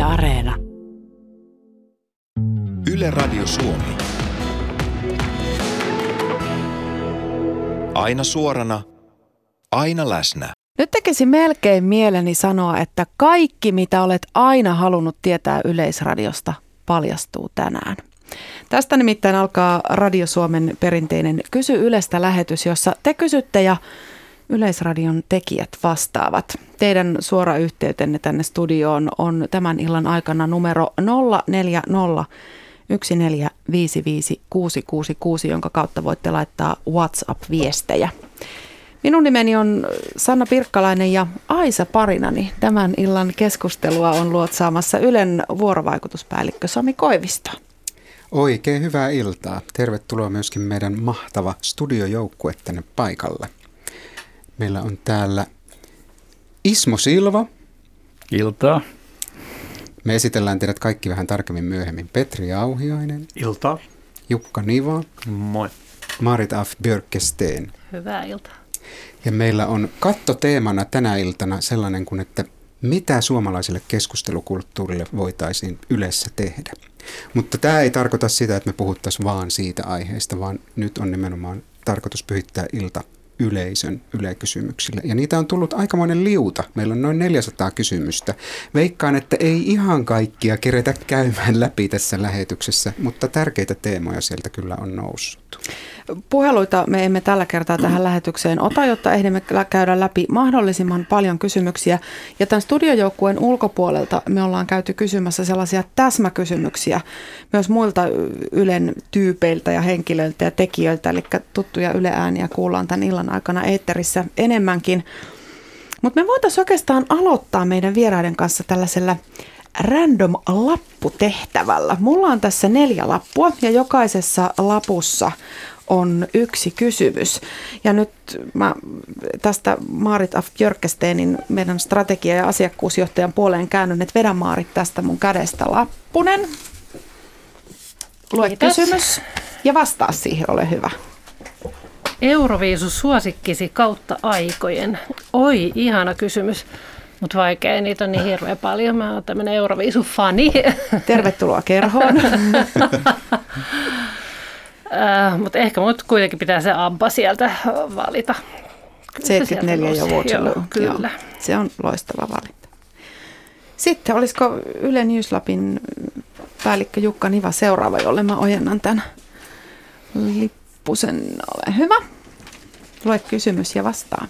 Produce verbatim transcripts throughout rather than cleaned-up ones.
Areena. Yle Radio Suomi. Aina suorana, aina läsnä. Nyt tekisi melkein mieleni sanoa, että kaikki mitä olet aina halunnut tietää Yleisradiosta paljastuu tänään. Tästä nimittäin alkaa Radio Suomen perinteinen Kysy Ylestä -lähetys, jossa te kysytte ja Yleisradion tekijät vastaavat. Teidän suora yhteytenne tänne studioon on tämän illan aikana numero nolla neljä nolla yksi neljä viisi viisi kuusi kuusi kuusi, jonka kautta voitte laittaa WhatsApp-viestejä. Minun nimeni on Sanna Pirkkalainen ja Aisa Parinani. Tämän illan keskustelua on luotsaamassa Ylen vuorovaikutuspäällikkö Sami Koivisto. Oikein hyvää iltaa. Tervetuloa myöskin meidän mahtava studiojoukkue tänne paikalle. Meillä on täällä Ismo Silva. Iltaa. Me esitellään teidät kaikki vähän tarkemmin myöhemmin. Petri Auhiainen. Iltaa. Jukka Niva. Moi. Marit af Björkesteen. Hyvää iltaa. Ja meillä on kattoteemana tänä iltana sellainen kuin, että mitä suomalaiselle keskustelukulttuurille voitaisiin Ylessä tehdä. Mutta tämä ei tarkoita sitä, että me puhuttaisiin vaan siitä aiheesta, vaan nyt on nimenomaan tarkoitus pyhittää ilta yleisön ylekysymyksille. Ja niitä on tullut aikamoinen liuta. Meillä on noin neljäsataa kysymystä. Veikkaan, että ei ihan kaikkia keretä käymään läpi tässä lähetyksessä, mutta tärkeitä teemoja sieltä kyllä on noussut. Puheluita me emme tällä kertaa tähän lähetykseen ota, jotta ehdimme käydä läpi mahdollisimman paljon kysymyksiä. Ja tämän studiojoukkueen ulkopuolelta me ollaan käyty kysymässä sellaisia täsmäkysymyksiä myös muilta Ylen tyypeiltä ja henkilöiltä ja tekijöiltä. Eli tuttuja Yle-ääniä kuullaan tämän illan aikana eetterissä enemmänkin. Mutta me voitaisiin oikeastaan aloittaa meidän vieraiden kanssa tällaisella random lapputehtävällä. Mulla on tässä neljä lappua ja jokaisessa lapussa on yksi kysymys. Ja nyt mä tästä Marit af Björkesteenin, meidän strategia- ja asiakkuusjohtajan puoleen käännyn, että vedä Maarit tästä mun kädestä lappunen. Lue Kiitos. Kysymys ja vastaa siihen, ole hyvä. Euroviisu suosikkisi kautta aikojen. Oi, ihana kysymys. Mutta vaikea, niitä on niin hirveän paljon. Mä oon tämmönen Euroviisu-fani. Tervetuloa kerhoon. Uh, mutta ehkä mut kuitenkin pitää se ABBA sieltä valita. seitsemänkymmentäneljä ja Waterloo. Joo, kyllä. Joo, se on loistava valinta. Sitten olisiko Yle Newslabin päällikkö Jukka Niva seuraava, jolle mä ojennan tämän lippusen. Ole hyvä. Lue kysymys ja vastaa.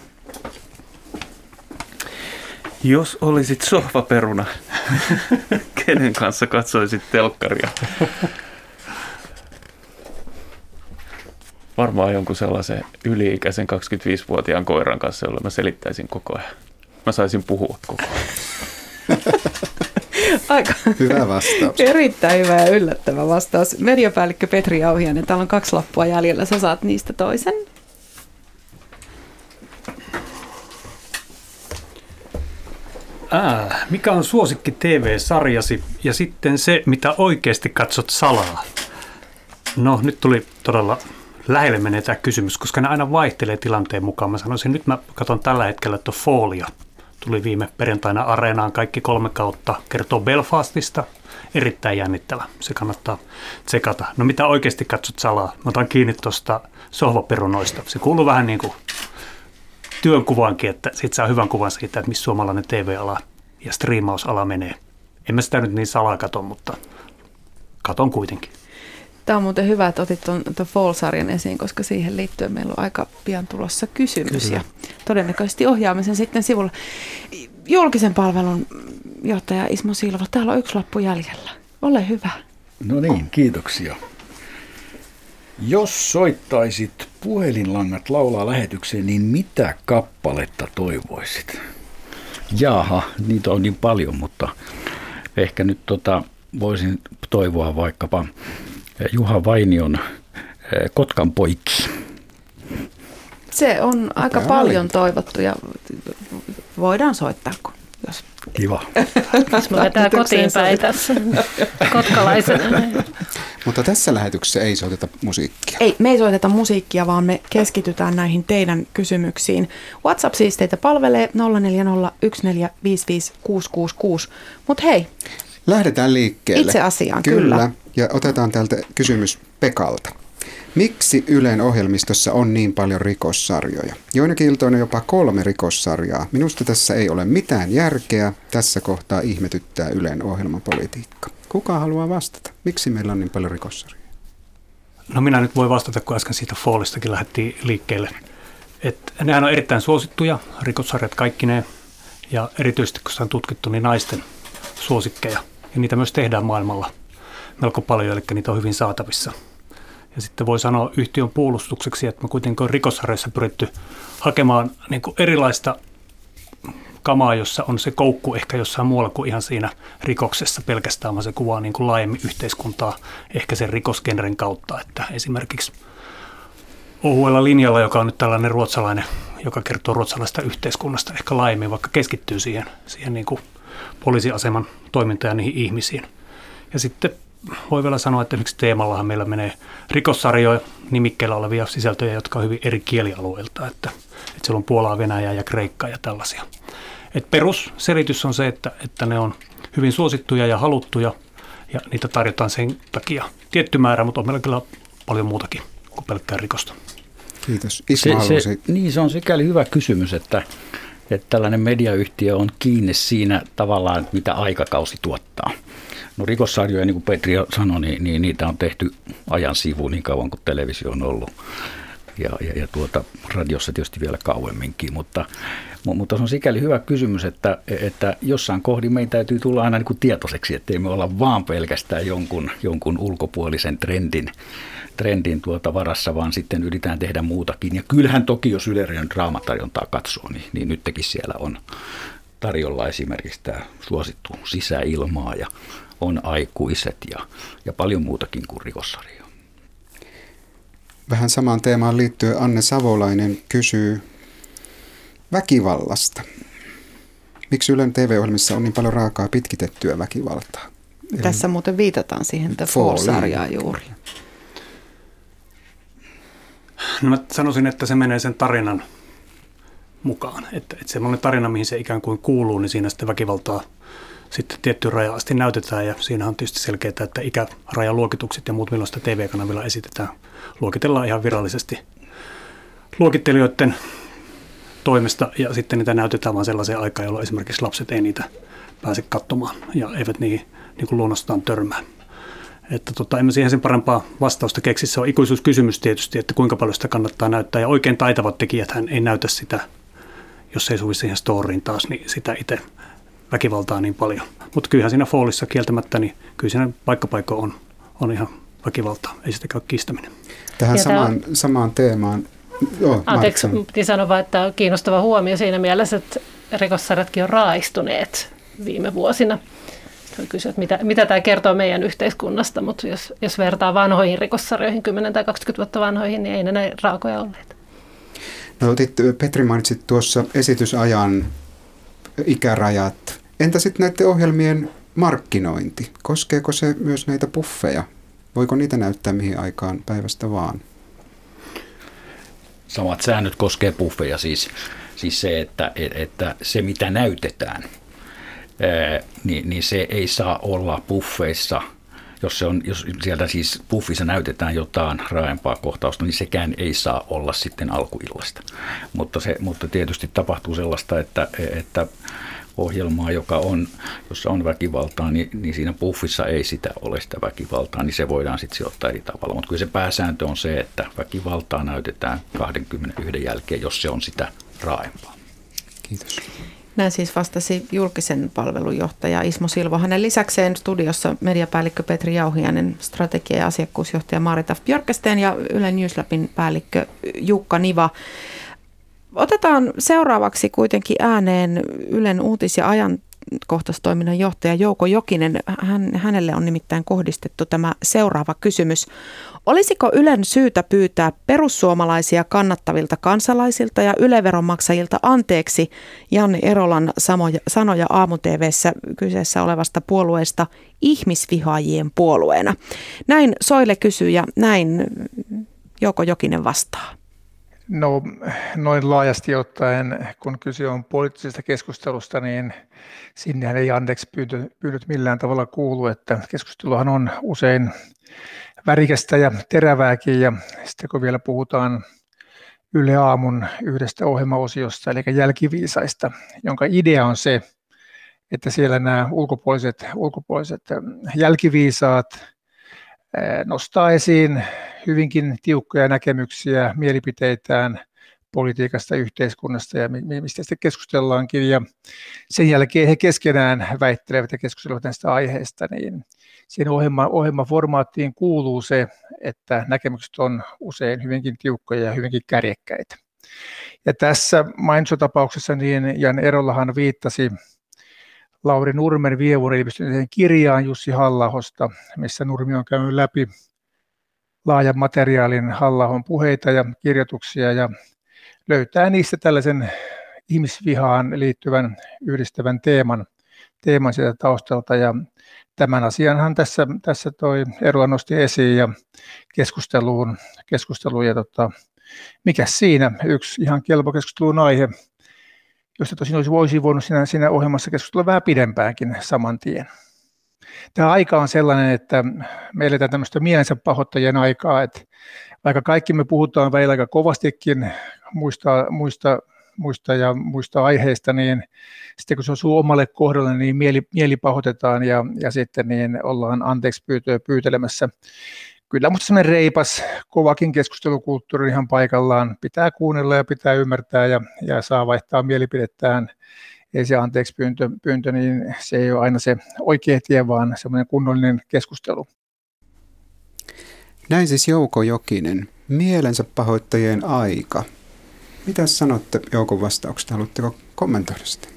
Jos olisit sohvaperuna, kenen kanssa katsoisit telkkaria? Varmaan jonkun sellaisen yli-ikäisen kaksikymmentäviisivuotiaan koiran kanssa, jolla mä selittäisin koko ajan. Mä saisin puhua koko ajan. Aika hyvä vastaus. Erittäin hyvä ja yllättävä vastaus. Mediapäällikkö Petri Auhiainen, täällä on kaksi lappua jäljellä. Sä saat niistä toisen. Ää, mikä on suosikki T V-sarjasi ja sitten se, mitä oikeasti katsot salaa? No, nyt tuli todella lähelle menee tämä kysymys, koska ne aina vaihtelee tilanteen mukaan. Mä sanoisin, nyt mä katson tällä hetkellä, että Fallia tuli viime perjantaina Areenaan kaikki kolme kautta. Kertoo Belfastista. Erittäin jännittävä. Se kannattaa tsekata. No mitä oikeasti katsot salaa? Mä otan kiinni tuosta sohvaperunoista. Se kuuluu vähän niin kuin työnkuvaankin, että sit saa hyvän kuvan siitä, että missä suomalainen T V-ala ja striimausala menee. En mä sitä nyt niin salaa katon, mutta katon kuitenkin. Tämä on muuten hyvä, että otit tuon Fall-sarjan esiin, koska siihen liittyen meillä on aika pian tulossa kysymys. Kyllä. Ja todennäköisesti ohjaamme sen sitten sivulla. Julkisen palvelun johtaja Ismo Silva, täällä on yksi lappu jäljellä. Ole hyvä. No niin, kiitoksia. Jos soittaisit puhelinlangat laulaa lähetykseen, niin mitä kappaletta toivoisit? Jaaha, niitä on niin paljon, mutta ehkä nyt tota, voisin toivoa vaikkapa Juha Vainion Kotkan poikki. Se on aika Tämä paljon valinta. toivottu ja voidaan soittaa, kun jos... Kiva. Mä vetää kotiin päin tässä kotkalaisena. Mutta tässä lähetyksessä ei soiteta musiikkia. Ei, me ei soiteta musiikkia, vaan me keskitytään näihin teidän kysymyksiin. WhatsApp siis teitä palvelee nolla neljä nolla yksi neljä viisi viisi kuusi kuusi kuusi. Mutta hei, Lähdetään liikkeelle. Itse asiaan, kyllä. Kyllä. Ja otetaan täältä kysymys Pekalta. Miksi Ylen ohjelmistossa on niin paljon rikossarjoja? Joinakin iltoina jopa kolme rikossarjaa. Minusta tässä ei ole mitään järkeä. Tässä kohtaa ihmetyttää Ylen ohjelmapolitiikka. Kuka haluaa vastata? Miksi meillä on niin paljon rikossarjoja? No minä nyt voi vastata, kun äsken siitä Fallistakin lähdettiin liikkeelle. Et nehän on erittäin suosittuja, rikossarjat kaikkineen. Ja erityisesti, kun sitä on tutkittu, niin naisten suosikkeja. Ja niitä myös tehdään maailmalla melko paljon, eli niitä on hyvin saatavissa. Ja sitten voi sanoa yhtiön puolustukseksi, että me kuitenkin on rikossarjoissa pyritty hakemaan niin kuin erilaista kamaa, jossa on se koukku ehkä jossain muualla kuin ihan siinä rikoksessa pelkästään, vaan se kuvaa niin kuin laajemmin yhteiskuntaa ehkä sen rikosgenren kautta. Että esimerkiksi Ohuella linjalla, joka on nyt tällainen ruotsalainen, joka kertoo ruotsalaista yhteiskunnasta ehkä laajemmin, vaikka keskittyy siihen, siihen niin kuin poliisiaseman toimintaan ja niihin ihmisiin. Ja sitten voi vielä sanoa, että esimerkiksi Teemallahan meillä menee rikossarjoja nimikkeellä olevia sisältöjä, jotka on hyvin eri kielialueilta, että, että siellä on Puolaa, Venäjää ja Kreikkaa ja tällaisia. Et perusselitys on se, että, että ne on hyvin suosittuja ja haluttuja ja niitä tarjotaan sen takia tietty määrä, mutta on meillä kyllä paljon muutakin kuin pelkkää rikosta. Kiitos. Ismo se, se, niin, se on sikäli hyvä kysymys, että, että tällainen mediayhtiö on kiinni siinä tavallaan, mitä aikakausi tuottaa. No rikossarjoja, niin kuin Petri sanoi, niin, niin niitä on tehty ajan sivuun niin kauan kuin televisio on ollut. Ja, ja, ja tuota, radiossa tietysti vielä kauemminkin, mutta, mutta se on sikäli hyvä kysymys, että, että jossain kohdin meidän täytyy tulla aina niin kuin tietoiseksi, ettei me olla vaan pelkästään jonkun, jonkun ulkopuolisen trendin, trendin tuota varassa, vaan sitten yritetään tehdä muutakin. Ja kyllähän toki, jos Yle Radion draamatarjontaa katsoo, niin, niin nytkin siellä on tarjolla esimerkiksi tämä suosittu Sisäilmaa ja on Aikuiset ja, ja paljon muutakin kuin rikossarjoja. Vähän samaan teemaan liittyen Anne Savolainen kysyy väkivallasta. Miksi Ylen T V-ohjelmissa on niin paljon raakaa pitkitettyä väkivaltaa? Tässä muuten viitataan siihen The Fall-sarjaan juuri. No mä sanoisin, että se menee sen tarinan mukaan. Että, että semmoinen tarina, mihin se ikään kuin kuuluu, niin siinä sitten väkivaltaa sitten tiettyyn rajaan asti näytetään. Ja siinä on tietysti selkeää, että ikärajaluokitukset ja muut, milloin sitä T V-kanavilla esitetään, luokitellaan ihan virallisesti luokittelijoiden toimesta. Ja sitten niitä näytetään vain sellaiseen aikaan, jolloin esimerkiksi lapset ei niitä pääse katsomaan ja eivät niihin niin kuin luonnostaan törmää. Että tota, emme siihen sen parempaa vastausta keksi. Se on ikuisuuskysymys tietysti, että kuinka paljon sitä kannattaa näyttää. Ja oikein taitavat tekijäthän ei näytä sitä, jos ei sovi siihen storyin taas, niin sitä itse väkivaltaa niin paljon. Mutta kyllähän siinä Fallissa kieltämättä, niin kyllä siinä paikkapaikko on, on ihan väkivaltaa. Ei sitä käy kiistäminen. Tähän samaan, samaan teemaan. Joo, Anteeksi, piti sanoa vaan, että on kiinnostava huomio siinä mielessä, että rikossarjatkin on raaistuneet viime vuosina. Voi kysyä, että mitä, mitä tämä kertoo meidän yhteiskunnasta, mutta jos, jos vertaa vanhoihin rikossarjoihin, kymmenen tai kaksikymmentä vuotta vanhoihin, niin ei ne näin raakoja olleet. No otit, Petri mainitsit tuossa esitysajan ikärajat. Entä sitten näiden ohjelmien markkinointi? Koskeeko se myös näitä puffeja? Voiko niitä näyttää mihin aikaan päivästä vaan? Samat säännöt koskee puffeja, siis, siis se, että, että se mitä näytetään, ää, niin, niin se ei saa olla puffeissa. Jos, se on, jos sieltä siis puffissa näytetään jotain raaempaa kohtausta, niin sekään ei saa olla sitten alkuillasta. Mutta, se, mutta tietysti tapahtuu sellaista, että, että ohjelmaa, joka on, jossa on väkivaltaa, niin, niin siinä puffissa ei sitä ole sitä väkivaltaa, niin se voidaan sitten sijoittaa eri tavalla. Mutta kyllä se pääsääntö on se, että väkivaltaa näytetään kaksikymmentäyksi jälkeen, jos se on sitä raaempaa. Kiitos. Näin siis vastasi julkisen palvelun johtaja Ismo Silvo. Hänen lisäkseen studiossa mediapäällikkö Petri Jauhiainen, strategia- ja asiakkuusjohtaja Marita Björkesten ja Yle Newslabin päällikkö Jukka Niva. Otetaan seuraavaksi kuitenkin ääneen Ylen uutis- ja ajankohtaistoiminnan johtaja Jouko Jokinen. Hän, hänelle on nimittäin kohdistettu tämä seuraava kysymys. Olisiko Ylen syytä pyytää perussuomalaisia kannattavilta kansalaisilta ja Yle-veronmaksajilta anteeksi Janne Erolan samoja, sanoja aamu-tv:ssä kyseessä olevasta puolueesta ihmisvihaajien puolueena? Näin Soile kysyy ja näin Jouko Jokinen vastaa. No noin laajasti ottaen, kun kyse on poliittisesta keskustelusta, niin sinnehän ei anteeksi pyynnöt millään tavalla kuulu, että keskusteluhan on usein värikästä ja terävääkin, ja sitten kun vielä puhutaan Yle Aamun yhdestä ohjelmaosiosta, eli jälkiviisaista, jonka idea on se, että siellä nämä ulkopuoliset, ulkopuoliset jälkiviisaat nostaa esiin hyvinkin tiukkoja näkemyksiä, mielipiteitään politiikasta, yhteiskunnasta ja mistä sitten keskustellaankin. Ja sen jälkeen he keskenään väittelevät ja keskustelevat näistä aiheista, niin siihen ohjelma, ohjelmaformaattiin kuuluu se, että näkemykset on usein hyvinkin tiukkoja ja hyvinkin kärjekkäitä. Ja tässä mainitsutapauksessa niin Jan Erollahan viittasi Lauri Nurmen viime vuonna ilmestyneeseen kirjaan Jussi Halla-ahosta, missä Nurmi on käynyt läpi laajan materiaalin Halla-ahon puheita ja kirjoituksia ja löytää niistä tällaisen ihmisvihaan liittyvän yhdistävän teeman, teeman sieltä taustalta. Ja tämän asianhan tässä, tässä toi Erola nosti esiin ja keskusteluun, keskusteluun ja tota, mikä siinä yksi ihan kelpo keskustelun aihe, josta tosin olisi voisi voinut siinä, siinä ohjelmassa keskustella vähän pidempäänkin saman tien. Tämä aika on sellainen, että me eletään tämmöistä mielensä pahoittajien aikaa, että vaikka kaikki me puhutaan välillä aika kovastikin muista, muista, muista ja muista aiheista, niin sitten kun se osuu omalle kohdalle, niin mieli, mieli pahoitetaan ja, ja sitten niin ollaan anteeksi pyytöä pyytelemässä. Kyllä mutta semmoinen reipas, kovakin keskustelukulttuuri ihan paikallaan. Pitää kuunnella ja pitää ymmärtää ja, ja saa vaihtaa mielipidettään. Ei se anteeksi pyyntö, pyyntö, niin se ei ole aina se oikea tie, vaan semmoinen kunnollinen keskustelu. Näin siis Jouko Jokinen. Mielensä pahoittajien aika. Mitä sanotte Joukon vastauksesta? Haluatteko kommentoida sitä?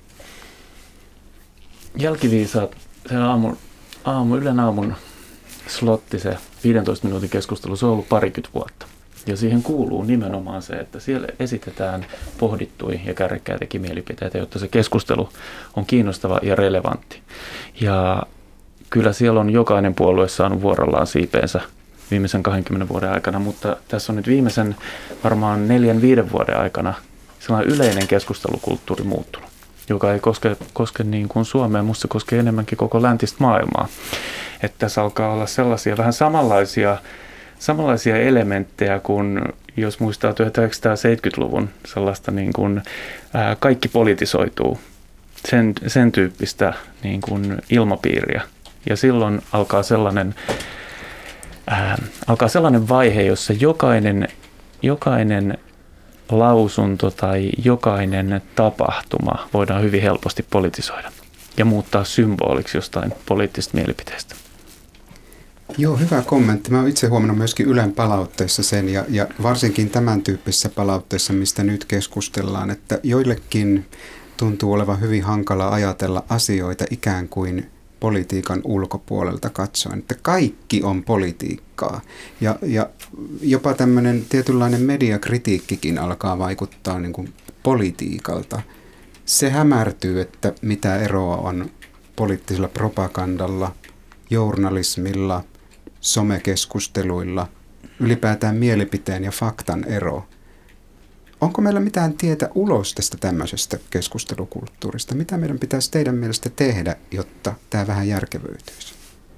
Jälkiviisaat, se aamu, aamu, Ylen aamun slotti, se viidentoista minuutin keskustelu, se on ollut parikymmentä vuotta. Ja siihen kuuluu nimenomaan se, että siellä esitetään pohdittuja ja kärkkäitäkin mielipiteitä, jotta se keskustelu on kiinnostava ja relevantti. Ja kyllä siellä on jokainen puolue saanut vuorollaan siipeensä viimeisen kahdenkymmenen vuoden aikana, mutta tässä on nyt viimeisen varmaan neljän, viiden vuoden aikana sellainen yleinen keskustelukulttuuri muuttunut, joka ei koske, koske niin kuin Suomea, musta se koskee enemmänkin koko läntistä maailmaa. Että tässä alkaa olla sellaisia vähän samanlaisia, samanlaisia elementtejä kuin jos muistaa tuhatyhdeksänsataaseitsemänkymmentäluvun sellaista niin kuin ää, kaikki politisoituu, sen, sen tyyppistä niin kuin ilmapiiriä. Ja silloin alkaa sellainen, ää, alkaa sellainen vaihe, jossa jokainen, jokainen lausunto tai jokainen tapahtuma voidaan hyvin helposti politisoida ja muuttaa symboliksi jostain poliittisesta mielipiteestä. Joo, hyvä kommentti. Mä oon itse huomannut myöskin Ylen palautteessa sen ja, ja varsinkin tämän tyyppisessä palautteessa, mistä nyt keskustellaan, että joillekin tuntuu olevan hyvin hankala ajatella asioita ikään kuin politiikan ulkopuolelta katsoen, että kaikki on politiikkaa ja, ja jopa tämmöinen tietynlainen mediakritiikkikin alkaa vaikuttaa niin kuin politiikalta. Se hämärtyy, että mitä eroa on poliittisella propagandalla, journalismilla, somekeskusteluilla, ylipäätään mielipiteen ja faktan ero. Onko meillä mitään tietä ulos tästä tämmöisestä keskustelukulttuurista? Mitä meidän pitäisi teidän mielestä tehdä, jotta tämä vähän järkevöityisi?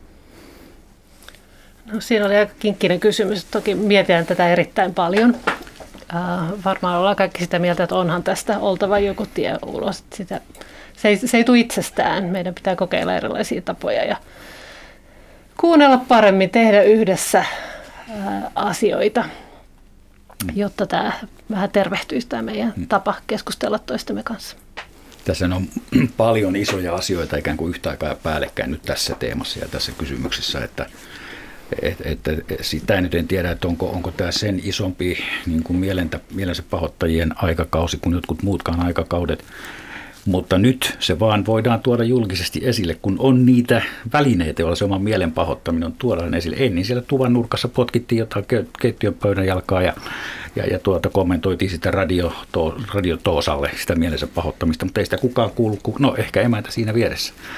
No, siinä oli aika kinkkinen kysymys. Toki mietitään tätä erittäin paljon. Äh, varmaan ollaan kaikki sitä mieltä, että onhan tästä oltava joku tie ulos. Sitä, se, ei, se ei tule itsestään. Meidän pitää kokeilla erilaisia tapoja ja kuunnella paremmin, tehdä yhdessä äh, asioita, jotta tämä vähän tervehtyisi tämä meidän tapa keskustella toistemme kanssa. Tässä on paljon isoja asioita ikään kuin yhtä aikaa päällekkäin nyt tässä teemassa ja tässä kysymyksessä, että, että, että sitä nyt en tiedä, että onko, onko tämä sen isompi niin kuin mielentä, mielensä pahoittajien aikakausi kuin jotkut muutkaan aikakaudet. Mutta nyt se vaan voidaan tuoda julkisesti esille, kun on niitä välineitä, joilla se oma mielen pahoittaminen on tuodaan esille. Ei niin siellä tuvan nurkassa potkittiin jotain keittiön pöydän jalkaa ja, ja, ja tuota, kommentoitiin sitä radio, to, radio Toosalle sitä mielensä pahoittamista, mutta ei sitä kukaan kuulu, no ehkä emäntä siinä vieressä.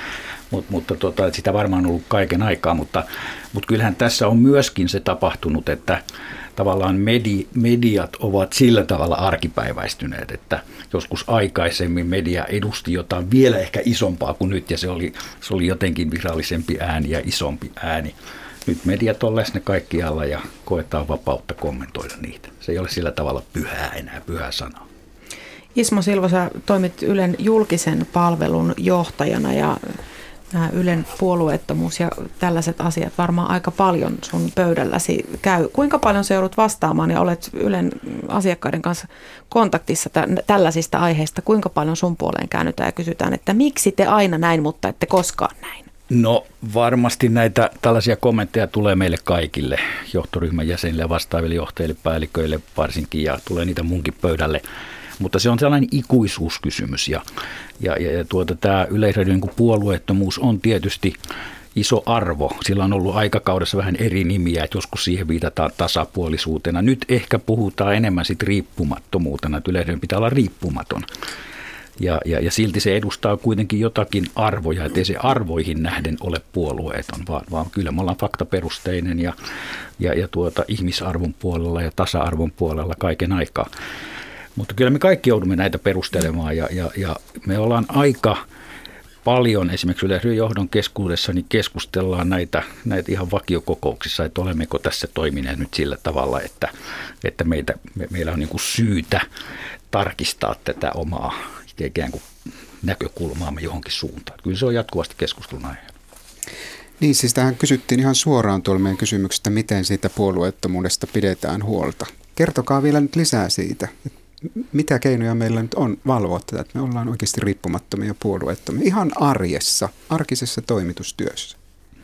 Mut, mutta tota, sitä varmaan on ollut kaiken aikaa, mutta, mutta kyllähän tässä on myöskin se tapahtunut, että tavallaan medi, mediat ovat sillä tavalla arkipäiväistyneet, että joskus aikaisemmin media edusti jotain vielä ehkä isompaa kuin nyt, ja se oli, se oli jotenkin virallisempi ääni ja isompi ääni. Nyt mediat on läsnä kaikkialla ja koetaan vapautta kommentoida niitä. Se ei ole sillä tavalla pyhää enää, pyhä sana. Ismo Silvo, sä toimit Ylen julkisen palvelun johtajana ja nämä Ylen puolueettomuus ja tällaiset asiat varmaan aika paljon sun pöydälläsi käy. Kuinka paljon sä joudut vastaamaan ja olet Ylen asiakkaiden kanssa kontaktissa tä- tällaisista aiheista? Kuinka paljon sun puoleen käännytään ja kysytään, että miksi te aina näin, mutta ette koskaan näin? No varmasti näitä tällaisia kommentteja tulee meille kaikille, johtoryhmän jäsenille ja vastaaville johtajille, päälliköille varsinkin, ja tulee niitä munkin pöydälle. Mutta se on sellainen ikuisuuskysymys, ja, ja, ja tuota, tämä Yleisradion puolueettomuus on tietysti iso arvo. Sillä on ollut aikakaudessa vähän eri nimiä, että joskus siihen viitataan tasapuolisuutena. Nyt ehkä puhutaan enemmän sit riippumattomuutena, että Yleisradion pitää olla riippumaton. Ja, ja, ja silti se edustaa kuitenkin jotakin arvoja, ettei se arvoihin nähden ole puolueeton, vaan, vaan kyllä me ollaan faktaperusteinen ja, ja, ja tuota, ihmisarvon puolella ja tasa-arvon puolella kaiken aikaa. Mutta kyllä me kaikki joudumme näitä perustelemaan ja, ja, ja me ollaan aika paljon esimerkiksi Yleisradion johdon keskuudessa niin keskustellaan näitä, näitä ihan vakiokokouksissa, että olemmeko tässä toimineet nyt sillä tavalla, että, että meitä, me, meillä on niin kuin syytä tarkistaa tätä omaa ikään kuin näkökulmaamme johonkin suuntaan. Kyllä se on jatkuvasti keskustelun aihe. Niin, siis tähän kysyttiin ihan suoraan tuolla meidän kysymyksestä, miten siitä puolueettomuudesta pidetään huolta. Kertokaa vielä nyt lisää siitä, mitä keinoja meillä nyt on valvoa tätä, että me ollaan oikeasti riippumattomia ja puolueettomia ihan arjessa, arkisessa toimitustyössä.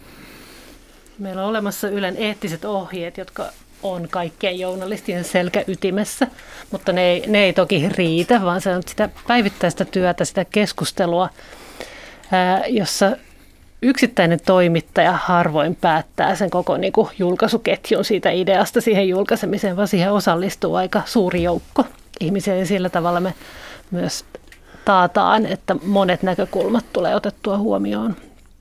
Meillä on olemassa Ylen eettiset ohjeet, jotka on kaikkien journalistien selkäytimessä, mutta ne ei, ne ei toki riitä, vaan se on sitä päivittäistä työtä, sitä keskustelua, ää, jossa yksittäinen toimittaja harvoin päättää sen koko niin kuin julkaisuketjun siitä ideasta siihen julkaisemiseen, vaan siihen osallistuu aika suuri joukko ihmisiä ja sillä tavalla me myös taataan, että monet näkökulmat tulee otettua huomioon.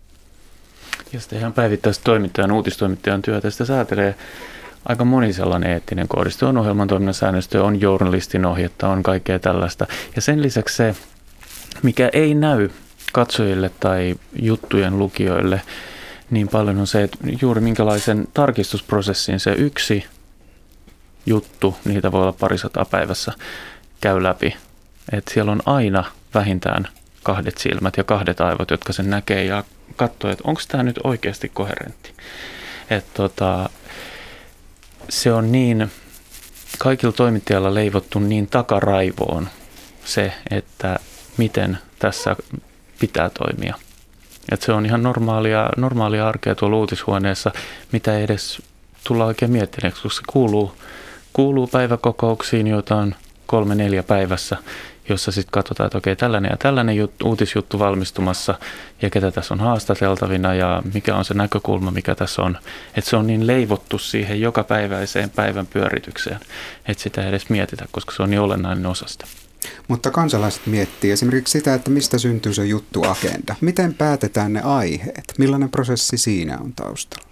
Ja sitten ihan päivittäistä toimittajan, uutistoimittajan työtä sitä säätelee aika moni sellainen eettinen koodisto. On ohjelman toiminnan säännöstö, on journalistin ohjetta, on kaikkea tällaista. Ja sen lisäksi se, mikä ei näy katsojille tai juttujen lukijoille niin paljon on se, että juuri minkälaisen tarkistusprosessin se yksi juttu, niitä voi olla parisataa päivässä, käy läpi. Että siellä on aina vähintään kahdet silmät ja kahdet aivot, jotka sen näkee ja katsoo, että onko tämä nyt oikeasti koherentti. Että tota, se on niin, kaikilla toimittajilla leivottu niin takaraivoon se, että miten tässä pitää toimia. Että se on ihan normaalia, normaalia arkea tuolla uutishuoneessa, mitä ei edes tulla oikein miettineeksi, koska se kuuluu, kuuluu päiväkokouksiin, joita on kolme neljä päivässä, jossa sitten katsotaan, että okei, tällainen ja tällainen juttu, uutisjuttu valmistumassa ja ketä tässä on haastateltavina ja mikä on se näkökulma, mikä tässä on. Että se on niin leivottu siihen jokapäiväiseen päivän pyöritykseen, että sitä ei edes mietitä, koska se on niin olennainen osa sitä. Mutta kansalaiset miettii esimerkiksi sitä, että mistä syntyy se juttuagenda. Miten päätetään ne aiheet? Millainen prosessi siinä on taustalla?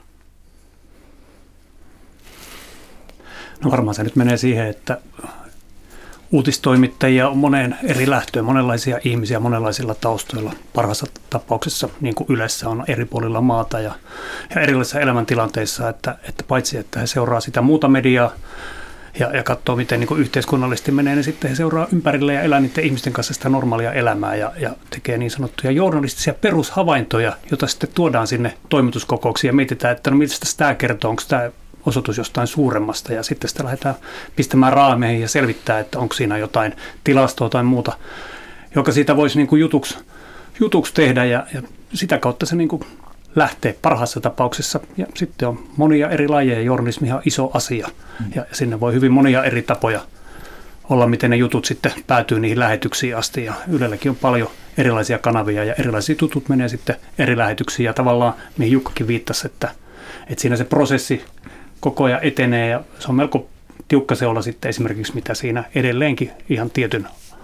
No varmaan se nyt menee siihen, että uutistoimittajia on moneen eri lähtöön, monenlaisia ihmisiä monenlaisilla taustoilla. Parhaassa tapauksessa, niin kuin Ylessä on eri puolilla maata ja, ja erilaisissa elämäntilanteissa, että, että paitsi että he seuraa sitä muuta mediaa, Ja, ja katsoo, miten niin kuin yhteiskunnallisesti menee, niin sitten he seuraa ympärille ja elää niiden ihmisten kanssa sitä normaalia elämää ja, ja tekee niin sanottuja journalistisia perushavaintoja, joita sitten tuodaan sinne toimituskokouksiin ja mietitään, että no mitä tämä kertoo, onko tämä osoitus jostain suuremmasta ja sitten sitä lähdetään pistämään raameihin ja selvittää, että onko siinä jotain tilastoa tai muuta, joka siitä voisi niin kuin jutuksi, jutuksi tehdä ja, ja sitä kautta se niin kuin lähtee parhaassa tapauksessa. Ja sitten on monia eri lajeja. Journalismi on iso asia. Mm. Ja sinne voi hyvin monia eri tapoja olla, miten ne jutut sitten päätyy niihin lähetyksiin asti. Ja Ylelläkin on paljon erilaisia kanavia ja erilaisia tutut menee sitten eri lähetyksiin. Ja tavallaan, mihin Jukkakin viittasi, että, että siinä se prosessi koko ajan etenee. Ja se on melko tiukka seula sitten esimerkiksi, mitä siinä edelleenkin ihan tietyn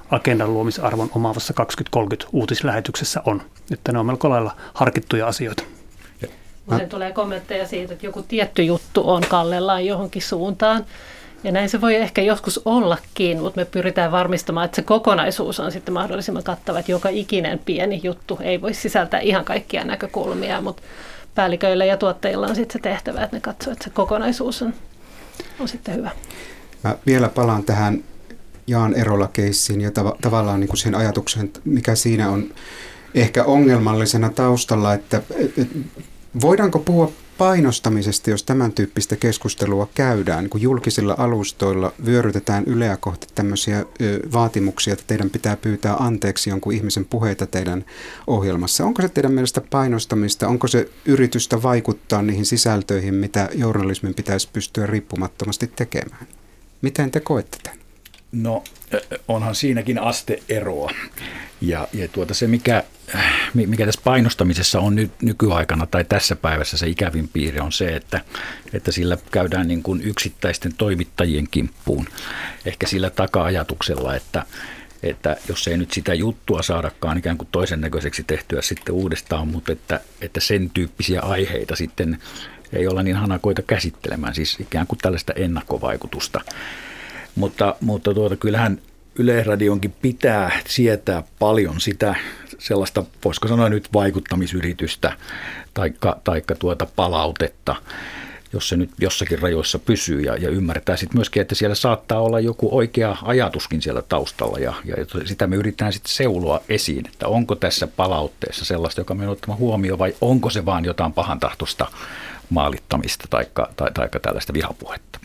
agendan luomisarvon omaavassa kaksituhattakolmekymmentä uutislähetyksessä on. Että ne on melko lailla harkittuja asioita. Usein tulee kommentteja siitä, että joku tietty juttu on kallellaan johonkin suuntaan. Ja näin se voi ehkä joskus ollakin, mutta me pyritään varmistamaan, että se kokonaisuus on sitten mahdollisimman kattava, että joka ikinen pieni juttu ei voi sisältää ihan kaikkia näkökulmia, mutta päälliköillä ja tuottajilla on sitten se tehtävä, että ne katsoo, että se kokonaisuus on, on sitten hyvä. Mä vielä palaan tähän Jaan Erola-keissiin ja tav- tavallaan niin kuin siihen ajatukseen, mikä siinä on ehkä ongelmallisena taustalla, että et, et, voidaanko puhua painostamisesta, jos tämän tyyppistä keskustelua käydään, kun julkisilla alustoilla vyörytetään Yleä kohti tämmöisiä ö, vaatimuksia, että teidän pitää pyytää anteeksi jonkun ihmisen puheita teidän ohjelmassa. Onko se teidän mielestä painostamista? Onko se yritystä vaikuttaa niihin sisältöihin, mitä journalismin pitäisi pystyä riippumattomasti tekemään? Miten te koette tämän? No onhan siinäkin asteeroa. Ja, ja tuota se, mikä, mikä tässä painostamisessa on nyt nykyaikana tai tässä päivässä se ikävin piirre on se, että, että sillä käydään niin kuin yksittäisten toimittajien kimppuun. Ehkä sillä taka-ajatuksella, että, että jos ei nyt sitä juttua saadakaan ikään kuin toisen näköiseksi tehtyä sitten uudestaan, mutta että, että sen tyyppisiä aiheita sitten ei olla niin hanakoita käsittelemään, siis ikään kuin tällaista ennakkovaikutusta. Mutta, mutta tuota, kyllähän Yleisradionkin pitää sietää paljon sitä sellaista, voisiko sanoa nyt vaikuttamisyritystä taikka, taikka tuota palautetta, jos se nyt jossakin rajoissa pysyy ja, ja ymmärtää sitten myöskin, että siellä saattaa olla joku oikea ajatuskin siellä taustalla ja, ja sitä me yritetään sitten seuloa esiin, että onko tässä palautteessa sellaista, joka me on ottama huomioon vai onko se vaan jotain pahantahtoista maalittamista taikka, tai, taikka tällaista vihapuhetta.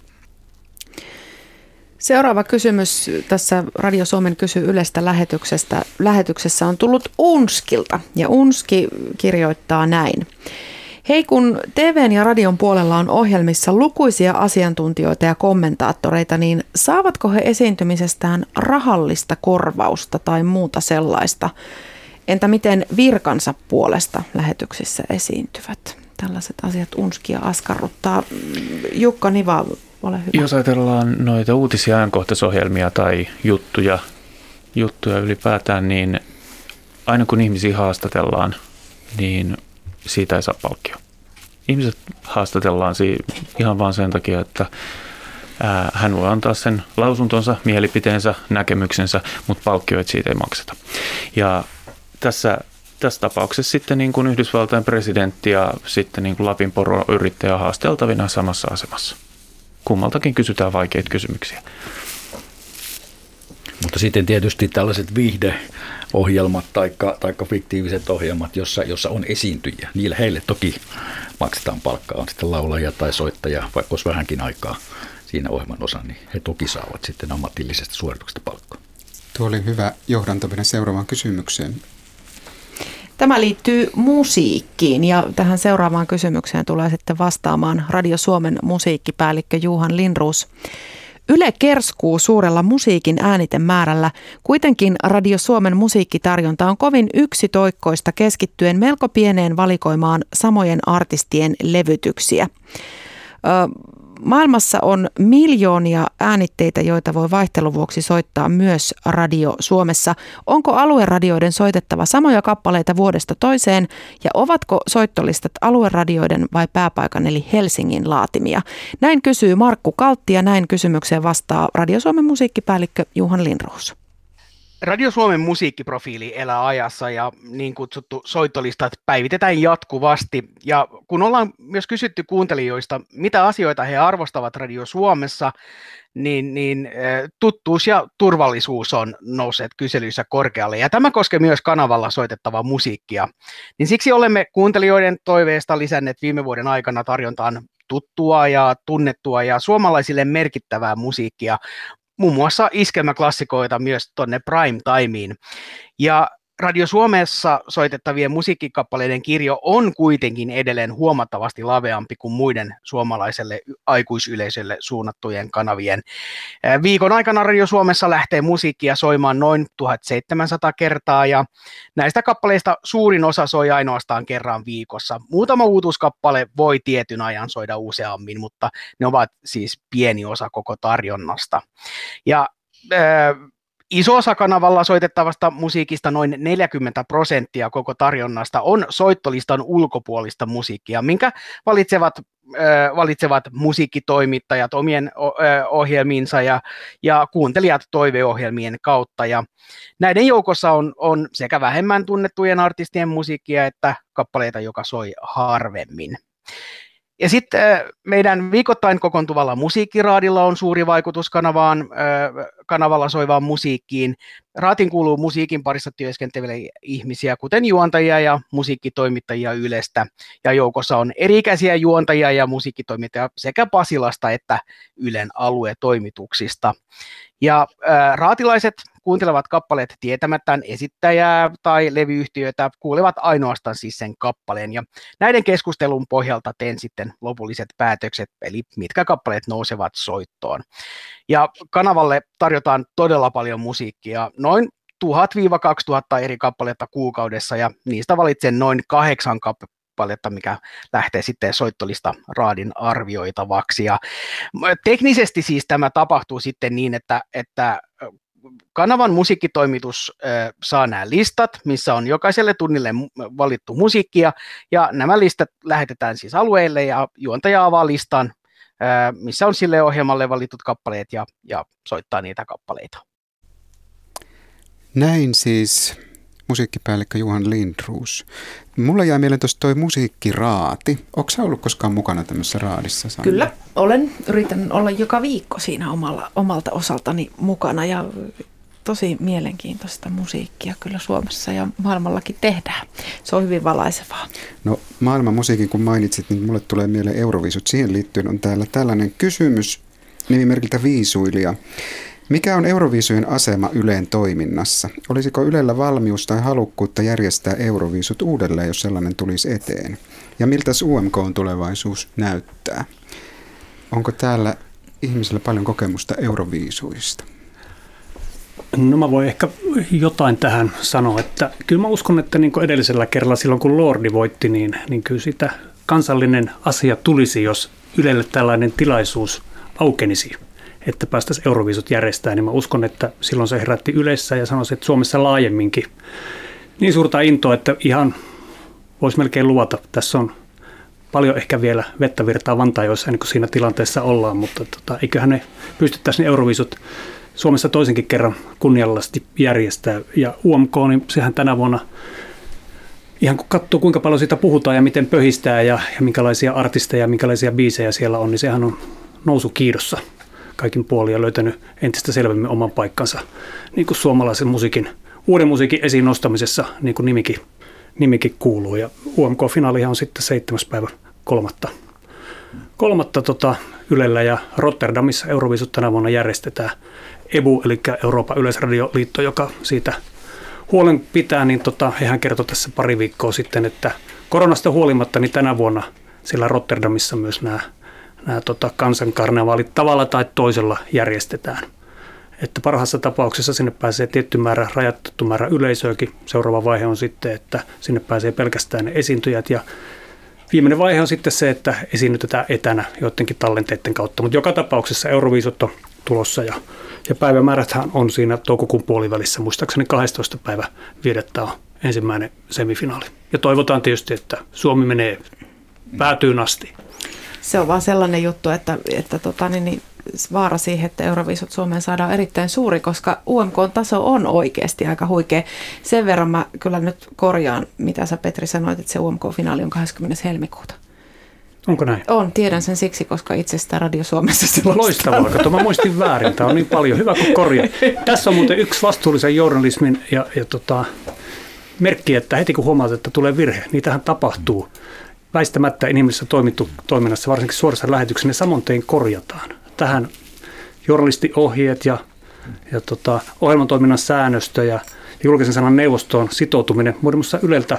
Seuraava kysymys tässä Radio Suomen Kysy Ylestä lähetyksestä. Lähetyksessä on tullut Unskilta ja Unski kirjoittaa näin. Hei, kun T V:n ja radion puolella on ohjelmissa lukuisia asiantuntijoita ja kommentaattoreita, niin saavatko he esiintymisestään rahallista korvausta tai muuta sellaista? Entä miten virkansa puolesta lähetyksissä esiintyvät? Tällaiset asiat Unskia askarruttaa. Jukka Niva, ole hyvä. Jos ajatellaan noita uutisia, ajankohtaisohjelmia tai juttuja, juttuja ylipäätään, niin aina kun ihmisiä haastatellaan, niin siitä ei saa palkkio. Ihmiset haastatellaan ihan vaan sen takia, että ää, hän voi antaa sen lausuntonsa, mielipiteensä, näkemyksensä, mutta palkkioita siitä ei makseta. Ja tässä, tässä tapauksessa sitten niin kuin Yhdysvaltain presidentti ja sitten niin kuin Lapin poroyrittäjä haasteltavina samassa asemassa. Kummaltakin kysytään vaikeita kysymyksiä. Mutta sitten tietysti tällaiset viihdeohjelmat tai fiktiiviset ohjelmat, jossa, jossa on esiintyjiä, niille heille toki maksetaan palkkaa, on sitten laulaja tai soittaja, vaikka olisi vähänkin aikaa siinä ohjelman osa, niin he toki saavat sitten ammatillisesta suorituksesta palkkaa. Tuo oli hyvä johdantaminen seuraavaan kysymykseen. Tämä liittyy musiikkiin ja tähän seuraavaan kysymykseen tulee sitten vastaamaan Radio Suomen musiikkipäällikkö Johan Lindroos. Yle kerskuu suurella musiikin äänitemäärällä. Kuitenkin Radio Suomen musiikkitarjonta on kovin yksitoikkoista keskittyen melko pieneen valikoimaan samojen artistien levytyksiä. Ö, Maailmassa on miljoonia äänitteitä, joita voi vaihtelun vuoksi soittaa myös Radio Suomessa. Onko alueradioiden soitettava samoja kappaleita vuodesta toiseen ja ovatko soittolistat alueradioiden vai pääpaikan eli Helsingin laatimia? Näin kysyy Markku Kaltti ja näin kysymykseen vastaa Radio Suomen musiikkipäällikkö Johan Lindroos. Radio Suomen musiikkiprofiili elää ajassa ja niin kutsuttu soittolistat päivitetään jatkuvasti. Ja kun ollaan myös kysytty kuuntelijoista, mitä asioita he arvostavat Radio Suomessa, niin, niin tuttuus ja turvallisuus on nousseet kyselyissä korkealle. Ja tämä koskee myös kanavalla soitettavaa musiikkia. Niin siksi olemme kuuntelijoiden toiveesta lisänneet viime vuoden aikana tarjontaan tuttua ja tunnettua ja suomalaisille merkittävää musiikkia. Muun muassa iskelmäklassikoita myös tuonne prime timeen. Ja Radio Suomessa soitettavien musiikkikappaleiden kirjo on kuitenkin edelleen huomattavasti laveampi kuin muiden suomalaiselle aikuisyleisölle suunnattujen kanavien. Viikon aikana Radio Suomessa lähtee musiikkia soimaan noin tuhatseitsemänsataa kertaa ja näistä kappaleista suurin osa soi ainoastaan kerran viikossa. Muutama uutuuskappale voi tietyn ajan soida useammin, mutta ne ovat siis pieni osa koko tarjonnasta. Ja äh, Iso osa kanavalla soitettavasta musiikista, noin neljäkymmentä prosenttia koko tarjonnasta, on soittolistan ulkopuolista musiikkia, minkä valitsevat, äh, valitsevat musiikkitoimittajat omien äh, ohjelmiinsa ja, ja kuuntelijat toiveohjelmien kautta. Ja näiden joukossa on, on sekä vähemmän tunnettujen artistien musiikkia että kappaleita, joka soi harvemmin. Ja sitten meidän viikoittain kokoontuvalla musiikkiraadilla on suuri vaikutus kanavaan, kanavalla soivaan musiikkiin. Raatiin kuuluu musiikin parissa työskenteleviä ihmisiä, kuten juontajia ja musiikkitoimittajia Ylestä. Ja joukossa on eri-ikäisiä juontajia ja musiikkitoimittajia sekä Pasilasta että Ylen aluetoimituksista. Ja ää, raatilaiset kuuntelevat kappaleet tietämättään esittäjää tai levyyhtiötä, kuulevat ainoastaan siis sen kappaleen. Ja näiden keskustelun pohjalta teen sitten lopulliset päätökset, eli mitkä kappaleet nousevat soittoon. Ja kanavalle tarjotaan todella paljon musiikkia, noin tuhat–kaksituhatta eri kappaletta kuukaudessa, ja niistä valitsen noin kahdeksan kappaletta, mikä lähtee sitten soittolista raadin arvioitavaksi. Ja teknisesti siis tämä tapahtuu sitten niin, että, että kanavan musiikkitoimitus äh, saa nämä listat, missä on jokaiselle tunnille valittu musiikkia, ja nämä listat lähetetään siis alueille, ja juontaja avaa listan, äh, missä on sille ohjelmalle valitut kappaleet, ja, ja soittaa niitä kappaleita. Näin siis musiikkipäällikkö Johan Lindroos. Mulla jäi mieleen tuossa toi musiikkiraati. Onko sä ollut koskaan mukana tämmöisessä raadissa, Sanna? Kyllä, olen. Yritän olla joka viikko siinä omalla, omalta osaltani mukana, ja tosi mielenkiintoista musiikkia kyllä Suomessa ja maailmallakin tehdään. Se on hyvin valaisevaa. No maailman musiikin kun mainitsit, niin mulle tulee mieleen Euroviisut. Siihen liittyen on täällä tällainen kysymys nimimerkiltä Viisuilija. Mikä on Euroviisujen asema Ylen toiminnassa? Olisiko Ylellä valmius tai halukkuutta järjestää Euroviisut uudelleen, jos sellainen tulisi eteen? Ja miltä U M K:n tulevaisuus näyttää? Onko täällä ihmisillä paljon kokemusta Euroviisuista? No mä voin ehkä jotain tähän sanoa, että kyllä mä uskon, että niin kuin edellisellä kerralla silloin kun Lordi voitti, niin, niin kyllä sitä kansallinen asia tulisi, jos Ylelle tällainen tilaisuus aukenisi, että päästäisiin Euroviisut järjestää, niin mä uskon, että silloin se herätti Ylessä ja sanoisi, että Suomessa laajemminkin niin suurta intoa, että ihan voisi melkein luvata. Tässä on paljon ehkä vielä vettä virtaa Vantaajoissa ennen kuin siinä tilanteessa ollaan, mutta tota, eiköhän ne pystyttäisiin ne Euroviisut Suomessa toisenkin kerran kunniallisesti järjestää. Ja U M K, niin sehän tänä vuonna, ihan kun katsoo kuinka paljon siitä puhutaan ja miten pöhistää ja, ja minkälaisia artisteja ja minkälaisia biisejä siellä on, niin sehän on nousu kiidossa kaikin puolin ja löytänyt entistä selvemmin oman paikkansa niin kuin suomalaisen musiikin, uuden musiikin esiin nostamisessa, niin kuin nimikin, nimikin kuuluu. Ja U M K-finaalihan on sitten seitsemäs päivä kolmatta, kolmatta tota, Ylellä ja Rotterdamissa Euroviisut tänä vuonna järjestetään. E B U, eli Euroopan Yleisradioliitto, joka siitä huolen pitää, niin tota, hehän kertoi tässä pari viikkoa sitten, että koronasta huolimatta niin tänä vuonna siellä Rotterdamissa myös nämä nämä tota, kansankarnevaalit tavalla tai toisella järjestetään. Että parhaassa tapauksessa sinne pääsee tietty määrä, rajattu määrä yleisöäkin. Seuraava vaihe on sitten, että sinne pääsee pelkästään ne esiintyjät. Ja viimeinen vaihe on sitten se, että esiinnytetään etänä joidenkin tallenteiden kautta. Mutta joka tapauksessa Euroviisut on tulossa ja, ja päivämääräthän on siinä toukokuun puolivälissä. Muistaakseni kahdestoista päivä viidettä on ensimmäinen semifinaali. Ja toivotaan tietysti, että Suomi menee päätyyn asti. Se on vaan sellainen juttu, että, että tota, niin, niin, vaara siihen, että Euroviisut Suomeen saadaan erittäin suuri, koska U M K-taso on oikeasti aika huikea. Sen verran mä kyllä nyt korjaan, mitä sä Petri sanoit, että se U M K-finaali on kahdeskymmenes helmikuuta. Onko näin? On, tiedän sen siksi, koska itse sitä Radio Suomessa selostan. Loistavaa, kato, mä muistin väärin, tämä on niin paljon. Hyvä kun korjaa. Tässä on muuten yksi vastuullisen journalismin ja, ja tota, merkki, että heti kun huomaat, että tulee virhe, niitähän tapahtuu. Väistämättä inhimillisessä toimittu, toiminnassa, varsinkin suorassa lähetyksessä, ne samoin tein korjataan. Tähän journalistiohjeet ja, ja tota, ohjelmatoiminnan säännöstö ja julkisen sanan neuvostoon sitoutuminen muun muassa Yleltä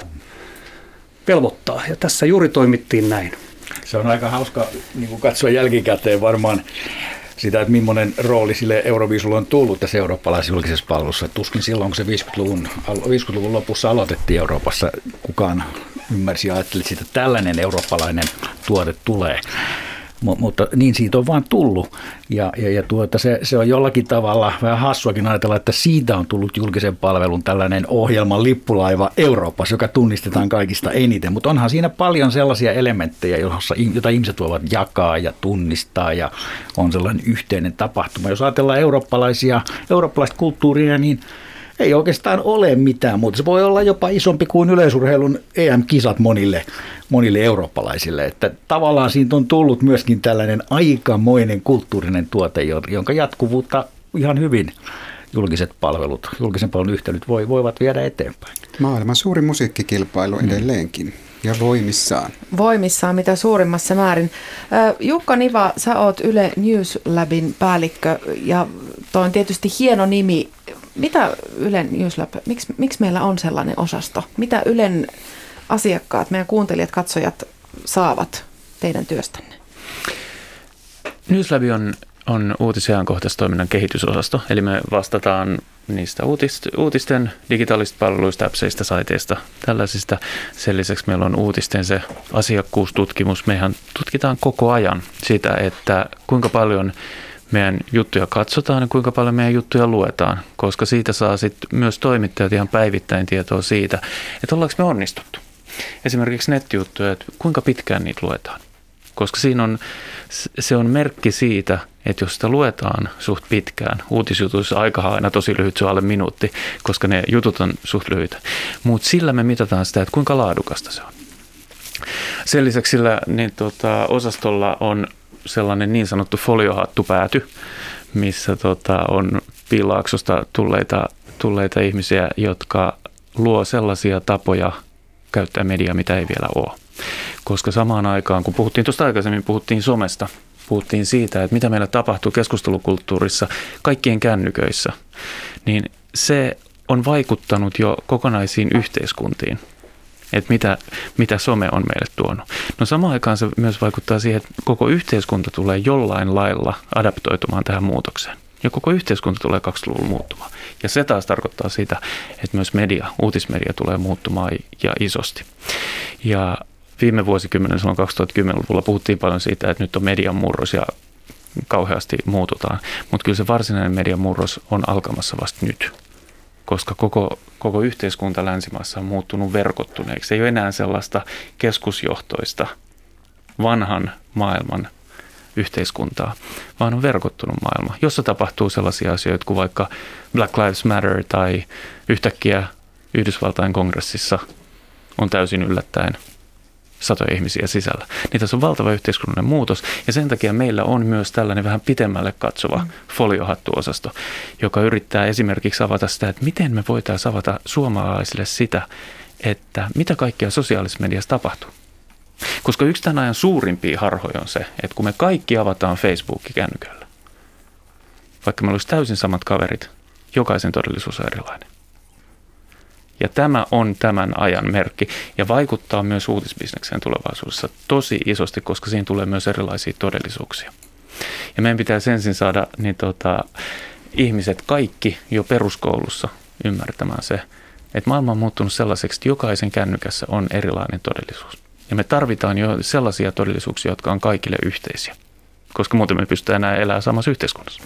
velvoittaa. Ja tässä juuri toimittiin näin. Se on aika hauska niin kuin katsoa jälkikäteen varmaan sitä, että millainen rooli sille Euroviisulle on tullut tässä eurooppalaisessa julkisessa palvelussa. Tuskin silloin, kun se viisikymmentäluvun, viisikymmentäluvun lopussa aloitettiin Euroopassa, kukaan ymmärsi ja ajatteli, että tällainen eurooppalainen tuote tulee. mutta niin siitä on vaan tullut. Ja, ja, ja tuota, se, se on jollakin tavalla vähän hassuakin ajatella, että siitä on tullut julkisen palvelun tällainen ohjelman lippulaiva Euroopassa, joka tunnistetaan kaikista eniten. Mutta onhan siinä paljon sellaisia elementtejä, joita ihmiset voivat jakaa ja tunnistaa ja on sellainen yhteinen tapahtuma. Jos ajatellaan eurooppalaisia, eurooppalaista kulttuuria, niin ei oikeastaan ole mitään muuta. Se voi olla jopa isompi kuin yleisurheilun E M-kisat monille, monille eurooppalaisille. Että tavallaan siitä on tullut myöskin tällainen aikamoinen kulttuurinen tuote, jonka jatkuvuutta ihan hyvin julkiset palvelut, julkisen palvelun yhteydet voi, voivat viedä eteenpäin. Maailman suuri musiikkikilpailu edelleenkin ja voimissaan. Voimissaan mitä suurimmassa määrin. Jukka Niva, sä oot Yle News Labin päällikkö ja toi on tietysti hieno nimi. Mitä Ylen News Lab, miksi, miksi meillä on sellainen osasto? Mitä Ylen asiakkaat, meidän kuuntelijat, katsojat saavat teidän työstänne? News Lab on, on uutis- ja ajankohtaistoiminnan kehitysosasto, eli me vastataan niistä uutist, uutisten digitaalisista palveluista, appseista, saiteista, tällaisista. Sen lisäksi meillä on uutisten se asiakkuustutkimus. Mehän tutkitaan koko ajan sitä, että kuinka paljon meidän juttuja katsotaan ja kuinka paljon meidän juttuja luetaan, koska siitä saa sitten myös toimittajat ihan päivittäin tietoa siitä, että ollaanko me onnistuttu. Esimerkiksi nettijuttuja, että kuinka pitkään niitä luetaan, koska siinä on, se on merkki siitä, että jos sitä luetaan suht pitkään, uutisjutuissa aika aina tosi lyhyt, se on alle minuutti, koska ne jutut on suht lyhyitä, mutta sillä me mitataan sitä, että kuinka laadukasta se on. Sen lisäksi sillä niin tota, osastolla on sellainen niin sanottu foliohattupääty, missä tota, on Piilaaksosta tulleita, tulleita ihmisiä, jotka luo sellaisia tapoja käyttää mediaa, mitä ei vielä ole. Koska samaan aikaan, kun puhuttiin tuosta aikaisemmin, puhuttiin somesta, puhuttiin siitä, että mitä meillä tapahtuu keskustelukulttuurissa kaikkien kännyköissä, niin se on vaikuttanut jo kokonaisiin yhteiskuntiin. Että mitä, mitä some on meille tuonut. No samaan aikaan se myös vaikuttaa siihen, että koko yhteiskunta tulee jollain lailla adaptoitumaan tähän muutokseen. Ja koko yhteiskunta tulee kaksituhattaluvulla muuttumaan. Ja se taas tarkoittaa sitä, että myös media, uutismedia tulee muuttumaan ja isosti. Ja viime vuosikymmenen, silloin kaksituhattakymmenluvulla puhuttiin paljon siitä, että nyt on median murros ja kauheasti muututaan. Mutta kyllä se varsinainen median murros on alkamassa vasta nyt. Koska koko, koko yhteiskunta länsimaassa on muuttunut verkottuneeksi. Se ei ole enää sellaista keskusjohtoista vanhan maailman yhteiskuntaa, vaan on verkottunut maailma, jossa tapahtuu sellaisia asioita kuin vaikka Black Lives Matter tai yhtäkkiä Yhdysvaltain kongressissa on täysin yllättäen satoja ihmisiä sisällä. Niin tässä on valtava yhteiskunnallinen muutos ja sen takia meillä on myös tällainen vähän pitemmälle katsova foliohattuosasto, joka yrittää esimerkiksi avata sitä, että miten me voitaisiin avata suomalaisille sitä, että mitä kaikkea sosiaalisessa mediassa tapahtuu. Koska yksi tämän ajan suurimpia harhoja on se, että kun me kaikki avataan Facebookin kännykällä, vaikka meillä olisi täysin samat kaverit, jokaisen todellisuus on erilainen. Ja tämä on tämän ajan merkki ja vaikuttaa myös uutisbisnekseen tulevaisuudessa tosi isosti, koska siinä tulee myös erilaisia todellisuuksia. Ja meidän pitäisi ensin saada niin tota, ihmiset kaikki jo peruskoulussa ymmärtämään se, että maailma on muuttunut sellaiseksi, että jokaisen kännykässä on erilainen todellisuus. Ja me tarvitaan jo sellaisia todellisuuksia, jotka on kaikille yhteisiä, koska muuten me pystytään enää elämään samassa yhteiskunnassa.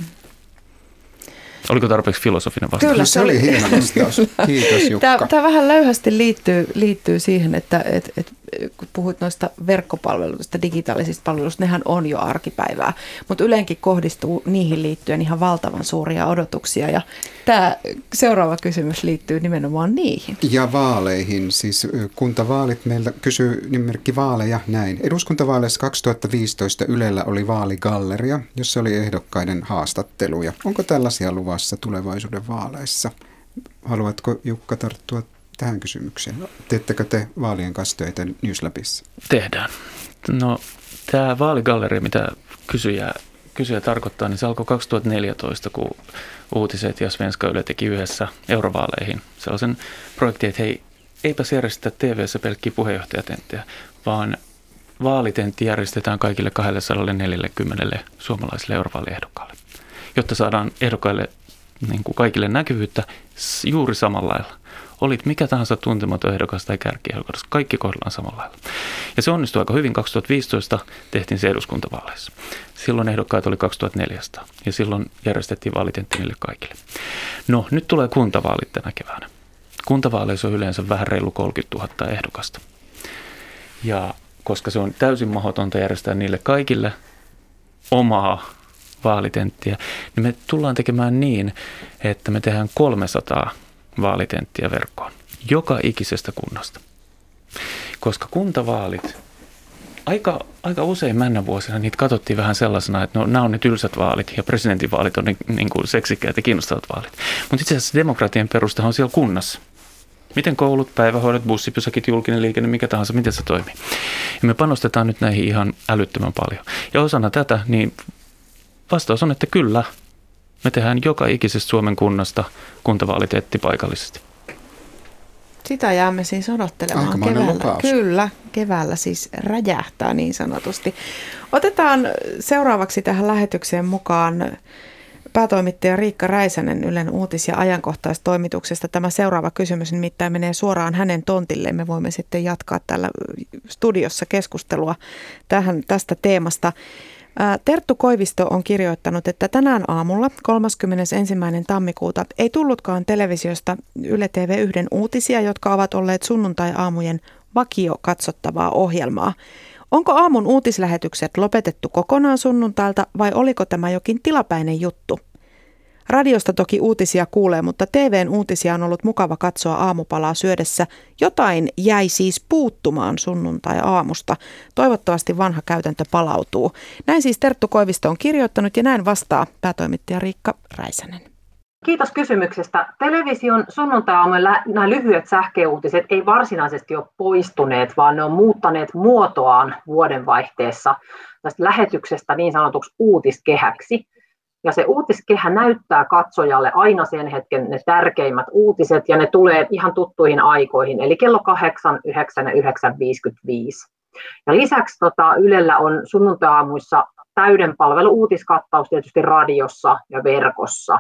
Oliko tarpeeksi filosofinen vastaus? Kyllä, se oli hieno vastaus. Kiitos Jukka. Tämä, tämä vähän löyhästi liittyy, liittyy siihen, että et, et, kun puhuit noista verkkopalveluista, digitaalisista palveluista, nehän on jo arkipäivää, mutta Yleenkin kohdistuu niihin liittyen ihan valtavan suuria odotuksia ja tämä seuraava kysymys liittyy nimenomaan niihin. Ja vaaleihin, siis kuntavaalit, meiltä kysyy nimimerkki vaaleja näin. Eduskuntavaaleissa kaksituhattaviisitoista Ylellä oli vaaligalleria, jossa oli ehdokkaiden haastatteluja. Onko tällaisia luvassa tulevaisuuden vaaleissa? Haluatko Jukka tarttua tähän kysymykseen? Teettekö te vaalien kanssa töitä News Labissa? Tehdään. No tämä vaaligalleria, mitä kysyjä, kysyjä tarkoittaa, niin se alkoi kaksituhattaneljätoista, kun Uutiset ja Svenska Yle teki yhdessä eurovaaleihin sellaisen projektin, että hei, eipäs järjestetä T V:ssä pelkkiä puheenjohtajatenttejä, vaan vaalitentti järjestetään kaikille kaksisataaneljäkymmentä suomalaisille eurovaaliehdokkaille, jotta saadaan ehdokkaille niin kuin kaikille näkyvyyttä juuri samalla lailla. Olit mikä tahansa tuntematon ehdokas tai kärkiehdokas, kaikki kohdellaan samalla lailla. Ja se onnistui aika hyvin. kaksituhattaviisitoista tehtiin se eduskuntavaaleissa. Silloin ehdokkaita oli kaksituhattaneljäsataa ja silloin järjestettiin vaalitentti niille kaikille. No, nyt tulee kuntavaalit tänä keväänä. Kuntavaaleissa on yleensä vähän reilu kolmekymmentätuhatta ehdokasta. Ja koska se on täysin mahdotonta järjestää niille kaikille omaa vaalitenttiä, niin me tullaan tekemään niin, että me tehdään kolmesataa vaalitenttiä verkkoon joka ikisestä kunnasta. Koska kuntavaalit, aika, aika usein männä vuosina niitä katsottiin vähän sellaisena, että no, nämä on ne tylsät vaalit ja presidentinvaalit on niin, niin kuin seksikkäät ja kiinnostavat vaalit. Mutta itse asiassa demokratian perustahan on siellä kunnassa. Miten koulut, päivähoidot, bussipysäkit, julkinen liikenne, mikä tahansa, miten se toimii. Ja me panostetaan nyt näihin ihan älyttömän paljon. Ja osana tätä, niin vastaus on, että kyllä, me tehdään joka ikisestä Suomen kunnasta kuntavaaliteetti paikallisesti. Sitä jäämme siis odottelemaan Aikamoinen keväällä. lupaus. Kyllä, keväällä siis räjähtää niin sanotusti. Otetaan seuraavaksi tähän lähetykseen mukaan päätoimittaja Riikka Räisänen Ylen uutis- ja ajankohtaistoimituksesta. Tämä seuraava kysymys nimittäin menee suoraan hänen tontilleen. Me voimme sitten jatkaa täällä studiossa keskustelua tähän, tästä teemasta. Terttu Koivisto on kirjoittanut, että tänään aamulla kolmaskymmenesensimmäinen tammikuuta ei tullutkaan televisiosta Yle T V yksi uutisia, jotka ovat olleet sunnuntai-aamujen vakio katsottavaa ohjelmaa. Onko aamun uutislähetykset lopetettu kokonaan sunnuntailta vai oliko tämä jokin tilapäinen juttu? Radiosta toki uutisia kuulee, mutta T V:n uutisia on ollut mukava katsoa aamupalaa syödessä. Jotain jäi siis puuttumaan sunnuntai-aamusta. Toivottavasti vanha käytäntö palautuu. Näin siis Terttu Koivisto on kirjoittanut ja näin vastaa päätoimittaja Riikka Räisänen. Kiitos kysymyksestä. Television sunnuntai-aamujen nämä lyhyet sähköuutiset ei varsinaisesti ole poistuneet, vaan ne on muuttaneet muotoaan vuodenvaihteessa tästä lähetyksestä niin sanotuksi uutiskehäksi. Ja se uutiskehä näyttää katsojalle aina sen hetken ne tärkeimmät uutiset, ja ne tulee ihan tuttuihin aikoihin, eli kello kahdeksan, yhdeksän ja yhdeksän viisikymmentäviisi. Ja lisäksi tota, Ylellä on sunnuntai-aamuissa täyden palvelu uutiskattaus tietysti radiossa ja verkossa.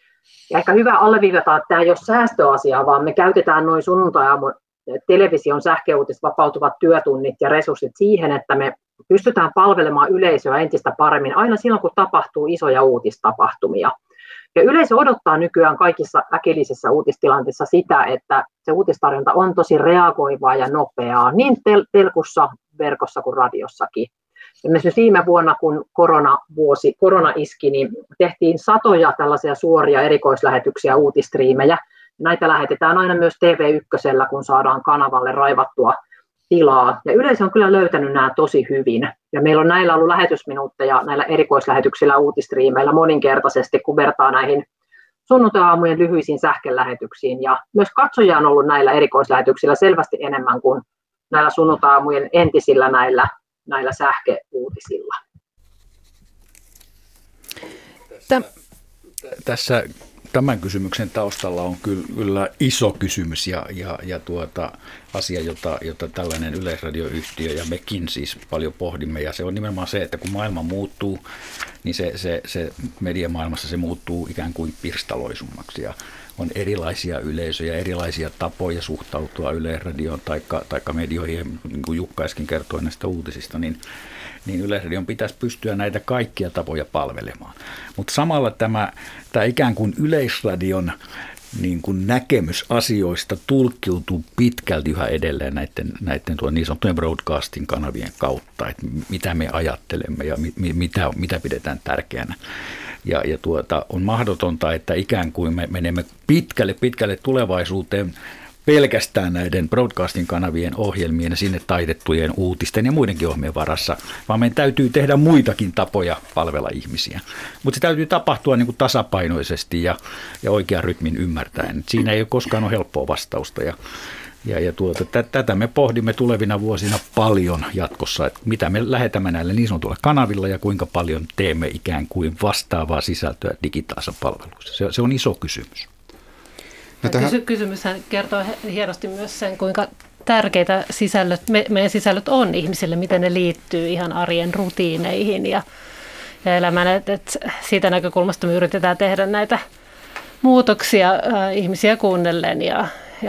Ja ehkä hyvä alleviivata, että tämä ei ole säästöasia, vaan me käytetään noin sunnuntai-aamun television sähköuutiset vapautuvat työtunnit ja resurssit siihen, että me pystytään palvelemaan yleisöä entistä paremmin aina silloin, kun tapahtuu isoja uutistapahtumia. Ja yleisö odottaa nykyään kaikissa äkillisissä uutistilanteissa sitä, että se uutistarjonta on tosi reagoivaa ja nopeaa, niin tel- telkussa, verkossa kuin radiossakin. Esimerkiksi viime vuonna, kun koronavuosi, korona iski, niin tehtiin satoja tällaisia suoria erikoislähetyksiä, uutistriimejä. Näitä lähetetään aina myös T V yksi, kun saadaan kanavalle raivattua tilaa. Ja yleisö on kyllä löytänyt nämä tosi hyvin. Ja meillä on näillä ollut lähetysminuutteja näillä erikoislähetyksillä uutistriimeillä moninkertaisesti, kun vertaa näihin sunnuntai-aamujen lyhyisiin sähkölähetyksiin. Ja myös katsojia on ollut näillä erikoislähetyksillä selvästi enemmän kuin näillä sunnuntai-aamujen entisillä näillä, näillä sähköuutisilla. Täm. Tässä tämän kysymyksen taustalla on kyllä iso kysymys ja, ja, ja tuota, asia, jota, jota tällainen yleisradioyhtiö ja mekin siis paljon pohdimme. Ja se on nimenomaan se, että kun maailma muuttuu, niin se, se, se mediamaailmassa se muuttuu ikään kuin pirstaloisummaksi. Ja on erilaisia yleisöjä, erilaisia tapoja suhtautua yleisradioon tai medioihin, niin kuin Jukka äsken kertoi näistä uutisista, niin niin Yleisradion pitäisi pystyä näitä kaikkia tapoja palvelemaan. Mutta samalla tämä, tämä ikään kuin Yleisradion niin kuin näkemys asioista tulkkiutuu pitkälti yhä edelleen näiden, näiden tuo niin sanottujen broadcasting-kanavien kautta, että mitä me ajattelemme ja mi, mitä, mitä pidetään tärkeänä. Ja, ja tuota, on mahdotonta, että ikään kuin me menemme pitkälle, pitkälle tulevaisuuteen pelkästään näiden broadcasting-kanavien ohjelmien ja sinne taitettujen uutisten ja muidenkin ohjelmien varassa, vaan meidän täytyy tehdä muitakin tapoja palvella ihmisiä. Mutta se täytyy tapahtua niin kuin tasapainoisesti ja, ja oikean rytmin ymmärtäen. Siinä ei ole koskaan ole helppoa vastausta. Ja, ja, ja tuota, t- tätä me pohdimme tulevina vuosina paljon jatkossa, että mitä me lähetämme näille niin sanotuilla kanavilla ja kuinka paljon teemme ikään kuin vastaavaa sisältöä digitaalisessa palveluissa. Se, se on iso kysymys. No tähän... Kysymyshän kertoo hienosti myös sen, kuinka tärkeitä sisällöt, me, meidän sisällöt on ihmisille, miten ne liittyy ihan arjen rutiineihin ja, ja elämään. Et, et siitä näkökulmasta me yritetään tehdä näitä muutoksia äh, ihmisiä kuunnellen ja, ja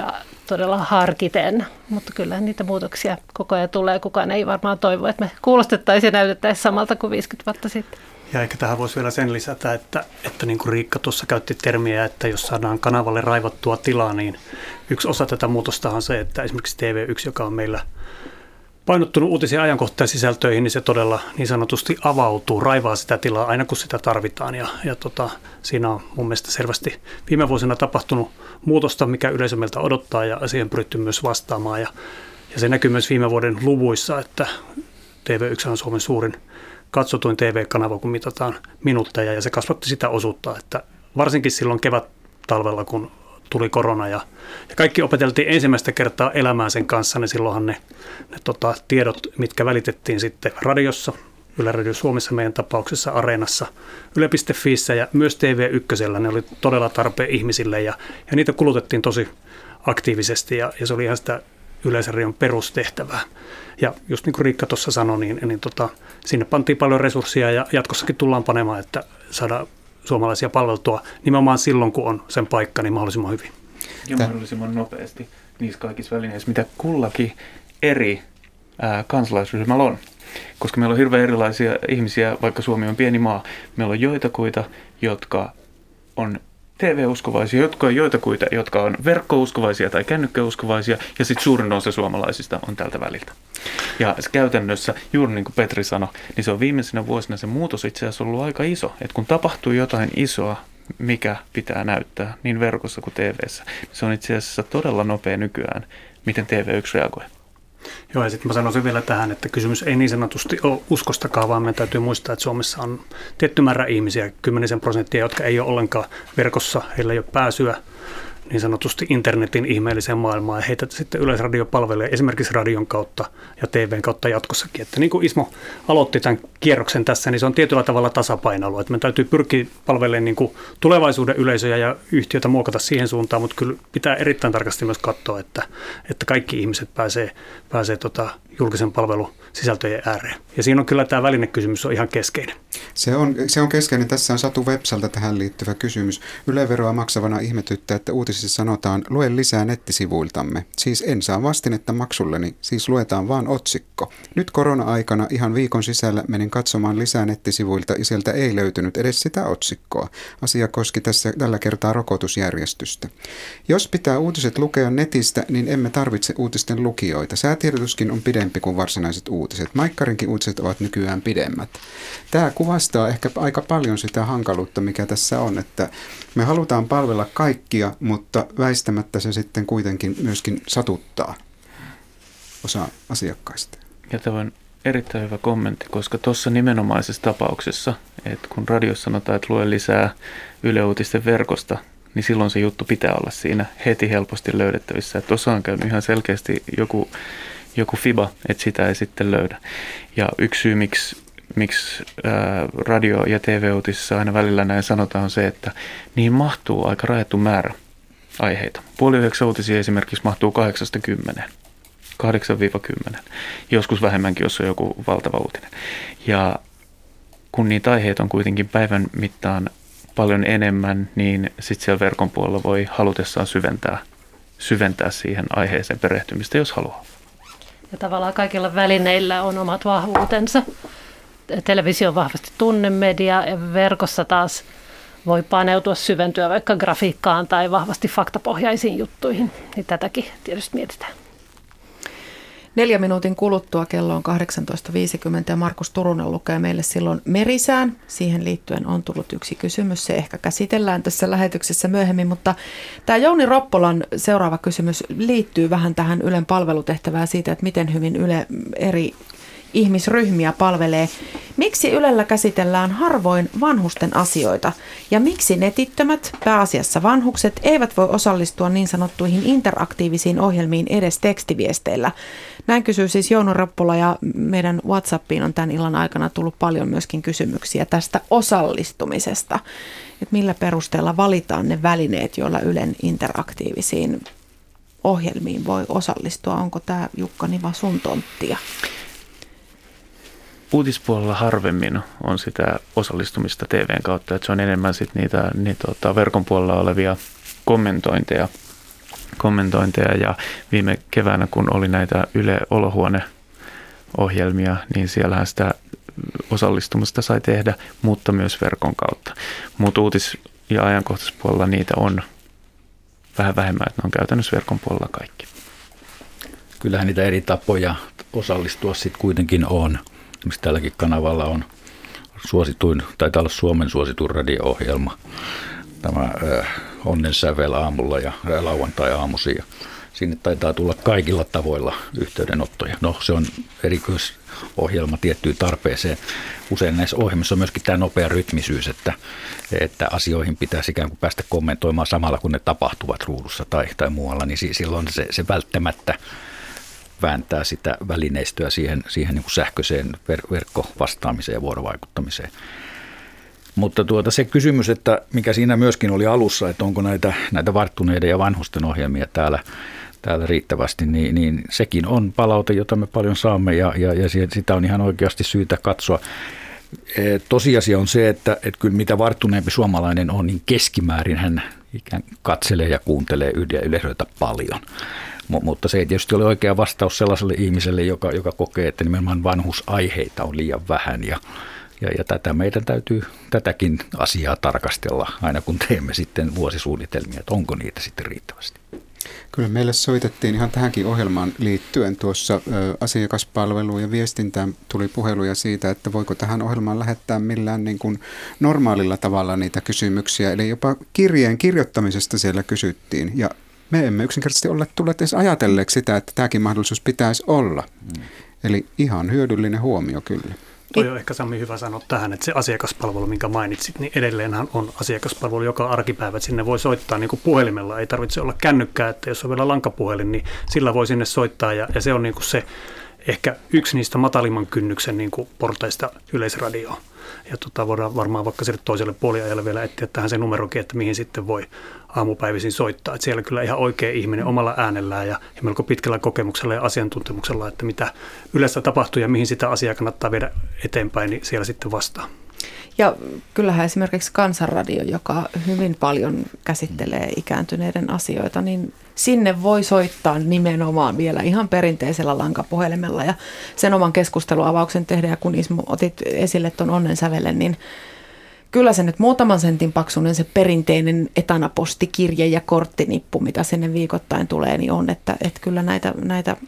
todella harkiten, mutta kyllä niitä muutoksia koko ajan tulee. Kukaan ei varmaan toivo, että me kuulostettaisiin ja näytettäisiin samalta kuin viisikymmentä vuotta sitten. Ja ehkä tähän voisi vielä sen lisätä, että, että niin kuin Riikka tuossa käytti termiä, että jos saadaan kanavalle raivottua tilaa, niin yksi osa tätä muutosta on se, että esimerkiksi T V yksi, joka on meillä painottunut uutisia ajankohtaisiin sisältöihin, niin se todella niin sanotusti avautuu, raivaa sitä tilaa aina kun sitä tarvitaan. Ja, ja tota, siinä on mun mielestä selvästi viime vuosina tapahtunut muutosta, mikä yleisö meiltä odottaa ja siihen pyritty myös vastaamaan. Ja, ja se näkyy myös viime vuoden luvuissa, että T V yksi on Suomen suurin katsotuin T V-kanava, kun mitataan minuutteja, ja se kasvatti sitä osuutta, että varsinkin silloin kevät-talvella, kun tuli korona ja, ja kaikki opeteltiin ensimmäistä kertaa elämään sen kanssa, niin silloinhan ne, ne tota, tiedot, mitkä välitettiin sitten radiossa, Yle Radio Suomessa meidän tapauksessa, Areenassa, Yle piste fiissä ja myös T V yksi, ne oli todella tarpeen ihmisille ja, ja niitä kulutettiin tosi aktiivisesti ja, ja se oli ihan sitä Yleisradion perustehtävää. Ja just niin kuin Riikka tuossa sanoi, niin, niin tota, sinne pantiin paljon resursseja ja jatkossakin tullaan panemaan, että saadaan suomalaisia palveltua nimenomaan silloin, kun on sen paikka, niin mahdollisimman hyvin. Ja mahdollisimman nopeasti niissä kaikissa välineissä, mitä kullakin eri ää, kansalaisryhmällä on. Koska meillä on hirveän erilaisia ihmisiä, vaikka Suomi on pieni maa. Meillä on joitakuita, jotka on T V-uskovaisia, jotka on joitakuita, jotka on verkkouskovaisia tai kännykkäuskovaisia, ja sitten suurin osa suomalaisista on tältä väliltä. Ja käytännössä, juuri niin kuin Petri sanoi, niin se on viimeisenä vuosina se muutos itse asiassa ollut aika iso. Että kun tapahtuu jotain isoa, mikä pitää näyttää niin verkossa kuin T V:ssä, niin se on itse asiassa todella nopea nykyään, miten T V yksi reagoi. Joo, ja sitten mä sanoisin vielä tähän, että kysymys ei niin sanotusti ole uskostakaan, vaan meidän täytyy muistaa, että Suomessa on tietty määrä ihmisiä, kymmenisen prosenttia, jotka ei ole ollenkaan verkossa, heillä ei ole pääsyä niin sanotusti internetin ihmeelliseen maailmaan, ja heitä sitten Yleisradio palvelee esimerkiksi radion kautta ja T V:n kautta jatkossakin. Että niin kuin Ismo aloitti tämän kierroksen tässä, niin se on tietyllä tavalla tasapainoilua, että me täytyy pyrkiä palvelemaan niin kuin tulevaisuuden yleisöjä ja yhtiötä muokata siihen suuntaan, mutta kyllä pitää erittäin tarkasti myös katsoa, että, että kaikki ihmiset pääsee, pääsee tota julkisen palvelun sisältöjen ääreen. Ja siinä on kyllä tämä välinekysymys on ihan keskeinen. Se on, se on keskeinen. Tässä on Satu Vepsalta tähän liittyvä kysymys. Yle-veroa maksavana ihmetyttää, että uutisissa sanotaan, lue lisää nettisivuiltamme. Siis en saa vastinetta maksulleni, siis luetaan vaan otsikko. Nyt korona-aikana ihan viikon sisällä menin katsomaan lisää nettisivuilta ja sieltä ei löytynyt edes sitä otsikkoa. Asia koski tässä tällä kertaa rokotusjärjestystä. Jos pitää uutiset lukea netistä, niin emme tarvitse uutisten lukijoita. Säätiedotuskin on pidempi kuin varsinaiset uutiset. Maikkarinkin uutiset ovat nykyään pidemmät. Tämä kuvastaa ehkä aika paljon sitä hankaluutta, mikä tässä on, että me halutaan palvella kaikkia, mutta väistämättä se sitten kuitenkin myöskin satuttaa osa asiakkaista. Ja tämä on erittäin hyvä kommentti, koska tuossa nimenomaisessa tapauksessa, että kun radiossa sanotaan, että lue lisää Yle Uutisten verkosta, niin silloin se juttu pitää olla siinä heti helposti löydettävissä. Tuossa on käynyt ihan selkeästi joku, joku fiba, että sitä ei sitten löydä. Ja yksi syy, miksi miksi ää, radio- ja T V-uutisissa aina välillä näin sanotaan, on se, että niihin mahtuu aika rajattu määrä aiheita. Puoli yhdeksän uutisia esimerkiksi mahtuu kahdeksasta kymmeneen, kahdeksan kymmenen, joskus vähemmänkin, jos on joku valtava uutinen. Ja kun niitä aiheita on kuitenkin päivän mittaan paljon enemmän, niin sitten siellä verkon puolella voi halutessaan syventää, syventää siihen aiheeseen perehtymistä, jos haluaa. Ja tavallaan kaikilla välineillä on omat vahvuutensa. Televisio on vahvasti tunnemedia ja verkossa taas voi paneutua, syventyä vaikka grafiikkaan tai vahvasti faktapohjaisiin juttuihin. Niin tätäkin tietysti mietitään. Neljä minuutin kuluttua kello on kahdeksantoista viisikymmentä ja Markus Turunen lukee meille silloin merisään. Siihen liittyen on tullut yksi kysymys. Se ehkä käsitellään tässä lähetyksessä myöhemmin, mutta tämä Jouni Roppolan seuraava kysymys liittyy vähän tähän Ylen palvelutehtävään siitä, että miten hyvin Yle eri ihmisryhmiä palvelee. Miksi Ylellä käsitellään harvoin vanhusten asioita ja miksi netittömät, pääasiassa vanhukset, eivät voi osallistua niin sanottuihin interaktiivisiin ohjelmiin edes tekstiviesteillä? Näin kysyy siis Jouni Roppola ja meidän WhatsAppiin on tämän illan aikana tullut paljon myöskin kysymyksiä tästä osallistumisesta. Että millä perusteella valitaan ne välineet, joilla Ylen interaktiivisiin ohjelmiin voi osallistua? Onko tämä Jukka Niva sun tonttia? Uutispuolella harvemmin on sitä osallistumista T V:n kautta, että se on enemmän sit niitä, niitä tota, verkon puolella olevia kommentointeja. kommentointeja ja viime keväänä, kun oli näitä Yle Olohuone-ohjelmia, niin siellähän sitä osallistumista sai tehdä, mutta myös verkon kautta. Mutta uutis- ja ajankohtaispuolella niitä on vähän vähemmän, että ne on käytännössä verkon puolella kaikki. Kyllähän niitä eri tapoja osallistua sitten kuitenkin on. Esimerkiksi tälläkin kanavalla on suosituin, taitaa olla Suomen suosituin radio-ohjelma, tämä äh, Onnen sävel aamulla ja lauantai-aamusi. Ja sinne taitaa tulla kaikilla tavoilla yhteydenottoja. No, se on erikoisohjelma tiettyyn tarpeeseen. Usein näissä ohjelmissa on myöskin tämä nopea rytmisyys, että, että asioihin pitäisi ikään kuin päästä kommentoimaan samalla, kun ne tapahtuvat ruudussa tai, tai muualla, niin silloin se, se välttämättä vääntää sitä välineistöä siihen, siihen niin kuin sähköiseen ver- verkkovastaamiseen ja vuorovaikuttamiseen. Mutta tuota, se kysymys, että mikä siinä myöskin oli alussa, että onko näitä, näitä varttuneiden ja vanhusten ohjelmia täällä, täällä riittävästi, niin, niin sekin on palaute, jota me paljon saamme ja, ja, ja sitä on ihan oikeasti syytä katsoa. Tosiasia on se, että, että kyllä mitä varttuneempi suomalainen on, niin keskimäärin hän ikään katselee ja kuuntelee yleisöitä paljon. Mutta se ei tietysti ole oikea vastaus sellaiselle ihmiselle, joka, joka kokee, että nimenomaan vanhusaiheita on liian vähän ja Ja, ja tätä meidän täytyy tätäkin asiaa tarkastella aina kun teemme sitten vuosisuunnitelmia, että onko niitä sitten riittävästi. Kyllä meille soitettiin ihan tähänkin ohjelmaan liittyen tuossa ö, asiakaspalveluun ja viestintään tuli puheluja siitä, että voiko tähän ohjelmaan lähettää millään niin kuin normaalilla tavalla niitä kysymyksiä. Eli jopa kirjeen kirjoittamisesta siellä kysyttiin ja me emme yksinkertaisesti ole tulleet edes ajatelleeksi sitä, että tämäkin mahdollisuus pitäisi olla. Mm. Eli ihan hyödyllinen huomio kyllä. Toi on ehkä Sami hyvä sanoa tähän, että se asiakaspalvelu, minkä mainitsit, niin edelleenhän on asiakaspalvelu joka arkipäivä. Sinne voi soittaa niin kuin puhelimella, ei tarvitse olla kännykkää, että jos on vielä lankapuhelin, niin sillä voi sinne soittaa ja, ja se on niin kuin se ehkä yksi niistä matalimman kynnyksen niin kuin portaista Yleisradioon. Ja tota, voidaan varmaan vaikka sille toiselle puoliajalle vielä etsiä tähän se numerokin, että mihin sitten voi aamupäivisin soittaa. Että siellä kyllä ihan oikea ihminen omalla äänellään ja, ja melko pitkällä kokemuksella ja asiantuntemuksella, että mitä yleensä tapahtuu ja mihin sitä asiaa kannattaa viedä eteenpäin, niin siellä sitten vastaa. Ja kyllähän esimerkiksi Kansanradio, joka hyvin paljon käsittelee ikääntyneiden asioita, niin sinne voi soittaa nimenomaan vielä ihan perinteisellä lankapuhelimella ja sen oman keskusteluavauksen tehdä. Ja kun Ismo otit esille tuon Onnen sävelen, niin kyllä se nyt muutaman sentin paksuinen se perinteinen etanapostikirje ja korttinippu, mitä sinne viikoittain tulee, niin on, että, että kyllä näitä, näitä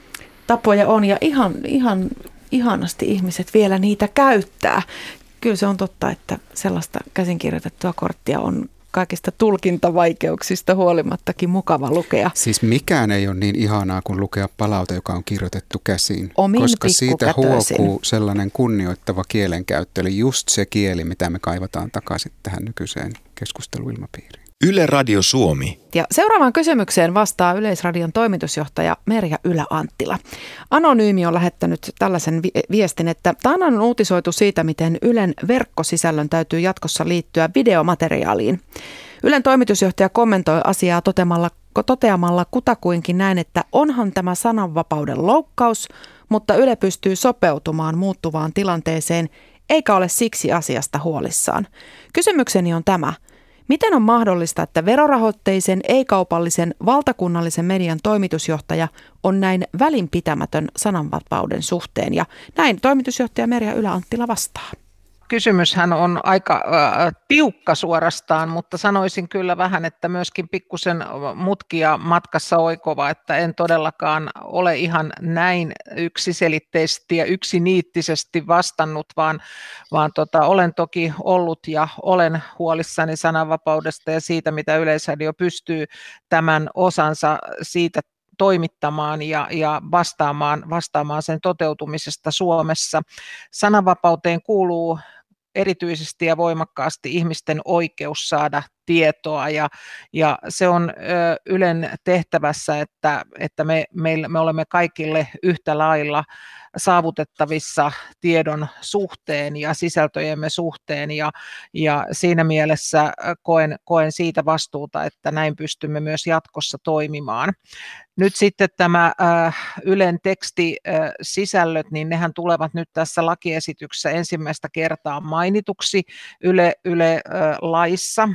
tapoja on ja ihan, ihan ihanasti ihmiset vielä niitä käyttää. Kyllä se on totta, että sellaista käsinkirjoitettua korttia on kaikista tulkintavaikeuksista huolimattakin mukava lukea. Siis mikään ei ole niin ihanaa kuin lukea palaute, joka on kirjoitettu käsiin, Omin koska siitä huokuu sellainen kunnioittava kielenkäyttö, eli just se kieli, mitä me kaivataan takaisin tähän nykyiseen keskusteluilmapiiriin. Yle Radio Suomi. Ja seuraavaan kysymykseen vastaa Yleisradion toimitusjohtaja Merja Ylä-Anttila. Anonyymi on lähettänyt tällaisen vi- viestin, että tänään on uutisoitu siitä, miten Ylen verkkosisällön täytyy jatkossa liittyä videomateriaaliin. Ylen toimitusjohtaja kommentoi asiaa toteamalla, toteamalla kutakuinkin näin, että onhan tämä sananvapauden loukkaus, mutta Yle pystyy sopeutumaan muuttuvaan tilanteeseen, eikä ole siksi asiasta huolissaan. Kysymykseni on tämä. Miten on mahdollista, että verorahoitteisen, ei-kaupallisen, valtakunnallisen median toimitusjohtaja on näin välinpitämätön sananvapauden suhteen? Ja näin toimitusjohtaja Merja Ylä-Anttila vastaa. Kysymyshän on aika äh, tiukka suorastaan, mutta sanoisin kyllä vähän, että myöskin pikkusen mutkia matkassa oikova, että en todellakaan ole ihan näin yksiselitteisesti ja yksiniittisesti vastannut, vaan, vaan tota, olen toki ollut ja olen huolissani sananvapaudesta ja siitä, mitä Yleisradio pystyy tämän osansa siitä toimittamaan ja, ja vastaamaan, vastaamaan sen toteutumisesta Suomessa. Sananvapauteen kuuluu erityisesti ja voimakkaasti ihmisten oikeus saada tietoa ja, ja se on ö, Ylen tehtävässä, että, että me, me, me olemme kaikille yhtä lailla saavutettavissa tiedon suhteen ja sisältöjemme suhteen ja, ja siinä mielessä koen, koen siitä vastuuta, että näin pystymme myös jatkossa toimimaan. Nyt sitten tämä äh, Ylen tekstisisällöt, niin nehän tulevat nyt tässä lakiesityksessä ensimmäistä kertaa mainituksi Yle, Yle äh, laissa, eli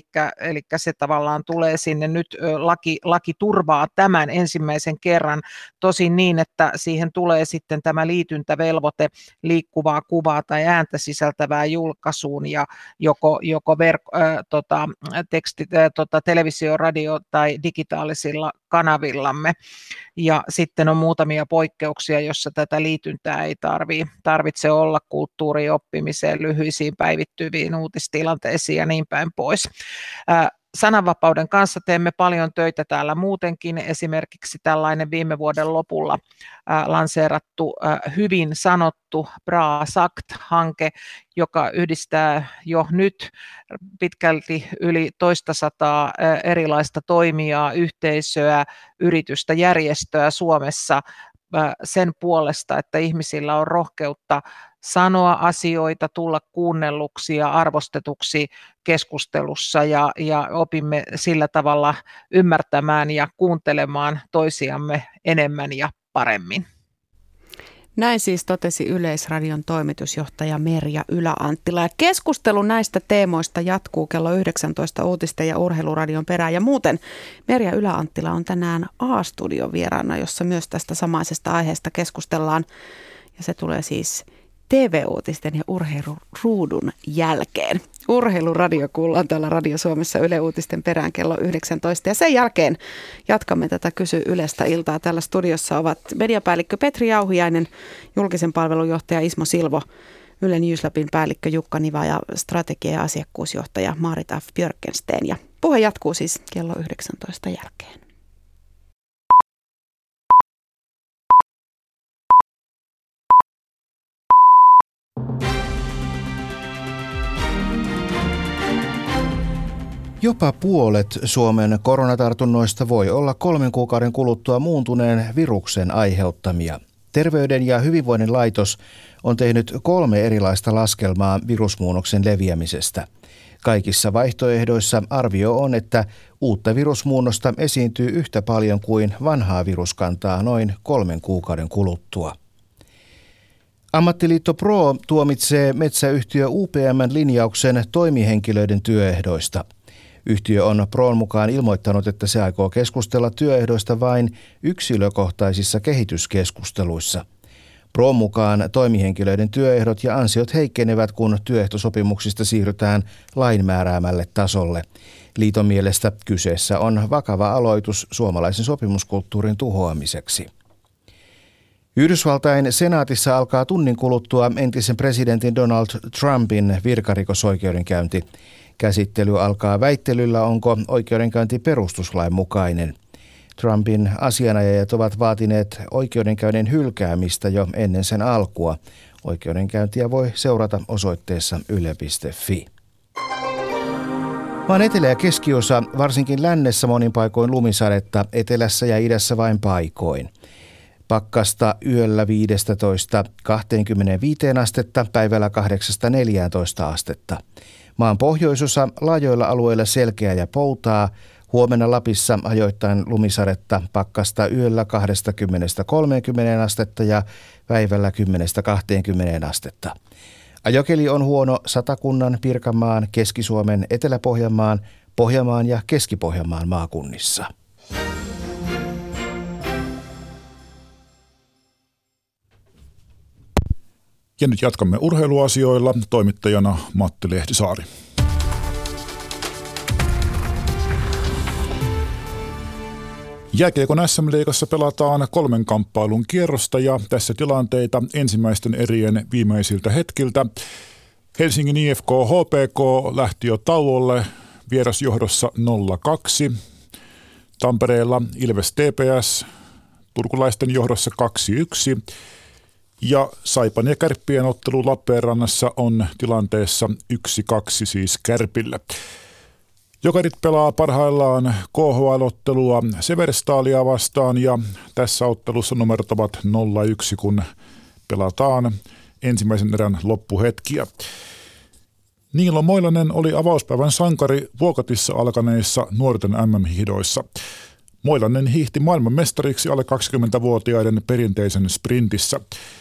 eli se tavallaan tulee sinne nyt, laki, laki turvaa tämän ensimmäisen kerran, tosin niin, että siihen tulee sitten tämä liityntävelvoite liikkuvaa kuvaa tai ääntä sisältävää julkaisuun ja joko, joko verk- äh, tota, teksti, äh, tota, televisio, radio tai digitaalisilla kanavillamme. Ja sitten on muutamia poikkeuksia, jossa tätä liityntää ei tarvii, tarvitse olla kulttuurioppimiseen, lyhyisiin päivittyviin uutistilanteisiin ja niin päin pois. Äh, Sananvapauden kanssa teemme paljon töitä täällä muutenkin, esimerkiksi tällainen viime vuoden lopulla äh, lanseerattu äh, Hyvin sanottu Bra Sagt-hanke, joka yhdistää jo nyt pitkälti yli toista sataa äh, erilaista toimijaa, yhteisöä, yritystä, järjestöä Suomessa äh, sen puolesta, että ihmisillä on rohkeutta sanoa asioita, tulla kuunnelluksi ja arvostetuksi keskustelussa ja, ja opimme sillä tavalla ymmärtämään ja kuuntelemaan toisiamme enemmän ja paremmin. Näin siis totesi Yleisradion toimitusjohtaja Merja Ylä-Anttila. Ja keskustelu näistä teemoista jatkuu kello yhdeksäntoista uutisten ja urheiluradion perään. Ja muuten Merja Ylä-Anttila on tänään A-studion vieraana, jossa myös tästä samaisesta aiheesta keskustellaan. Ja se tulee siis T V-uutisten ja urheiluruudun jälkeen. Urheiluradio kuullaan täällä Radio Suomessa Yle Uutisten perään kello yhdeksäntoista. Ja sen jälkeen jatkamme tätä Kysy Ylestä iltaa. Täällä studiossa ovat mediapäällikkö Petri Jauhiainen, julkisen palvelun johtaja Ismo Silvo, Yle Newslabin päällikkö Jukka Niva ja strategia- ja asiakkuusjohtaja Maarit F. Björkensten. Ja puhe jatkuu siis kello yhdeksäntoista jälkeen. Jopa puolet Suomen koronatartunnoista voi olla kolmen kuukauden kuluttua muuntuneen viruksen aiheuttamia. Terveyden ja hyvinvoinnin laitos on tehnyt kolme erilaista laskelmaa virusmuunnoksen leviämisestä. Kaikissa vaihtoehdoissa arvio on, että uutta virusmuunnosta esiintyy yhtä paljon kuin vanhaa viruskantaa noin kolmen kuukauden kuluttua. Ammattiliitto Pro tuomitsee metsäyhtiö U P M:n linjauksen toimihenkilöiden työehdoista. Yhtiö on Proon mukaan ilmoittanut, että se aikoo keskustella työehdoista vain yksilökohtaisissa kehityskeskusteluissa. Proon mukaan toimihenkilöiden työehdot ja ansiot heikkenevät, kun työehtosopimuksista siirrytään lain määräämälle tasolle. Liiton mielestä kyseessä on vakava aloitus suomalaisen sopimuskulttuurin tuhoamiseksi. Yhdysvaltain senaatissa alkaa tunnin kuluttua entisen presidentin Donald Trumpin virkarikosoikeudenkäynti. Käsittely alkaa väittelyllä, onko oikeudenkäynti perustuslain mukainen. Trumpin asianajajat ovat vaatineet oikeudenkäynnin hylkäämistä jo ennen sen alkua. Oikeudenkäyntiä voi seurata osoitteessa yle piste fi. Maan etelä- ja keskiosa, varsinkin lännessä monin paikoin lumisadetta, etelässä ja idässä vain paikoin. Pakkasta yöllä viisitoista kaksikymmentäviisi astetta, päivällä kahdeksasta neljääntoista astetta. Maan pohjoisosa laajoilla alueilla selkeää ja poutaa. Huomenna Lapissa ajoittain lumisadetta, pakkasta yöllä kaksikymmentä kolmekymmentä astetta ja päivällä kymmenestä kahteenkymmeneen astetta. Ajokeli on huono Satakunnan, Pirkanmaan, Keski-Suomen, Etelä-Pohjanmaan, Pohjanmaan ja Keski-Pohjanmaan maakunnissa. Ja nyt jatkamme urheiluasioilla. Toimittajana Matti Lehtisaari. Jääkiekon S M-liigassa pelataan kolmen kamppailun kierrosta ja tässä tilanteita ensimmäisten erien viimeisiltä hetkiltä. Helsingin I F K H P K lähti jo tauolle vierasjohdossa nolla kaksi. Tampereella Ilves T P S turkulaisten johdossa kaksi yksi. Ja Saipan ja Kärppien ottelu Lappeenrannassa on tilanteessa yksi kaksi siis Kärpille. Jokerit pelaa parhaillaan K H L-ottelua Severstalia vastaan ja tässä ottelussa numerot ovat nolla yksi, kun pelataan ensimmäisen erän loppuhetkiä. Niilo Moilanen oli avauspäivän sankari Vuokatissa alkaneissa nuorten M M-hiihdoissa. Moilanen hiihti maailmanmestariksi alle kaksikymmentävuotiaiden perinteisen sprintissä.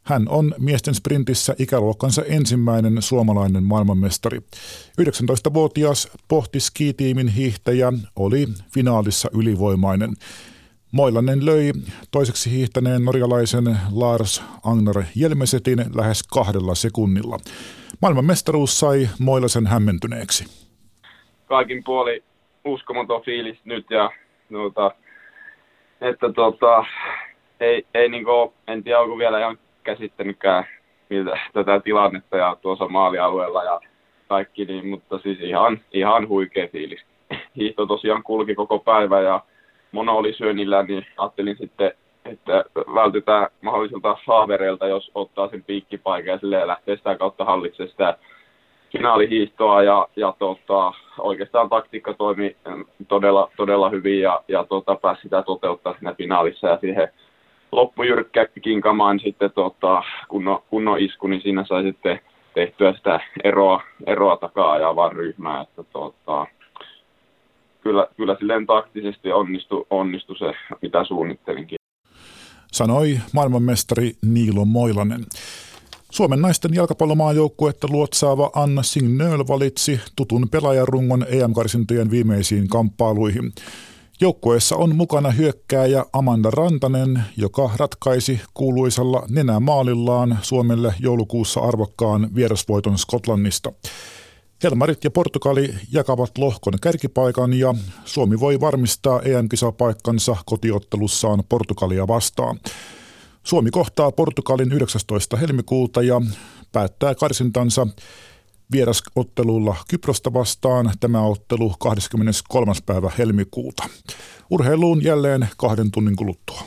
Hän on miesten sprintissä ikäluokkansa ensimmäinen suomalainen maailmanmestari. yhdeksäntoistavuotias pohti skitiimin hiihtäjä oli finaalissa ylivoimainen. Moilanen löi toiseksi hiihtäneen norjalaisen Lars Agnar Hjelmesetin lähes kahdella sekunnilla. Maailmanmestaruus sai Moilasen hämmentyneeksi. Kaikin puoli uskomaton fiilis nyt ja tuota, että tota, ei, ei niinku, en tiedä onko vielä ihan käsittänytkään miltä, tätä tilannetta ja tuossa maalialueella ja kaikki, niin, mutta siis ihan, ihan huikea fiilis. Hiihto tosiaan kulki koko päivä ja mono oli syönnillä, niin ajattelin sitten, että vältytään mahdollisilta haavereilta, jos ottaa sen piikkipaikan ja silleen lähtee sitä kautta hallitsemaan sitä finaalihiihtoa ja, ja tota, oikeastaan taktiikka toimi todella, todella hyvin ja, ja tota, pääsi sitä toteuttaa siinä finaalissa ja siihen loppujyrkkä kinkamaan sitten tota, kunnon, kunnon isku, niin siinä sai sitten tehtyä sitä eroa, eroa takaa ja vaan ryhmää, että tota, kyllä, kyllä silleen taktisesti onnistui, onnistui se, mitä suunnittelinkin. Sanoi maailmanmestari Niilo Moilanen. Suomen naisten jalkapallomaajoukkuetta luotsaava Anna Signöl valitsi tutun pelaajarungon E M-karsintojen viimeisiin kamppailuihin. Joukkueessa on mukana hyökkääjä Amanda Rantanen, joka ratkaisi kuuluisalla nenämaalillaan Suomelle joulukuussa arvokkaan vierasvoiton Skotlannista. Helmarit ja Portugali jakavat lohkon kärkipaikan ja Suomi voi varmistaa E M-kisapaikkansa kotiottelussaan Portugalia vastaan. Suomi kohtaa Portugalin yhdeksästoista helmikuuta ja päättää karsintansa vierasottelulla Kyprosta vastaan. Tämä ottelu kahdeskymmeneskolmas päivä helmikuuta. Urheiluun jälleen kahden tunnin kuluttua.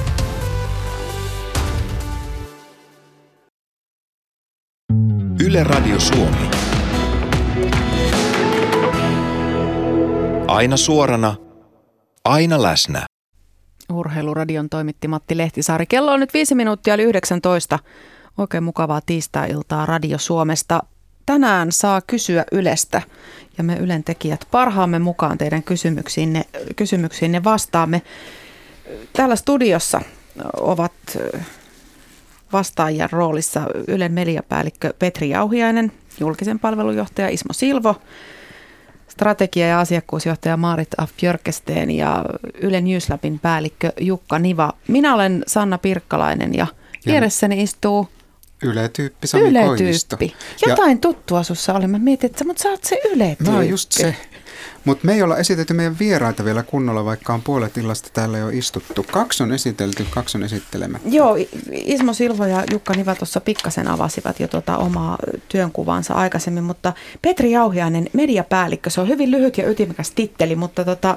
Yle Radio Suomi. Aina suorana, aina läsnä. Urheiluradion toimitti Matti Lehtisaari. Kello on nyt viisi minuuttia yli yhdeksäntoista. Oikein mukavaa tiistai-iltaa Radio Suomesta. Tänään saa kysyä Ylestä ja me Ylen tekijät parhaamme mukaan teidän kysymyksiinne, kysymyksiinne vastaamme. Täällä studiossa ovat vastaajien roolissa Ylen mediapäällikkö Petri Jauhiainen, julkisen palvelujohtaja Ismo Silvo, strategia- ja asiakkuusjohtaja Maarit af Björkesteen ja Yle Newslabin päällikkö Jukka Niva. Minä olen Sanna Pirkkalainen ja vieressäni istuu Yle-tyyppi Sami Koivisto. Jotain ja tuttua sussa oli. Mä mietin, että mutta sä oot se Yle-tyyppi. No just se. Mutta me ei olla esitetty meidän vieraita vielä kunnolla, vaikka on puolet illasta täällä jo istuttu. Kaksi on esitelty, kaksi on esittelemättä. Joo, Ismo Silvo ja Jukka Niva tuossa pikkasen avasivat jo tuota omaa työnkuvansa aikaisemmin, mutta Petri Jauhiainen, mediapäällikkö, se on hyvin lyhyt ja ytimekäs titteli, mutta tota,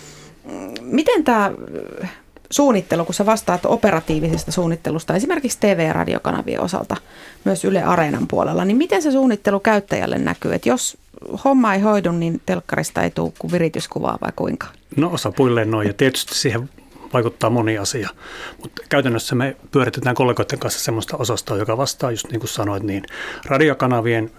miten tämä suunnittelu, kun sä vastaat operatiivisesta suunnittelusta, esimerkiksi T V- ja radiokanavien osalta, myös Yle Areenan puolella, niin miten se suunnittelu käyttäjälle näkyy? Että jos homma ei hoidu, niin telkkarista ei tule kuin virityskuvaa vai kuinka? No osapuilleen noin ja tietysti siihen vaikuttaa moni asia, mutta käytännössä me pyöritetään kollegoiden kanssa semmoista osastoa, joka vastaa just niin kuin sanoit, niin radiokanavien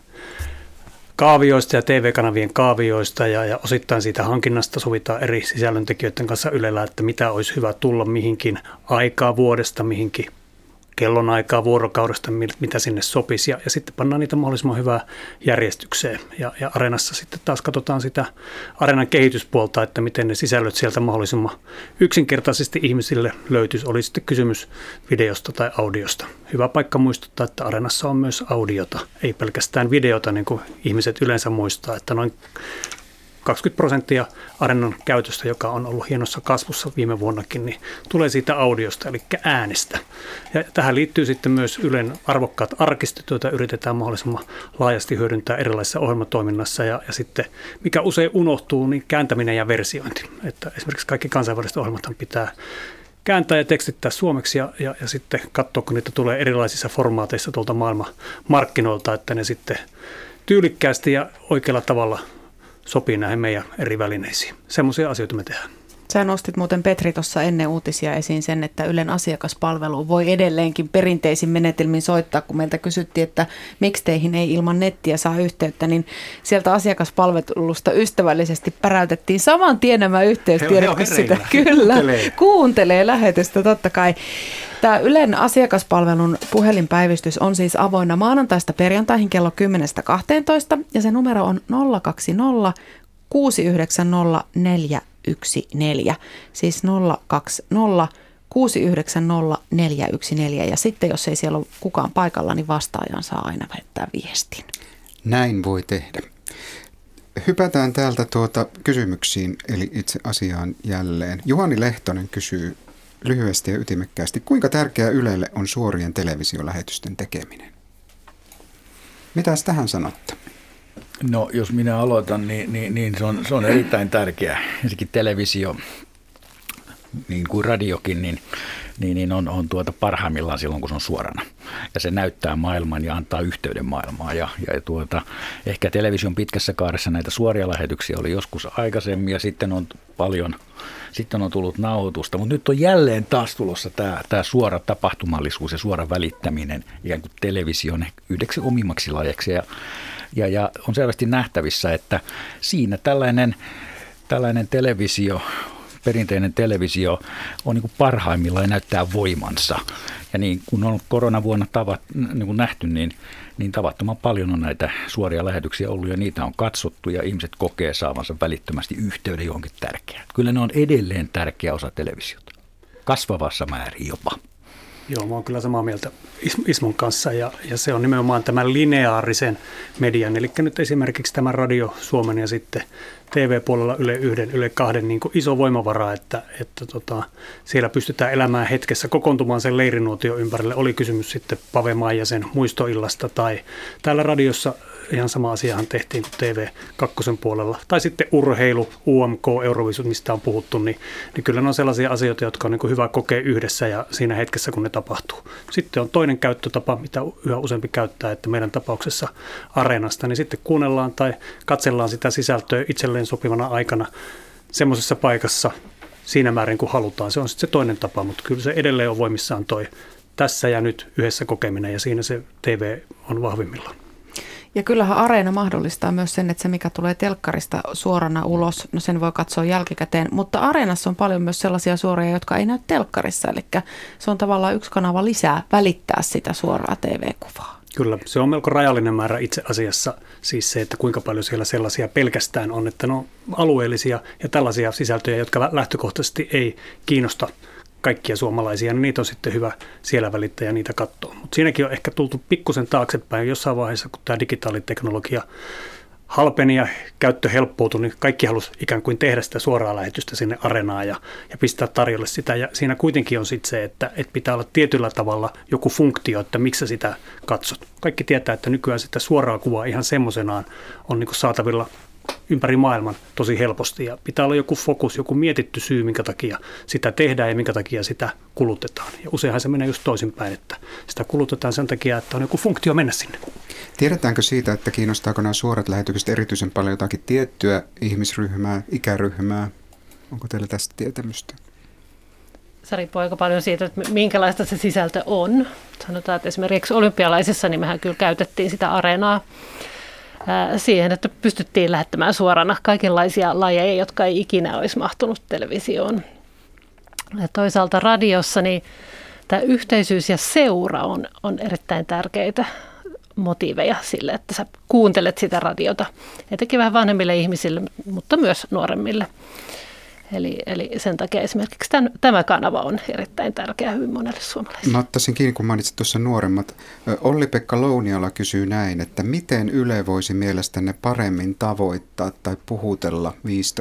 kaavioista ja T V-kanavien kaavioista ja, ja osittain siitä hankinnasta sovitaan eri sisällöntekijöiden kanssa Ylellä, että mitä olisi hyvä tulla mihinkin aikaa vuodesta, mihinkin kellonaikaa vuorokaudesta, mitä sinne sopisi ja, ja sitten pannaan niitä mahdollisimman hyvää järjestykseen ja, ja Areenassa sitten taas katsotaan sitä Areenan kehityspuolta, että miten ne sisällöt sieltä mahdollisimman yksinkertaisesti ihmisille löytyisi, oli sitten kysymys videosta tai audiosta. Hyvä paikka muistuttaa, että Areenassa on myös audiota, ei pelkästään videota, niin kuin ihmiset yleensä muistaa, että noin kaksikymmentä prosenttia Areenan käytöstä, joka on ollut hienossa kasvussa viime vuonnakin, niin tulee siitä audiosta, eli äänestä. Ja tähän liittyy sitten myös Ylen arvokkaat arkistot, joita yritetään mahdollisimman laajasti hyödyntää erilaisissa ohjelmatoiminnassa. Ja, ja sitten, mikä usein unohtuu, niin kääntäminen ja versiointi. Että esimerkiksi kaikki kansainväliset ohjelmathan pitää kääntää ja tekstittää suomeksi ja, ja, ja sitten katsoa, kun niitä tulee erilaisissa formaateissa tuolta maailman markkinoilta, että ne sitten tyylikkäästi ja oikealla tavalla sopii näihin meidän eri välineisiin. Semmoisia asioita me tehdään. Sä nostit muuten Petri tuossa ennen uutisia esiin sen, että Ylen asiakaspalvelu voi edelleenkin perinteisin menetelmin soittaa, kun meiltä kysyttiin, että miksi teihin ei ilman nettiä saa yhteyttä, niin sieltä asiakaspalvelusta ystävällisesti päräytettiin saman tien nämä yhteystiedot, kun sitä kyllä kuuntelee. kuuntelee lähetystä totta kai. Tämä Ylen asiakaspalvelun puhelinpäivystys on siis avoinna maanantaista perjantaihin kello kymmenestä kahteentoista ja se numero on nolla kaksi nolla kuusi yhdeksän nolla neljä yksi neljä, siis nolla kaksi nolla kuusi yhdeksän nolla neljä yksi neljä ja sitten jos ei siellä ole kukaan paikalla, niin vastaajan saa aina lähettää viestin. Näin voi tehdä. Hypätään täältä tuota kysymyksiin, eli itse asiaan jälleen. Juhani Lehtonen kysyy lyhyesti ja ytimekkäästi, kuinka tärkeää Ylelle on suorien televisiolähetysten tekeminen? Mitäs tähän sanotte? No jos minä aloitan, niin, niin, niin se, on, se on erittäin tärkeää. Ensinnäkin televisio, niin kuin radiokin, niin, niin, niin on, on tuota parhaimmillaan silloin, kun se on suorana. Ja se näyttää maailman ja antaa yhteyden maailmaan. Ja, ja tuota, ehkä television pitkässä kaaressa näitä suoria lähetyksiä oli joskus aikaisemmin ja sitten on paljon, sitten on tullut nauhoitusta. Mutta nyt on jälleen taas tulossa tämä, tämä suora tapahtumallisuus ja suora välittäminen ikään kuin television yhdeksi omimmaksi lajeksi. Ja, ja, ja on selvästi nähtävissä, että siinä tällainen, tällainen televisio, perinteinen televisio on niin kuin parhaimmillaan ja näyttää voimansa. Ja niin kuin on koronavuonna tavat, niin kuin nähty, niin, niin tavattoman paljon on näitä suoria lähetyksiä ollut ja niitä on katsottu ja ihmiset kokee saavansa välittömästi yhteyden johonkin tärkeään. Kyllä ne on edelleen tärkeä osa televisiota, kasvavassa määrin jopa. Joo, mä oon kyllä samaa mieltä Ismon kanssa ja, ja se on nimenomaan tämän lineaarisen median, eli nyt esimerkiksi tämä Radio Suomen ja sitten T V-puolella Yle yhden, Yle kahden niin kuin iso voimavara, että, että tota, siellä pystytään elämään hetkessä, kokoontumaan sen leirinuotion ympärille. Oli kysymys sitten Pave Maijasen muistoillasta tai täällä radiossa ihan sama asiahan tehtiin kuin T V kaksi puolella. Tai sitten urheilu, U M K, Eurovisut, mistä on puhuttu, niin, niin kyllä ne on sellaisia asioita, jotka on niin kuin hyvä kokea yhdessä ja siinä hetkessä, kun ne tapahtuu. Sitten on toinen käyttötapa, mitä yhä useampi käyttää, että meidän tapauksessa Areenasta, niin sitten kuunnellaan tai katsellaan sitä sisältöä itselleen sopivana aikana semmoisessa paikassa siinä määrin, kun halutaan. Se on sitten se toinen tapa, mutta kyllä se edelleen on voimissaan toi tässä ja nyt yhdessä kokeminen ja siinä se T V on vahvimmillaan. Ja kyllähän Areena mahdollistaa myös sen, että se mikä tulee telkkarista suorana ulos, no sen voi katsoa jälkikäteen, mutta Areenassa on paljon myös sellaisia suoria, jotka ei näy telkkarissa, eli se on tavallaan yksi kanava lisää välittää sitä suoraa T V-kuvaa. Kyllä, se on melko rajallinen määrä itse asiassa, siis se, että kuinka paljon siellä sellaisia pelkästään on, että ne on alueellisia ja tällaisia sisältöjä, jotka lähtökohtaisesti ei kiinnosta kaikkia suomalaisia, niin niitä on sitten hyvä siellä välittää ja niitä katsoa. Mutta siinäkin on ehkä tultu pikkusen taaksepäin jossain vaiheessa, kun tämä digitaaliteknologia halpeni ja käyttö helppoutui, niin kaikki halusi ikään kuin tehdä sitä suoraa lähetystä sinne Areenaan ja, ja pistää tarjolle sitä. Ja siinä kuitenkin on sitten se, että, että pitää olla tietyllä tavalla joku funktio, että miksi sä sitä katsot. Kaikki tietää, että nykyään sitä suoraa kuvaa ihan semmoisenaan on niin kuin saatavilla ympäri maailman tosi helposti ja pitää olla joku fokus, joku mietitty syy, minkä takia sitä tehdään ja minkä takia sitä kulutetaan. Ja useinhan se menee just toisinpäin, että sitä kulutetaan sen takia, että on joku funktio mennä sinne. Tiedetäänkö siitä, että kiinnostaako nämä suorat lähetykset erityisen paljon jotakin tiettyä ihmisryhmää, ikäryhmää? Onko teillä tästä tietämystä? Se riippuu aika paljon siitä, että minkälaista se sisältö on. Sanotaan, että esimerkiksi olympialaisissa niin mehän kyllä käytettiin sitä Areenaa siihen, että pystyttiin lähettämään suorana kaikenlaisia lajeja, jotka ei ikinä olisi mahtunut televisioon. Ja toisaalta radiossa niin tämä yhteisyys ja seura on, on erittäin tärkeitä motiiveja sille, että sä kuuntelet sitä radiota. Etenkin vähän vanhemmille ihmisille, mutta myös nuoremmille. Eli, eli sen takia esimerkiksi tämän, tämä kanava on erittäin tärkeä hyvin monelle suomalaiselle. Mä ottaisin kiinni, kun mainitsit tuossa nuoremmat. Olli-Pekka Louniala kysyy näin, että miten Yle voisi mielestänne paremmin tavoittaa tai puhutella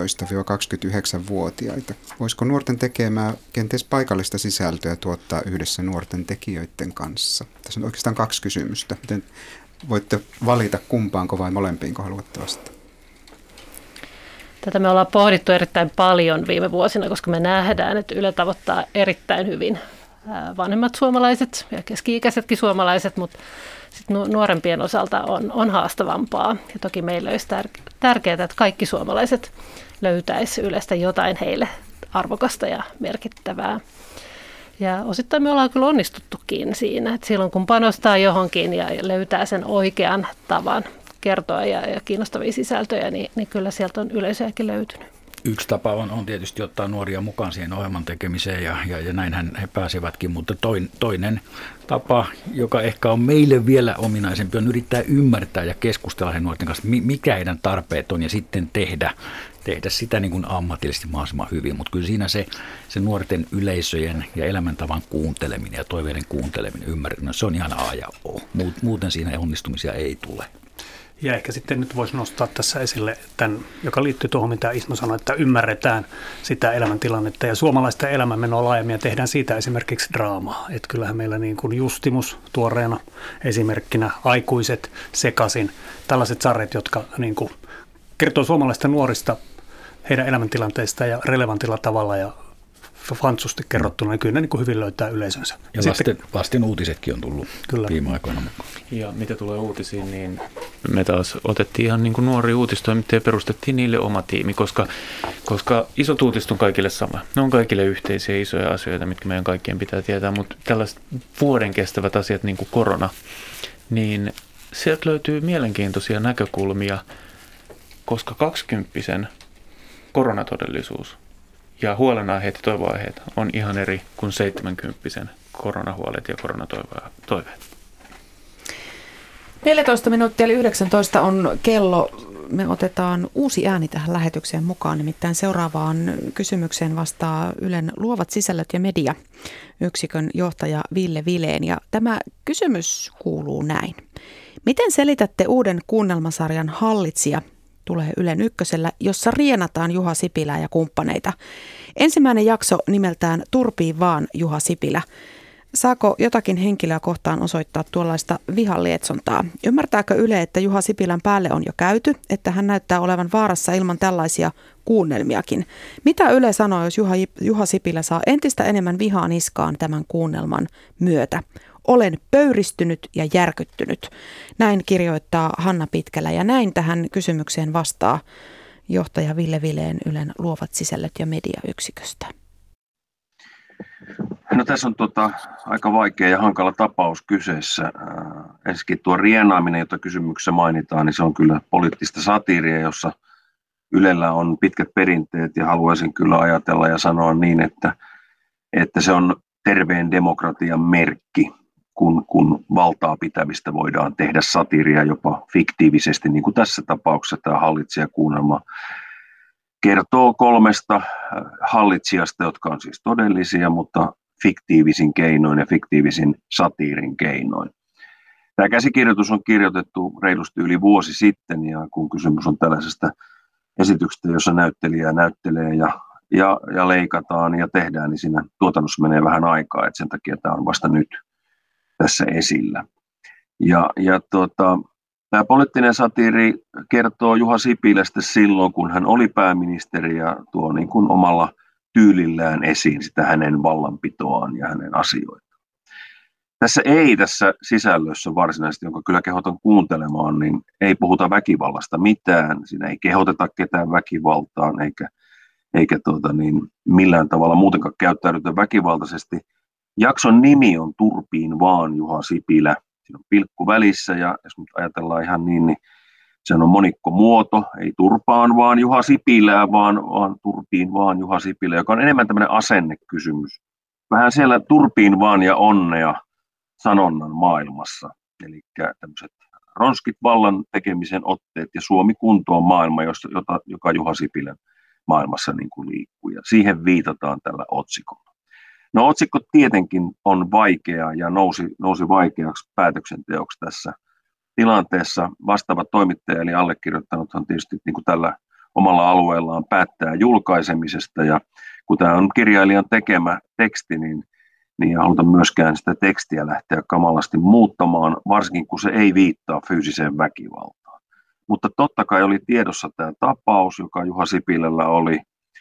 viisitoista–kaksikymmentäyhdeksän-vuotiaita? Voisiko nuorten tekemää kenties paikallista sisältöä tuottaa yhdessä nuorten tekijöiden kanssa? Tässä on oikeastaan kaksi kysymystä. Miten voitte valita kumpaanko vai molempiinko haluatte vastata? Tätä me ollaan pohdittu erittäin paljon viime vuosina, koska me nähdään, että Yle tavoittaa erittäin hyvin vanhemmat suomalaiset ja keski-ikäisetkin suomalaiset, mutta sitten nuorempien osalta on, on haastavampaa. Ja toki meillä olisi tär- tärkeää, että kaikki suomalaiset löytäisi Ylestä jotain heille arvokasta ja merkittävää. Ja osittain me ollaan kyllä onnistuttukin siinä, että silloin kun panostaa johonkin ja löytää sen oikean tavan kertoa ja, ja kiinnostavia sisältöjä, niin, niin kyllä sieltä on yleisöäkin löytynyt. Yksi tapa on, on tietysti ottaa nuoria mukaan siihen ohjelman tekemiseen ja, ja, ja näinhän he pääsevätkin, mutta toin, toinen tapa, joka ehkä on meille vielä ominaisempi, on yrittää ymmärtää ja keskustella heidän nuorten kanssa, mikä heidän tarpeet on ja sitten tehdä, tehdä sitä niin kuin ammatillisesti mahdollisimman hyvin. Mutta kyllä siinä se, se nuorten yleisöjen ja elämäntavan kuunteleminen ja toiveiden kuunteleminen, ymmärrys, se on ihan A ja O. Muuten siinä onnistumisia ei tule. Ja ehkä sitten nyt voisi nostaa tässä esille tämän, joka liittyy tuohon, mitä Ismo sanoi, että ymmärretään sitä elämäntilannetta ja suomalaista elämänmenoa laajemmin ja tehdään siitä esimerkiksi draamaa. Että kyllähän meillä niin kuin Justimus tuoreena esimerkkinä, Aikuiset, Sekasin, tällaiset sarjat, jotka niin kuin kertoo suomalaista nuorista heidän elämäntilanteista ja relevantilla tavalla ja fantsusti kerrottuna, niin kyllä ne niin kuin hyvin löytää yleisönsä. Ja, ja lasten, lasten uutisetkin on tullut kyllä viime aikoina mukaan. Ja mitä tulee uutisiin, niin me taas otettiin ihan niin kuin nuoria uutistoimittajia ja perustettiin niille oma tiimi, koska, koska isot uutiset on kaikille sama. Ne on kaikille yhteisiä isoja asioita, mitkä meidän kaikkien pitää tietää, mutta tällaiset vuoden kestävät asiat, niin kuin korona, niin sieltä löytyy mielenkiintoisia näkökulmia, koska kaksikymppisen koronatodellisuus ja huolenaiheet ja toiveaiheet on ihan eri kuin seitsemänkymppisen koronahuolet ja koronatoiveet. neljätoista minuuttia eli yhdeksäntoista on kello. Me otetaan uusi ääni tähän lähetykseen mukaan. Nimittäin seuraavaan kysymykseen vastaa Ylen luovat sisällöt ja media yksikön johtaja Ville Vileen. Ja tämä kysymys kuuluu näin. Miten selitätte uuden kuunnelmasarjan Hallitsija? Tulee Ylen ykkösellä, jossa rienataan Juha Sipilää ja kumppaneita. Ensimmäinen jakso nimeltään Turpiin vaan Juha Sipilä. Saako jotakin henkilöä kohtaan osoittaa tuollaista vihanlietsontaa? Ymmärtääkö Yle, että Juha Sipilän päälle on jo käyty, että hän näyttää olevan vaarassa ilman tällaisia kuunnelmiakin? Mitä Yle sanoo, jos Juha, Juha Sipilä saa entistä enemmän vihaa niskaan tämän kuunnelman myötä? Olen pöyristynyt ja järkyttynyt. Näin kirjoittaa Hanna Pitkälä ja näin tähän kysymykseen vastaa johtaja Ville Vileen Ylen luovat sisällöt ja mediayksiköstä. No tässä on tota, aika vaikea ja hankala tapaus kyseessä. Äh, ensinnäkin tuo rienaaminen, jota kysymyksessä mainitaan, niin se on kyllä poliittista satiiria, jossa Ylellä on pitkät perinteet ja haluaisin kyllä ajatella ja sanoa niin, että, että se on terveen demokratian merkki, kun, kun valtaa pitävistä voidaan tehdä satiiria jopa fiktiivisesti, niin kuin tässä tapauksessa tämä Hallitsija-kuunnelma kertoo kolmesta hallitsijasta, jotka on siis todellisia, mutta fiktiivisin keinoin ja fiktiivisin satiirin keinoin. Tämä käsikirjoitus on kirjoitettu reilusti yli vuosi sitten, ja kun kysymys on tällaisesta esityksestä, jossa näyttelijä näyttelee ja, ja, ja leikataan ja tehdään, niin siinä tuotannossa menee vähän aikaa, että sen takia tämä on vasta nyt tässä esillä. Ja, ja tuota, tämä poliittinen satiiri kertoo Juha Sipilästä silloin, kun hän oli pääministeri ja tuo niin kuin omalla tyylillään esiin sitä hänen vallanpitoaan ja hänen asioitaan. Tässä ei tässä sisällössä varsinaisesti, jonka kyllä kehotan kuuntelemaan, niin ei puhuta väkivallasta mitään. Siinä ei kehoteta ketään väkivaltaan eikä, eikä tuota niin, millään tavalla muutenkaan käyttäydytä väkivaltaisesti. Jakson nimi on Turpiin vaan Juha Sipilä. Siinä on pilkku välissä ja jos nyt ajatellaan ihan niin, niin se on monikkomuoto, ei turpaan vaan Juha Sipilää, vaan, vaan turpiin vaan Juha Sipilä, joka on enemmän tämmöinen asennekysymys. Vähän siellä turpiin vaan ja onnea sanonnan maailmassa. Eli tämmöiset ronskit vallan tekemisen otteet ja Suomi kuntoon maailma, jota, joka Juha Sipilän maailmassa niin kuin liikkuu. Ja siihen viitataan tällä otsikolla. No otsikko tietenkin on vaikea ja nousi, nousi vaikeaksi päätöksenteoksi tässä tilanteessa. Vastaava toimittaja eli allekirjoittanuthan tietysti niin kuin tällä omalla alueellaan päättää julkaisemisesta ja kun tämä on kirjailijan tekemä teksti, niin, niin ei haluta myöskään sitä tekstiä lähteä kamalasti muuttamaan, varsinkin kun se ei viittaa fyysiseen väkivaltaan. Mutta totta kai oli tiedossa tämä tapaus, joka Juha Sipilällä oli.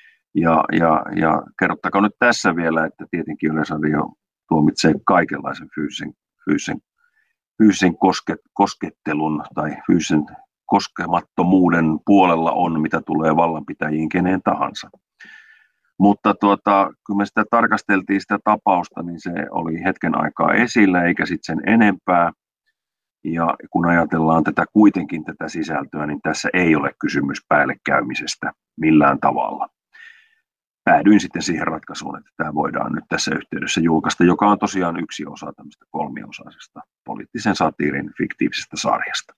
Ja, ja, ja kerrottakaa nyt tässä vielä, että tietenkin Yleisradio tuomitsee kaikenlaisen fyysisen, fyysisen, fyysisen koske, koskettelun tai fyysisen koskemattomuuden puolella on, mitä tulee vallanpitäjiin keneen tahansa. Mutta tuota, kun me sitä tarkasteltiin sitä tapausta, niin se oli hetken aikaa esillä, eikä sitten sen enempää. Ja kun ajatellaan tätä kuitenkin tätä sisältöä, niin tässä ei ole kysymys päällekäymisestä millään tavalla. Päädyin sitten siihen ratkaisuun, että tämä voidaan nyt tässä yhteydessä julkaista, joka on tosiaan yksi osa tämmöistä kolmiosaisesta poliittisen satiirin fiktiivisestä sarjasta.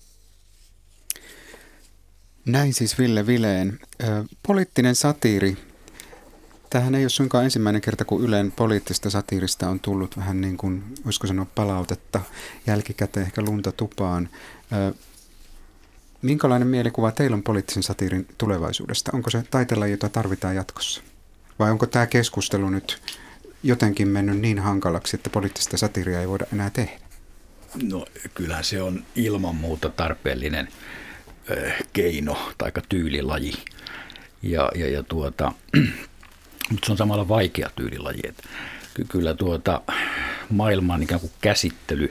Näin siis Ville Vileen. Poliittinen satiiri. Tämähän ei ole suinkaan ensimmäinen kerta, kun Ylen poliittista satiirista on tullut vähän niin kuin, voisiko sanoa, palautetta jälkikäteen, ehkä lunta tupaan. Minkälainen mielikuva teillä on poliittisen satiirin tulevaisuudesta? Onko se taitella, jota tarvitaan jatkossa? Vai onko tämä keskustelu nyt jotenkin mennyt niin hankalaksi, että poliittista satiiria ei voida enää tehdä? No kyllähän se on ilman muuta tarpeellinen äh, keino tai tyylilaji. Ja, ja, ja tuota, mutta se on samalla vaikea tyylilaji. Että kyllä tuota, maailman ikään kuin käsittely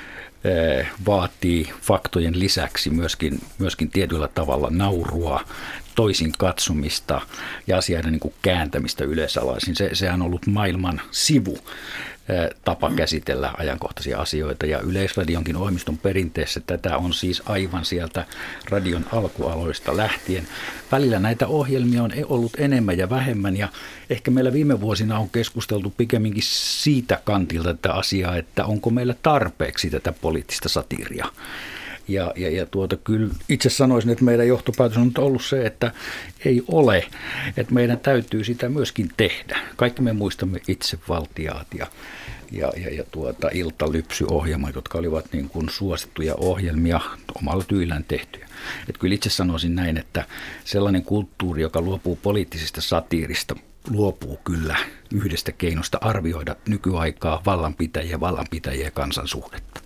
vaatii faktojen lisäksi myöskin, myöskin tietyllä tavalla naurua, toisin katsomista ja asioiden niin kuin kääntämistä yleisalaisin. Se, sehän on ollut maailman sivu tapa käsitellä ajankohtaisia asioita, ja Yleisradionkin ohjelmiston perinteessä tätä on siis aivan sieltä radion alkualoista lähtien. Välillä näitä ohjelmia on ollut enemmän ja vähemmän, ja ehkä meillä viime vuosina on keskusteltu pikemminkin siitä kantilta tätä asiaa, että onko meillä tarpeeksi tätä poliittista satiiria. Ja, ja, ja tuota, kyllä itse sanoisin, että meidän johtopäätös on ollut se, että ei ole, että meidän täytyy sitä myöskin tehdä. Kaikki me muistamme itsevaltiaat ja, ja, ja, ja tuota, iltalypsyohjelmat, jotka olivat niin kuin suosittuja ohjelmia omalla tyylään tehtyjä. Että kyllä itse sanoisin näin, että sellainen kulttuuri, joka luopuu poliittisesta satiirista, luopuu kyllä yhdestä keinosta arvioida nykyaikaa, vallanpitäjiä, vallanpitäjiä ja kansansuhdetta.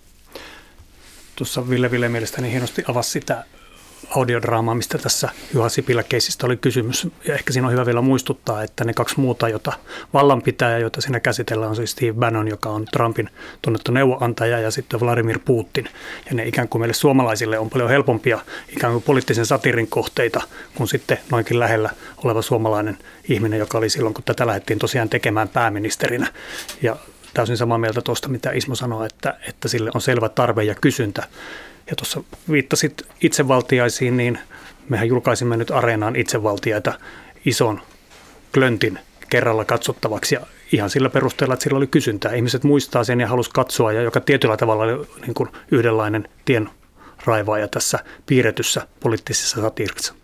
Tuossa Ville Ville mielestäni hienosti avasi sitä audiodraamaa, mistä tässä Juha Sipilä-keisistä oli kysymys. Ja ehkä siinä on hyvä vielä muistuttaa, että ne kaksi muuta, jota vallanpitäjä, joita siinä käsitellään, on siis Steve Bannon, joka on Trumpin tunnettu neuvonantaja, ja sitten Vladimir Putin. Ja ne ikään kuin meille suomalaisille on paljon helpompia ikään kuin poliittisen satiirin kohteita kuin sitten noinkin lähellä oleva suomalainen ihminen, joka oli silloin, kun tätä lähdettiin tosiaan tekemään pääministerinä. Ja täysin samaa mieltä tuosta, mitä Ismo sanoi, että, että sille on selvä tarve ja kysyntä. Ja tuossa viittasit itsevaltiaisiin, niin mehän julkaisimme nyt Areenaan itsevaltiaita ison klöntin kerralla katsottavaksi. Ja ihan sillä perusteella, että sillä oli kysyntää. Ihmiset muistaa sen ja halusi katsoa, ja joka tietyllä tavalla oli niin kuin yhdenlainen tien raivaaja tässä piirretyssä poliittisessa satiirissa.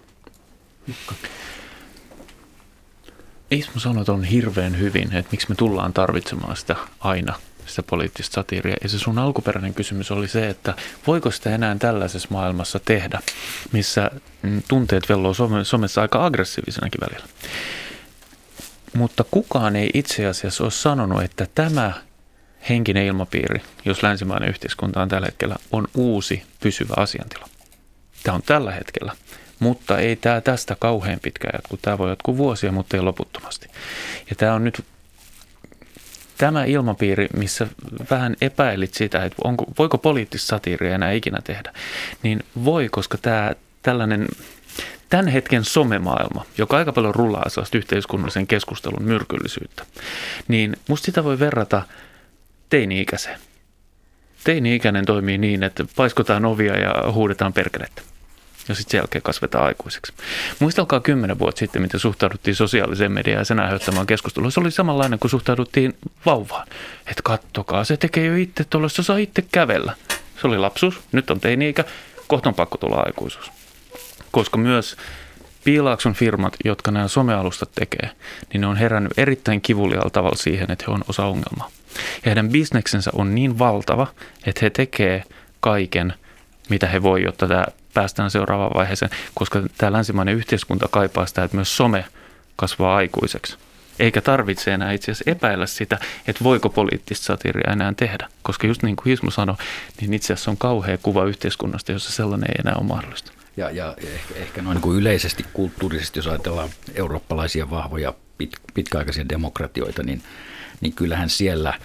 Ismo sanoi on hirveän hyvin, että miksi me tullaan tarvitsemaan sitä aina, sitä poliittista satiiria. Ja se sun alkuperäinen kysymys oli se, että voiko sitä enää tällaisessa maailmassa tehdä, missä tunteet velloo somessa aika aggressiivisenakin välillä. Mutta kukaan ei itse asiassa ole sanonut, että tämä henkinen ilmapiiri, jos länsimainen yhteiskunta on tällä hetkellä, on uusi pysyvä asiantila. Tämä on tällä hetkellä. Mutta ei tämä tästä kauhean pitkään jatku. Tämä voi jatkuu vuosia, mutta ei loputtomasti. Ja tämä on nyt tämä ilmapiiri, missä vähän epäilit sitä, että onko, voiko poliittista satiiria enää ikinä tehdä. Niin voi, koska tämä tällainen tämän hetken somemaailma, joka aika paljon rullaa sellaista yhteiskunnallisen keskustelun myrkyllisyyttä, niin musta sitä voi verrata teini-ikäiseen. Teini-ikäinen toimii niin, että paiskotaan ovia ja huudetaan perkelettä. Ja sitten sen jälkeen kasvetaan aikuiseksi. Muistelkaa kymmenen vuotta sitten, miten suhtauduttiin sosiaaliseen mediaan ja sen aiheuttamaan keskustelua. Se oli samanlainen kuin suhtauduttiin vauvaan. Että kattokaa, se tekee jo itse tuollaista, saa itse kävellä. Se oli lapsuus, nyt on teini-ikä, kohta on pakko tulla aikuisuus. Koska myös Piilaakson firmat, jotka nämä somealustat tekee, niin ne on herännyt erittäin kivulialla tavalla siihen, että he on osa ongelmaa. Ja heidän bisneksensä on niin valtava, että he tekee kaiken, mitä he voi, jotta tämä päästään seuraavaan vaiheeseen, koska tämä länsimainen yhteiskunta kaipaa sitä, että myös some kasvaa aikuiseksi. Eikä tarvitse enää itse asiassa epäillä sitä, että voiko poliittista satiiria enää tehdä. Koska just niin kuin Ismo sanoi, niin itse asiassa on kauhea kuva yhteiskunnasta, jossa sellainen ei enää ole mahdollista. Ja, ja ehkä, ehkä noin niin kuin yleisesti kulttuurisesti, jos ajatellaan eurooppalaisia vahvoja pit, pitkäaikaisia demokratioita, niin, niin kyllähän siellä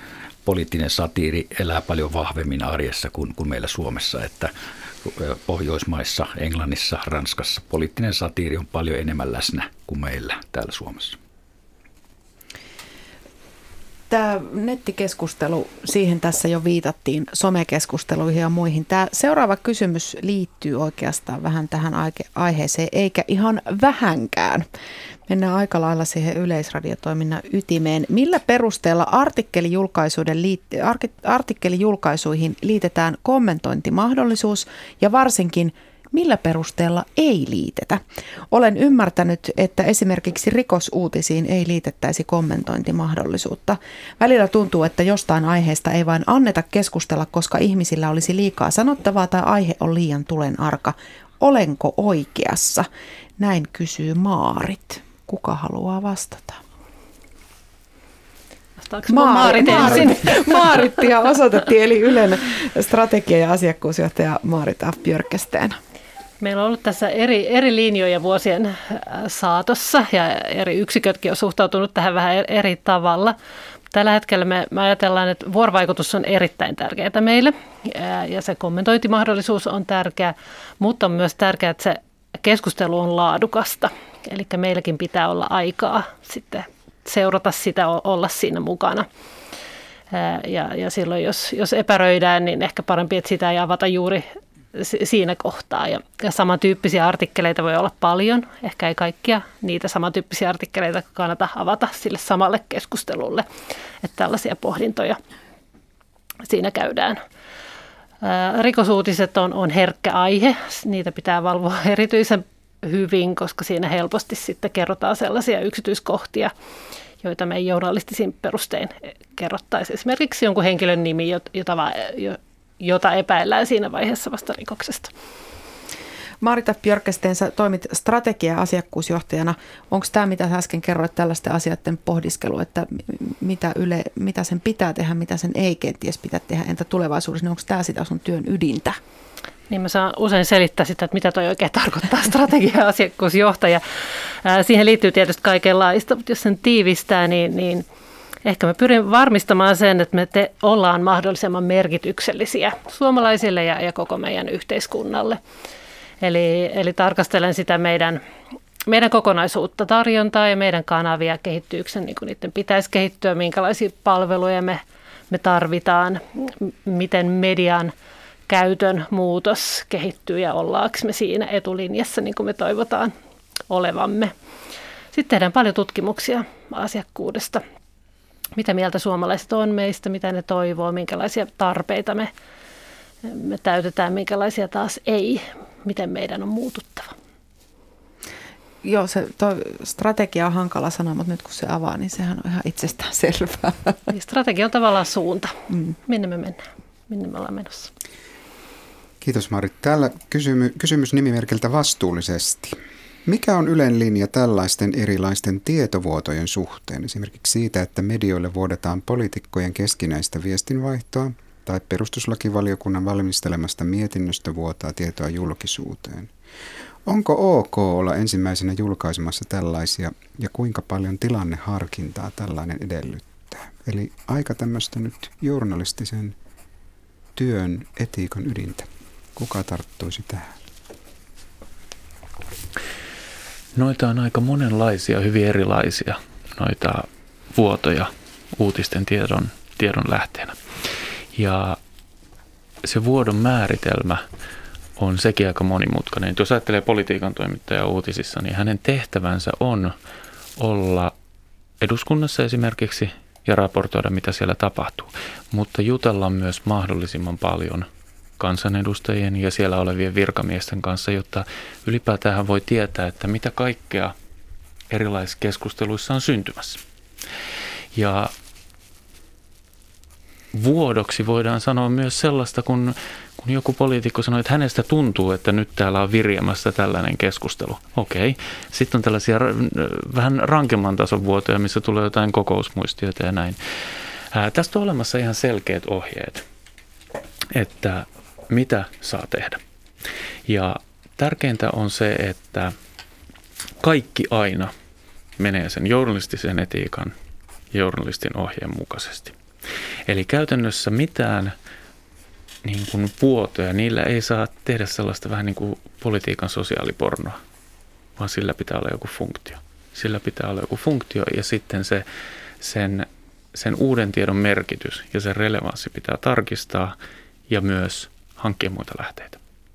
poliittinen satiiri elää paljon vahvemmin arjessa kuin, kuin meillä Suomessa, että Pohjoismaissa, Englannissa, Ranskassa poliittinen satiiri on paljon enemmän läsnä kuin meillä täällä Suomessa. Tämä nettikeskustelu, siihen tässä jo viitattiin, somekeskusteluihin ja muihin. Tämä seuraava kysymys liittyy oikeastaan vähän tähän aiheeseen, eikä ihan vähänkään. Mennään aika lailla siihen yleisradiotoiminnan ytimeen. Millä perusteella artikkelijulkaisuihin liitetään kommentointimahdollisuus ja varsinkin millä perusteella ei liitetä? Olen ymmärtänyt, että esimerkiksi rikosuutisiin ei liitettäisi kommentointimahdollisuutta. Välillä tuntuu, että jostain aiheesta ei vain anneta keskustella, koska ihmisillä olisi liikaa sanottavaa tai aihe on liian tulen arka. Olenko oikeassa? Näin kysyy Maarit. Kuka haluaa vastata? Maarit ensin. Maarittia osoitettiin, eli Ylen strategia- ja asiakkuusjohtaja Maarit F. Björkesteen. Meillä on ollut tässä eri, eri linjoja vuosien saatossa ja eri yksikötkin on suhtautunut tähän vähän eri tavalla. Tällä hetkellä me, me ajatellaan, että vuorovaikutus on erittäin tärkeää meille ja se kommentointimahdollisuus on tärkeä, mutta on myös tärkeää, että se keskustelu on laadukasta. Eli meilläkin pitää olla aikaa sitten seurata sitä, olla siinä mukana. Ja, ja silloin, jos, jos epäröidään, niin ehkä parempi, että sitä ei avata juuri siinä kohtaa. Ja, ja samantyyppisiä artikkeleita voi olla paljon. Ehkä ei kaikkia niitä samantyyppisiä artikkeleita kannata avata sille samalle keskustelulle. Että tällaisia pohdintoja siinä käydään. Ää, rikosuutiset on, on herkkä aihe. Niitä pitää valvoa erityisen hyvin, koska siinä helposti sitten kerrotaan sellaisia yksityiskohtia, joita me ei journalistisin perustein kerrottaisi. Esimerkiksi jonkun henkilön nimi, jota, jota epäillään siinä vaiheessa vasta rikoksesta. Marita Björkesteen, sä toimit strategia- ja asiakkuusjohtajana. Onko tämä, mitä sä äsken kerroit, tällaisten asioiden pohdiskelu, että mitä, yle, mitä sen pitää tehdä, mitä sen ei kenties pitää tehdä, entä tulevaisuudessa, niin onko tämä sitä sun työn ydintä? Niin mä saan usein selittää sitä, että mitä toi oikein tarkoittaa strategia- ja asiakkuusjohtaja. Siihen liittyy tietysti kaikenlaista, mutta jos sen tiivistää, niin, niin ehkä mä pyrin varmistamaan sen, että me te ollaan mahdollisimman merkityksellisiä suomalaisille ja, ja koko meidän yhteiskunnalle. Eli, eli tarkastelen sitä meidän, meidän kokonaisuutta, tarjontaa ja meidän kanavia kehittyyksen, niin kuin niiden pitäisi kehittyä, minkälaisia palveluja me, me tarvitaan, miten median käytön muutos kehittyy ja ollaanko me siinä etulinjassa, niin kuin me toivotaan olevamme. Sitten tehdään paljon tutkimuksia asiakkuudesta. Mitä mieltä suomalaiset on meistä, mitä ne toivoo, minkälaisia tarpeita me, me täytetään, minkälaisia taas ei, miten meidän on muututtava. Joo, se strategia on hankala sana, mutta nyt kun se avaa, niin sehän on ihan itsestään selvää. Strategia on tavallaan suunta, mm. minne me mennään, minne me ollaan menossa. Kiitos Marit. Täällä kysymy, kysymys nimimerkiltä vastuullisesti. Mikä on Ylen linja tällaisten erilaisten tietovuotojen suhteen? Esimerkiksi siitä, että medioille vuodetaan poliitikkojen keskinäistä viestinvaihtoa tai perustuslakivaliokunnan valmistelemasta mietinnöstä vuotaa tietoa julkisuuteen. Onko ok olla ensimmäisenä julkaisemassa tällaisia ja kuinka paljon tilanneharkintaa tällainen edellyttää? Eli aika tämmöistä nyt journalistisen työn etiikan ydintä. Kuka tarttuisi tähän? Noita on aika monenlaisia, hyvin erilaisia noita vuotoja uutisten tiedon, tiedon lähteenä. Ja se vuodon määritelmä on sekin aika monimutkainen. Jos ajattelee politiikan toimittajaa uutisissa, niin hänen tehtävänsä on olla eduskunnassa esimerkiksi ja raportoida, mitä siellä tapahtuu. Mutta jutella myös mahdollisimman paljon kansanedustajien ja siellä olevien virkamiesten kanssa, jotta ylipäätään hän voi tietää, että mitä kaikkea erilaisissa keskusteluissa on syntymässä. Ja vuodoksi voidaan sanoa myös sellaista, kun, kun joku poliitikko sanoo, että hänestä tuntuu, että nyt täällä on viriämässä tällainen keskustelu. Okei. Sitten on tällaisia vähän rankemman tason vuotoja, missä tulee jotain kokousmuistioita ja näin. Ää, tästä on olemassa ihan selkeät ohjeet, että mitä saa tehdä. Ja tärkeintä on se, että kaikki aina menee sen journalistisen etiikan ja journalistin ohjeen mukaisesti. Eli käytännössä mitään niin kuin vuotoja, niillä ei saa tehdä sellaista vähän niin kuin politiikan sosiaalipornoa, vaan sillä pitää olla joku funktio. Sillä pitää olla joku funktio ja sitten se, sen, sen uuden tiedon merkitys ja sen relevanssi pitää tarkistaa ja myös hankkia muita lähteitä.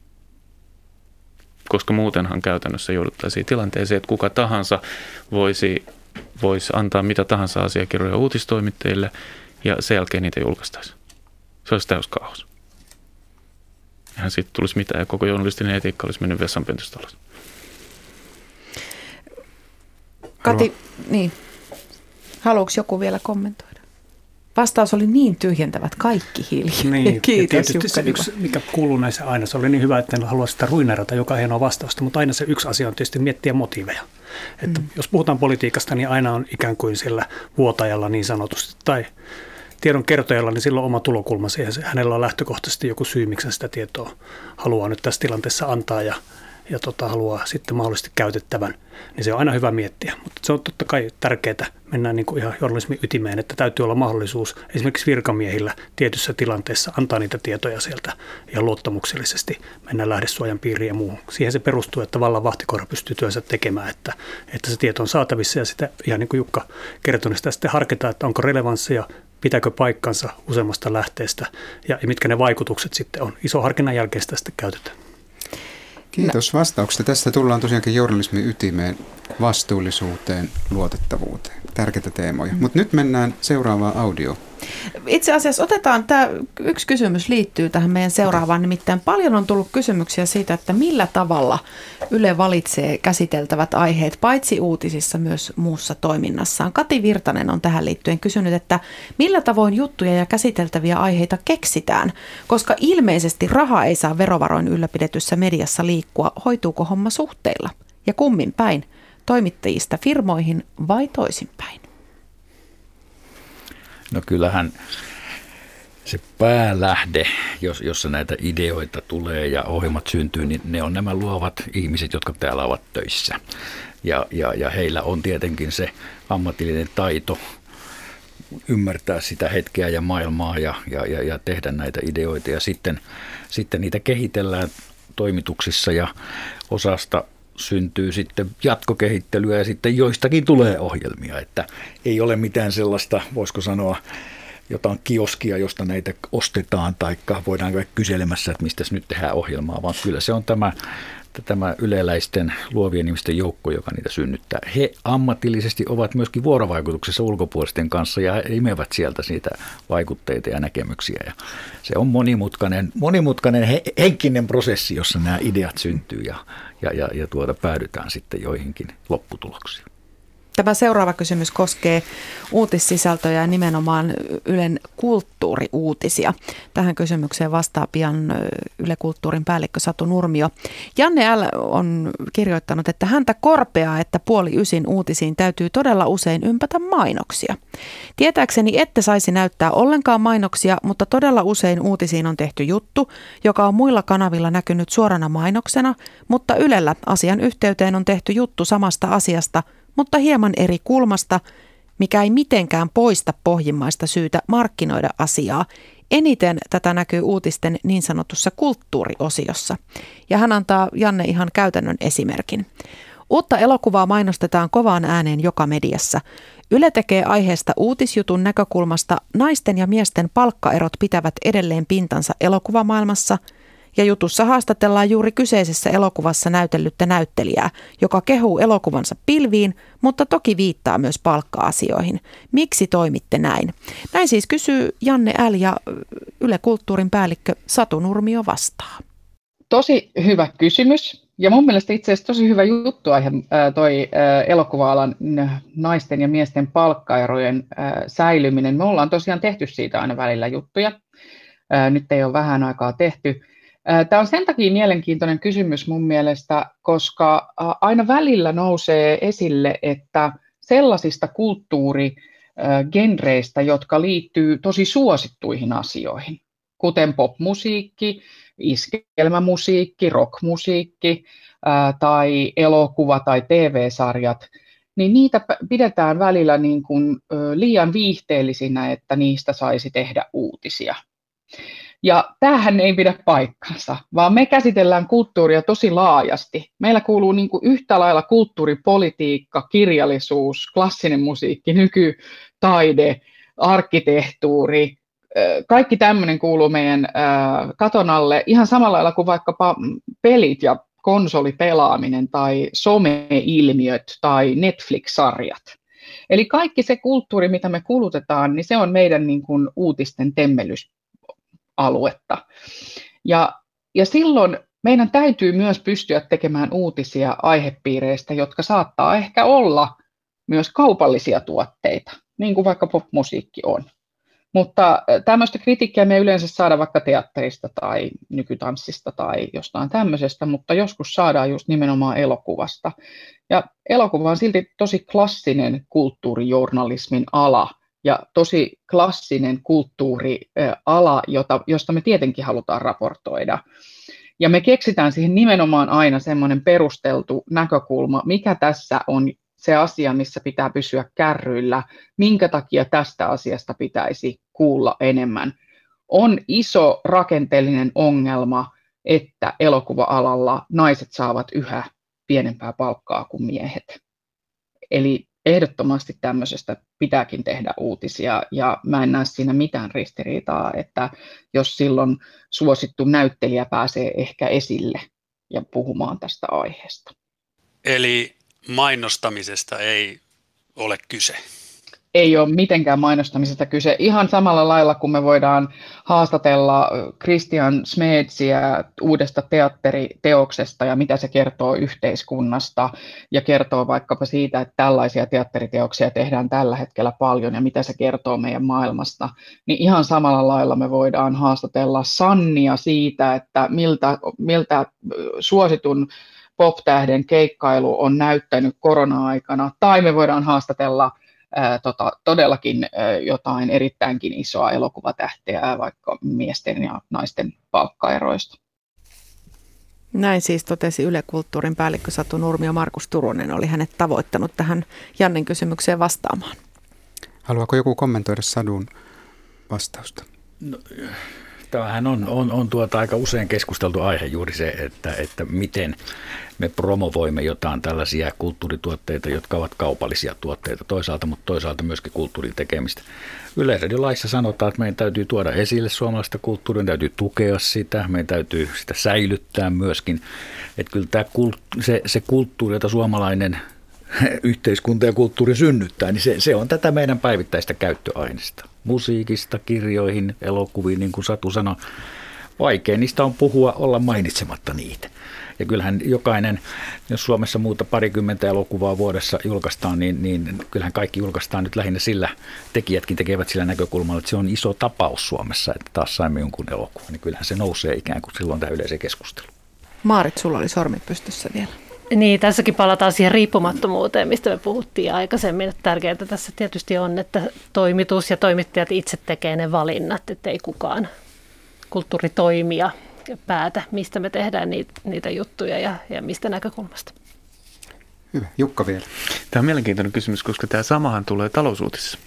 Koska muutenhan käytännössä jouduttaisiin tilanteeseen, että kuka tahansa voisi, voisi antaa mitä tahansa asiakirjoja uutistoimittajille ja sen jälkeen niitä julkaistaisiin. Se olisi täys kaos. Eihän siitä tulisi mitään ja koko journalistinen etiikka olisi mennyt vessanpöntöstä alas. Kati, niin. Haluatko joku vielä kommentoida? Vastaus oli niin tyhjentävä, että kaikki hiljaa. Niin, Kiitos, Jukka. Se yksi, mikä kuuluu näissä aina, se oli niin hyvä, että en halua sitä ruinerata joka hienoa vastausta, mutta aina se yksi asia on tietysti miettiä motiiveja. Että mm. jos puhutaan politiikasta, niin aina on ikään kuin sillä vuotajalla niin sanotusti tai tiedon kertojalla, niin silloin oma tulokulma siihen. Hänellä on lähtökohtaisesti joku syy, miksi sitä tietoa haluaa nyt tässä tilanteessa antaa ja ja tota, haluaa sitten mahdollisesti käytettävän, niin se on aina hyvä miettiä. Mutta se on totta kai tärkeää, mennään niin kuin ihan journalismin ytimeen, että täytyy olla mahdollisuus esimerkiksi virkamiehillä tietyssä tilanteessa antaa niitä tietoja sieltä ja luottamuksellisesti mennä lähdesuojan piiriin ja muuhun. Siihen se perustuu, että vallan vahtikoira pystyy työnsä tekemään, että, että se tieto on saatavissa ja sitä ihan niin kuin Jukka kertoi, sitä sitten harkitaan, että onko relevanssia, pitääkö paikkansa useammasta lähteestä ja mitkä ne vaikutukset sitten on. Iso harkinnan jälkeen sitä sitten käytetään. Kiitos vastauksesta. Tästä tullaan tosiaankin journalismin ytimeen, vastuullisuuteen, luotettavuuteen. Tärkeitä teemoja. Mm. Mutta nyt mennään seuraavaan audioon. Itse asiassa otetaan, tämä yksi kysymys liittyy tähän meidän seuraavaan, nimittäin paljon on tullut kysymyksiä siitä, että millä tavalla Yle valitsee käsiteltävät aiheet, paitsi uutisissa myös muussa toiminnassaan. Kati Virtanen on tähän liittyen kysynyt, että millä tavoin juttuja ja käsiteltäviä aiheita keksitään, koska ilmeisesti raha ei saa verovaroin ylläpidetyssä mediassa liikkua, hoituuko homma suhteilla ja kummin päin, toimittajista firmoihin vai toisinpäin? No kyllähän se päälähde, jos, jossa näitä ideoita tulee ja ohjelmat syntyy, niin ne on nämä luovat ihmiset, jotka täällä ovat töissä. Ja, ja, ja heillä on tietenkin se ammatillinen taito ymmärtää sitä hetkeä ja maailmaa ja, ja, ja, ja tehdä näitä ideoita. Ja sitten, sitten niitä kehitellään toimituksissa ja osasta syntyy sitten jatkokehittelyä ja sitten joistakin tulee ohjelmia, että ei ole mitään sellaista, voisiko sanoa, jotain kioskia, josta näitä ostetaan tai voidaan käydä kyselemässä, että mistä nyt tehdään ohjelmaa, vaan kyllä se on tämä, tämä yleläisten luovien ihmisten joukko, joka niitä synnyttää. He ammatillisesti ovat myöskin vuorovaikutuksessa ulkopuolisten kanssa ja imevät sieltä siitä vaikutteita ja näkemyksiä. Ja se on monimutkainen, monimutkainen he, henkinen prosessi, jossa nämä ideat syntyy ja, ja, ja, ja tuota, päädytään sitten joihinkin lopputuloksiin. Tämä seuraava kysymys koskee uutissisältöjä ja nimenomaan Ylen kulttuuriuutisia. Tähän kysymykseen vastaa pian Yle Kulttuurin päällikkö Satu Nurmio. Janne L. on kirjoittanut, että häntä korpeaa, että puoli ysin uutisiin täytyy todella usein ympätä mainoksia. Tietääkseni ette saisi näyttää ollenkaan mainoksia, mutta todella usein uutisiin on tehty juttu, joka on muilla kanavilla näkynyt suorana mainoksena, mutta Ylellä asian yhteyteen on tehty juttu samasta asiasta, mutta hieman eri kulmasta, mikä ei mitenkään poista pohjimmaista syytä markkinoida asiaa. Eniten tätä näkyy uutisten niin sanotussa kulttuuriosiossa. Ja hän antaa Janne ihan käytännön esimerkin. Uutta elokuvaa mainostetaan kovaan ääneen joka mediassa. Yle tekee aiheesta uutisjutun näkökulmasta naisten ja miesten palkkaerot pitävät edelleen pintansa elokuvamaailmassa, ja jutussa haastatellaan juuri kyseisessä elokuvassa näytellyttä näyttelijää, joka kehuu elokuvansa pilviin, mutta toki viittaa myös palkka-asioihin. Miksi toimitte näin? Näin siis kysyy Janne L. ja Yle Kulttuurin päällikkö Satu Nurmio vastaa. Tosi hyvä kysymys. Ja mun mielestä itse asiassa tosi hyvä juttuaihe toi elokuva-alan naisten ja miesten palkkaerojen säilyminen. Me ollaan tosiaan tehty siitä aina välillä juttuja. Nyt ei ole vähän aikaa tehty. Tämä on sen takia mielenkiintoinen kysymys mun mielestä, koska aina välillä nousee esille, että sellaisista kulttuurigenreistä, jotka liittyy tosi suosittuihin asioihin, kuten popmusiikki, iskelmämusiikki, rockmusiikki tai elokuva tai T V-sarjat, niin niitä pidetään välillä niin kuin liian viihteellisinä, että niistä saisi tehdä uutisia. Ja tämähän ei pidä paikkansa, vaan me käsitellään kulttuuria tosi laajasti. Meillä kuuluu niin kuin yhtä lailla kulttuuripolitiikka, kirjallisuus, klassinen musiikki, nykytaide, arkkitehtuuri. Kaikki tämmöinen kuuluu meidän katon alle ihan samalla lailla kuin vaikkapa pelit ja konsolipelaaminen tai some-ilmiöt tai Netflix-sarjat. Eli kaikki se kulttuuri, mitä me kulutetaan, niin se on meidän niin kuin uutisten temmelysaluetta. Ja, ja silloin meidän täytyy myös pystyä tekemään uutisia aihepiireistä, jotka saattaa ehkä olla myös kaupallisia tuotteita, niin kuin vaikka popmusiikki on. Mutta tämmöistä kritiikkiä me ei yleensä saada vaikka teatterista tai nykytanssista tai jostain tämmöisestä, mutta joskus saadaan just nimenomaan elokuvasta. Ja elokuva on silti tosi klassinen kulttuurijournalismin ala ja tosi klassinen kulttuuriala, jota, josta me tietenkin halutaan raportoida. Ja me keksitään siihen nimenomaan aina semmoinen perusteltu näkökulma, mikä tässä on se asia, missä pitää pysyä kärryillä, minkä takia tästä asiasta pitäisi kuulla enemmän. On iso rakenteellinen ongelma, että elokuva-alalla naiset saavat yhä pienempää palkkaa kuin miehet. Eli ehdottomasti tämmöisestä pitääkin tehdä uutisia, ja mä en näe siinä mitään ristiriitaa, että jos silloin suosittu näyttelijä pääsee ehkä esille ja puhumaan tästä aiheesta. Eli mainostamisesta ei ole kyse. Ei ole mitenkään mainostamisesta kyse. Ihan samalla lailla, kun me voidaan haastatella Christian Smedsiä uudesta teatteriteoksesta ja mitä se kertoo yhteiskunnasta ja kertoo vaikkapa siitä, että tällaisia teatteriteoksia tehdään tällä hetkellä paljon ja mitä se kertoo meidän maailmasta, niin ihan samalla lailla me voidaan haastatella Sannia siitä, että miltä, miltä suositun pop-tähden keikkailu on näyttänyt korona-aikana, tai me voidaan haastatella ää, tota, todellakin ää, jotain erittäinkin isoa elokuvatähteä, vaikka miesten ja naisten palkkaeroista. Näin siis totesi Yle Kulttuurin päällikkö Satu Nurmi ja Markus Turunen oli hänet tavoittanut tähän Jannen kysymykseen vastaamaan. Haluaako joku kommentoida Sadun vastausta? No, tämähän on, on, on tuota aika usein keskusteltu aihe juuri se, että, että miten me promovoimme jotain tällaisia kulttuurituotteita, jotka ovat kaupallisia tuotteita toisaalta, mutta toisaalta myöskin kulttuurin tekemistä. Yleisradiolaissa sanotaan, että meidän täytyy tuoda esille suomalaista kulttuuria, meidän täytyy tukea sitä, meidän täytyy sitä säilyttää myöskin. Että kyllä tämä, se, se kulttuuri, jota suomalainen yhteiskunta ja kulttuuri synnyttää, niin se, se on tätä meidän päivittäistä käyttöaineista. Musiikista, kirjoihin, elokuviin, niin kuin Satu sanoi. Vaikea niistä on puhua, olla mainitsematta niitä. Ja kyllähän jokainen, jos Suomessa muuta parikymmentä elokuvaa vuodessa julkaistaan, niin, niin kyllähän kaikki julkaistaan nyt lähinnä sillä, tekijätkin tekevät sillä näkökulmalla, että se on iso tapaus Suomessa, että taas saimme jonkun elokuvan, niin kyllähän se nousee ikään kuin silloin tämä yleisen keskustelu. Maarit, sulla oli sormit pystyssä vielä. Niin, tässäkin palataan siihen riippumattomuuteen, mistä me puhuttiin aikaisemmin. Että tärkeää tässä tietysti on, että toimitus ja toimittajat itse tekee ne valinnat, että ei kukaan kulttuuritoimija päätä, mistä me tehdään niitä, niitä juttuja ja, ja mistä näkökulmasta. Hyvä. Jukka vielä. Tämä on mielenkiintoinen kysymys, koska tämä samahan tulee talousuutisissa.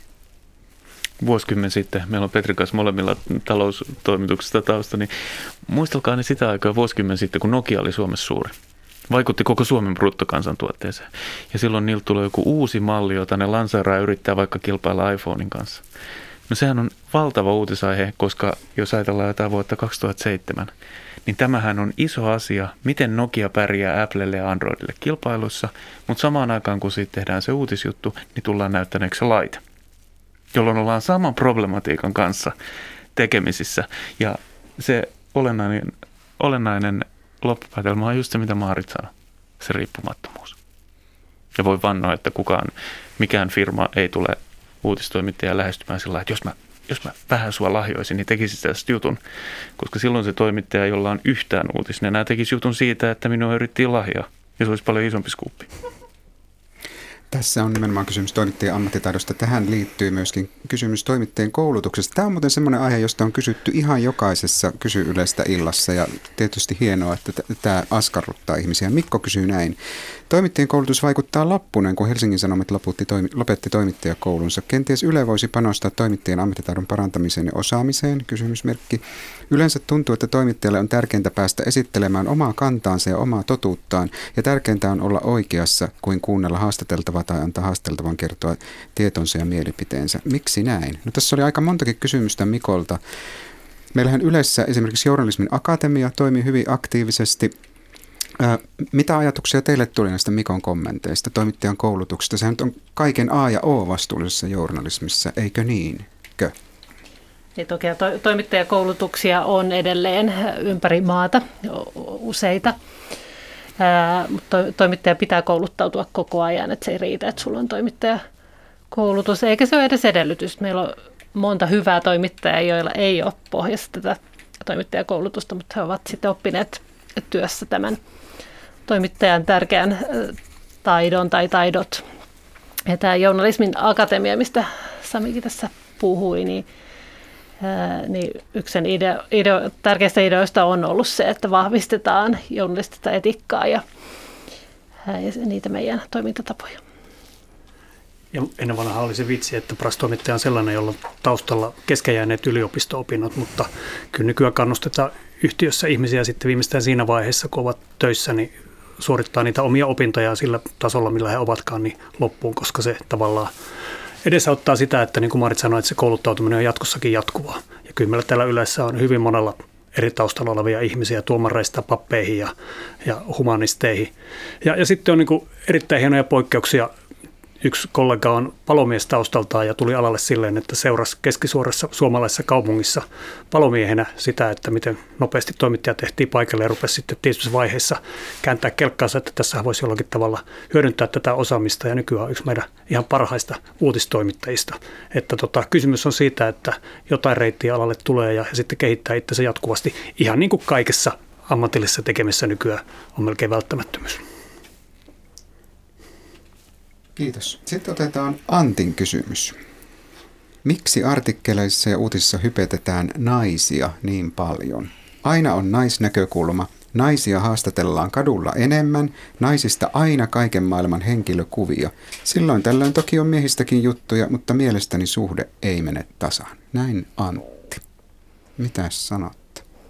Vuosikymmen sitten, meillä on Petrin kanssa molemmilla taloustoimituksista tausta, niin muistelkaa ne sitä aikaa vuosikymmen sitten, kun Nokia oli Suomessa suuri. Vaikutti koko Suomen bruttokansantuotteeseen. Ja silloin niiltä tulee joku uusi malli, jota ne lanseeraa ja yrittää vaikka kilpailla iPhonein kanssa. No sehän on valtava uutisaihe, koska jos ajatellaan jotain vuotta kaksituhattaseitsemän, niin tämähän on iso asia, miten Nokia pärjää Applelle ja Androidille kilpailussa, mutta samaan aikaan kun siitä tehdään se uutisjuttu, niin tullaan näyttäneeksi se laite, jolloin ollaan saman problematiikan kanssa tekemisissä. Ja se olennainen, olennainen loppupäätelmä on just se, mitä Maarit sanoi, se riippumattomuus. Ja voi vannoa, että kukaan, mikään firma ei tule uutistoimittaja lähestymään sillä, että jos mä, jos mä vähän sua lahjoisin, niin tekisit tästä jutun. Koska silloin se toimittaja, jolla on yhtään uutista, enää tekisi jutun siitä, että minua yrittiin lahjaa. Ja se olisi paljon isompi skuuppi. Tässä on nimenomaan kysymys toimittajien ammattitaidosta. Tähän liittyy myöskin kysymys toimittajien koulutuksesta. Tämä on muuten semmoinen aihe, josta on kysytty ihan jokaisessa Kysy Ylestä illassa ja tietysti hienoa, että t- tämä askarruttaa ihmisiä. Mikko kysyy näin. Toimittajien koulutus vaikuttaa loppuneen, kun Helsingin Sanomat lopetti, toimi, lopetti toimittajakoulunsa. Kenties Yle voisi panostaa toimittajien ammattitaidon parantamiseen ja osaamiseen? Kysymysmerkki. Yleensä tuntuu, että toimittajalle on tärkeintä päästä esittelemään omaa kantaansa ja omaa totuuttaan, ja tärkeintä on olla oikeassa kuin kuunnella haastateltavaa tai antaa haastateltavan kertoa tietonsa ja mielipiteensä. Miksi näin? No, tässä oli aika montakin kysymystä Mikolta. Meillähän Ylessä esimerkiksi Journalismin Akatemia toimii hyvin aktiivisesti. Ää, mitä ajatuksia teille tuli näistä Mikon kommenteista, toimittajan koulutuksesta? Sehän on kaiken A ja O vastuullisessa journalismissa, eikö niinkö? Niin toki to- toimittajakoulutuksia on edelleen ympäri maata useita, Ää, mutta to- toimittaja pitää kouluttautua koko ajan, että se ei riitä, että sulla on toimittajakoulutus, eikä se ole edes edellytys. Meillä on monta hyvää toimittajaa, joilla ei ole pohjassa tätä toimittajakoulutusta, mutta he ovat sitten oppineet työssä tämän toimittajan tärkeän taidon tai taidot. Ja tämä Journalismin Akatemia, mistä Samikin tässä puhui, niin Ää, niin yksi sen ideo, ideo, tärkeistä ideoista on ollut se, että vahvistetaan journalistista etiikkaa ja, ää, ja niitä meidän toimintatapoja. Ja ennen vanhaa oli se vitsi, että paras toimittaja on sellainen, jolla on taustalla keskenjääneet yliopisto-opinnot, mutta kyllä nykyään kannustetaan yhtiössä ihmisiä sitten viimeistään siinä vaiheessa, kun ovat töissä, niin suorittaa niitä omia opintojaan sillä tasolla, millä he ovatkaan, niin loppuun, koska se tavallaan edesauttaa sitä, että niin kuin Maarit sanoi, että se kouluttautuminen on jatkossakin jatkuvaa. Ja kyllä meillä täällä Ylessä on hyvin monella eri taustalla olevia ihmisiä, tuomareista pappeihin ja, ja humanisteihin. Ja, ja sitten on niin kuin erittäin hienoja poikkeuksia. Yksi kollega on palomies taustaltaan ja tuli alalle silleen, että seurasi keskisuoressa suomalaisessa kaupungissa palomiehenä sitä, että miten nopeasti toimittaja tehtiin paikalle ja rupesi sitten tietyissä vaiheessa kääntää kelkkaansa, että tässä voisi jollakin tavalla hyödyntää tätä osaamista ja nykyään on yksi meidän ihan parhaista uutistoimittajista. Että tota, kysymys on siitä, että jotain reittiä alalle tulee ja, ja sitten kehittää itsensä jatkuvasti ihan niin kuin kaikessa ammatillisessa tekemisessä nykyään on melkein välttämättömyys. Kiitos. Sitten otetaan Antin kysymys. Miksi artikkeleissa ja uutisissa hypetetään naisia niin paljon? Aina on naisnäkökulma. Naisia haastatellaan kadulla enemmän. Naisista aina kaiken maailman henkilökuvia. Silloin tällöin toki on miehistäkin juttuja, mutta mielestäni suhde ei mene tasaan. Näin Antti. Mitäs sanot?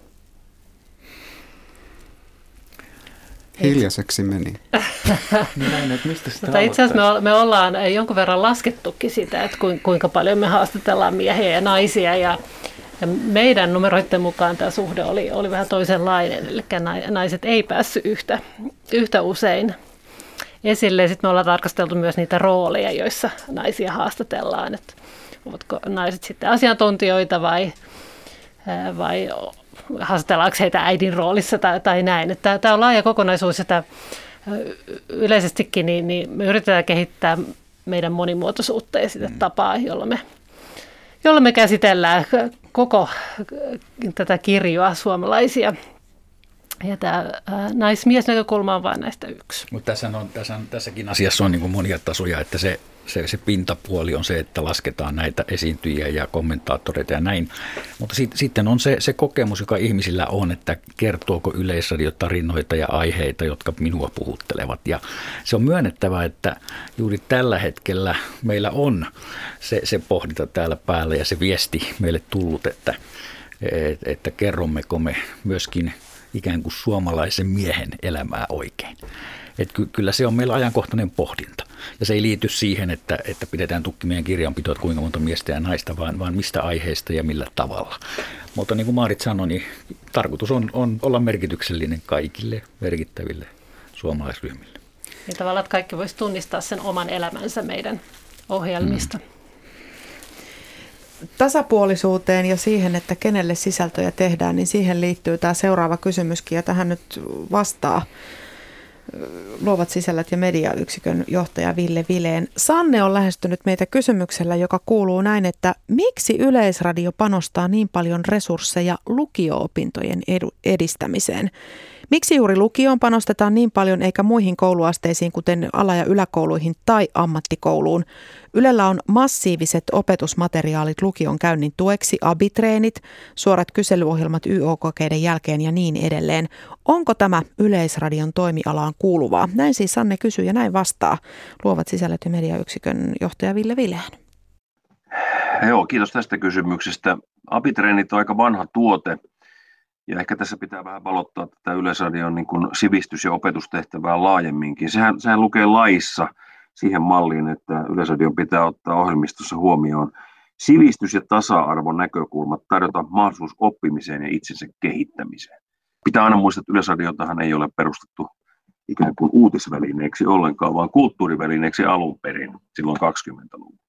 Hiljaiseksi meni. Näin, että mistä sitä Mutta itse asiassa me, me ollaan jonkun verran laskettukin sitä, että kuinka paljon me haastatellaan miehiä ja naisia. Ja, ja meidän numeroiden mukaan tämä suhde oli, oli vähän toisenlainen. Eli naiset ei päässyt yhtä, yhtä usein esille. Sitten me ollaan tarkasteltu myös niitä rooleja, joissa naisia haastatellaan. Että ovatko naiset sitten asiantuntijoita vai... vai haastatellaanko heitä äidin roolissa tai, tai näin. Että tämä on laaja kokonaisuus, että yleisestikin niin, niin me yritetään kehittää meidän monimuotoisuutta ja sitä tapaa, jolla me, jolla me käsitellään koko tätä kirjoa suomalaisia. Ja tämä naismiesnäkökulma on vain näistä yksi. Mutta tässä on, tässä on, tässäkin asiassa on niin kuin monia tasoja, että se, se, se pintapuoli on se, että lasketaan näitä esiintyjiä ja kommentaattoreita ja näin. Mutta sit, sitten on se, se kokemus, joka ihmisillä on, että kertooko Yleisradio tarinoita ja aiheita, jotka minua puhuttelevat. Ja se on myönnettävä, että juuri tällä hetkellä meillä on se, se pohdinta täällä päällä ja se viesti meille tullut, että, että kerrommeko me myöskin ikään kuin suomalaisen miehen elämää oikein. Et ky- kyllä se on meillä ajankohtainen pohdinta. Ja se ei liity siihen, että, että pidetään tukki meidän kirjanpitoa, että kuinka monta miestä ja naista, vaan, vaan mistä aiheesta ja millä tavalla. Mutta niin kuin Maarit sanoi, niin tarkoitus on, on olla merkityksellinen kaikille merkittäville suomalaisryhmille. Niin tavallaan, että kaikki voisi tunnistaa sen oman elämänsä meidän ohjelmista. Mm. Tasapuolisuuteen ja siihen, että kenelle sisältöjä tehdään, niin siihen liittyy tämä seuraava kysymyskin, ja tähän nyt vastaa Luovat sisällöt ja mediayksikön johtaja Ville Vileen. Sanne on lähestynyt meitä kysymyksellä, joka kuuluu näin, että miksi Yleisradio panostaa niin paljon resursseja lukio-opintojen edu- edistämiseen? Miksi juuri lukioon panostetaan niin paljon eikä muihin kouluasteisiin, kuten ala- ja yläkouluihin tai ammattikouluun? Ylellä on massiiviset opetusmateriaalit lukion käynnin tueksi, abitreenit, suorat kyselyohjelmat Y O-kokeiden jälkeen ja niin edelleen. Onko tämä Yleisradion toimialaan kuuluvaa? Näin siis Sanne kysyy ja näin vastaa Luovat sisällöt ja mediayksikön johtaja Ville Vilén. Joo, kiitos tästä kysymyksestä. Abitreenit on aika vanha tuote. Ja ehkä tässä pitää vähän valottaa tätä Yleisradion niin kuin sivistys- ja opetustehtävää laajemminkin. Sehän, sehän lukee laissa siihen malliin, että Yleisradion pitää ottaa ohjelmistossa huomioon sivistys- ja tasa-arvon näkökulmat, tarjota mahdollisuus oppimiseen ja itsensä kehittämiseen. Pitää aina muistaa, että Yleisradiotahan ei ole perustettu ikään kuin uutisvälineeksi ollenkaan, vaan kulttuurivälineeksi alun perin silloin kaksikymmentäluvulla.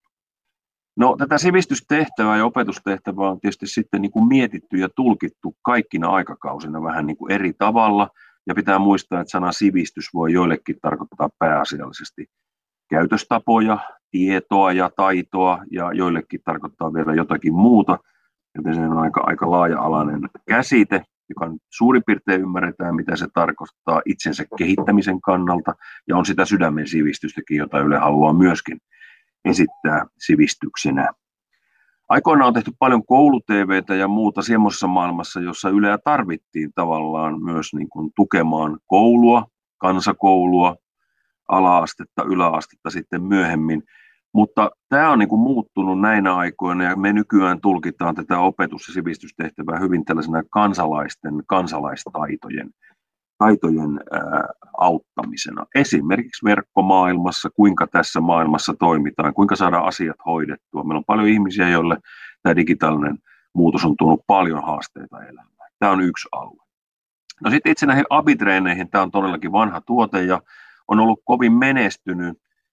No, tätä sivistystehtävää ja opetustehtävää on tietysti sitten niin kuin mietitty ja tulkittu kaikkina aikakausina vähän niin kuin eri tavalla. Ja pitää muistaa, että sana sivistys voi joillekin tarkoittaa pääasiallisesti käytöstapoja, tietoa ja taitoa, ja joillekin tarkoittaa vielä jotakin muuta. Joten se on aika, aika laaja-alainen käsite, joka suurin piirtein ymmärretään, mitä se tarkoittaa itsensä kehittämisen kannalta. Ja on sitä sydämen sivistystäkin, jota Yle haluaa myöskin esittää sivistyksenä. Aikoinaan on tehty paljon koulu-tv:tä ja muuta semmoisessa maailmassa, jossa Yleä tarvittiin tavallaan myös niin kuin tukemaan koulua, kansakoulua, ala-astetta, yläastetta sitten myöhemmin. Mutta tämä on niin kuin muuttunut näinä aikoina ja me nykyään tulkitaan tätä opetus- ja sivistystehtävää hyvin tällaisena kansalaisten, kansalaistaitojen taitojen ää, auttamisena. Esimerkiksi verkkomaailmassa, kuinka tässä maailmassa toimitaan, kuinka saadaan asiat hoidettua. Meillä on paljon ihmisiä, joille tämä digitaalinen muutos on tuonut paljon haasteita elämään. Tämä on yksi alue. No sitten itse näihin abitreeneihin, tämä on todellakin vanha tuote ja on ollut kovin menestynyt.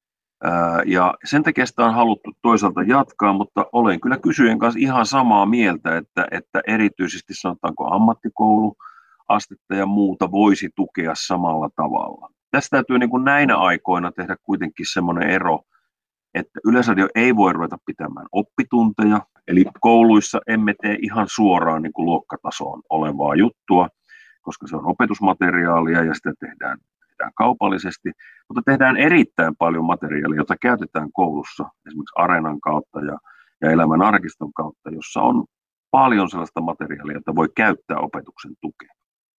Ää, ja sen takia sitä on haluttu toisaalta jatkaa, mutta olen kyllä kysyjän kanssa ihan samaa mieltä, että, että erityisesti sanotaanko ammattikoulu, astetta ja muuta voisi tukea samalla tavalla. Tästä täytyy niin kuin näinä aikoina tehdä kuitenkin semmoinen ero, että Yleisradio ei voi ruveta pitämään oppitunteja, eli kouluissa emme tee ihan suoraan niin kuin luokkatasoon olevaa juttua, koska se on opetusmateriaalia ja sitä tehdään, tehdään kaupallisesti, mutta tehdään erittäin paljon materiaalia, jota käytetään koulussa, esimerkiksi Areenan kautta ja, ja Elämän arkiston kautta, jossa on paljon sellaista materiaalia, jota voi käyttää opetuksen tukeen.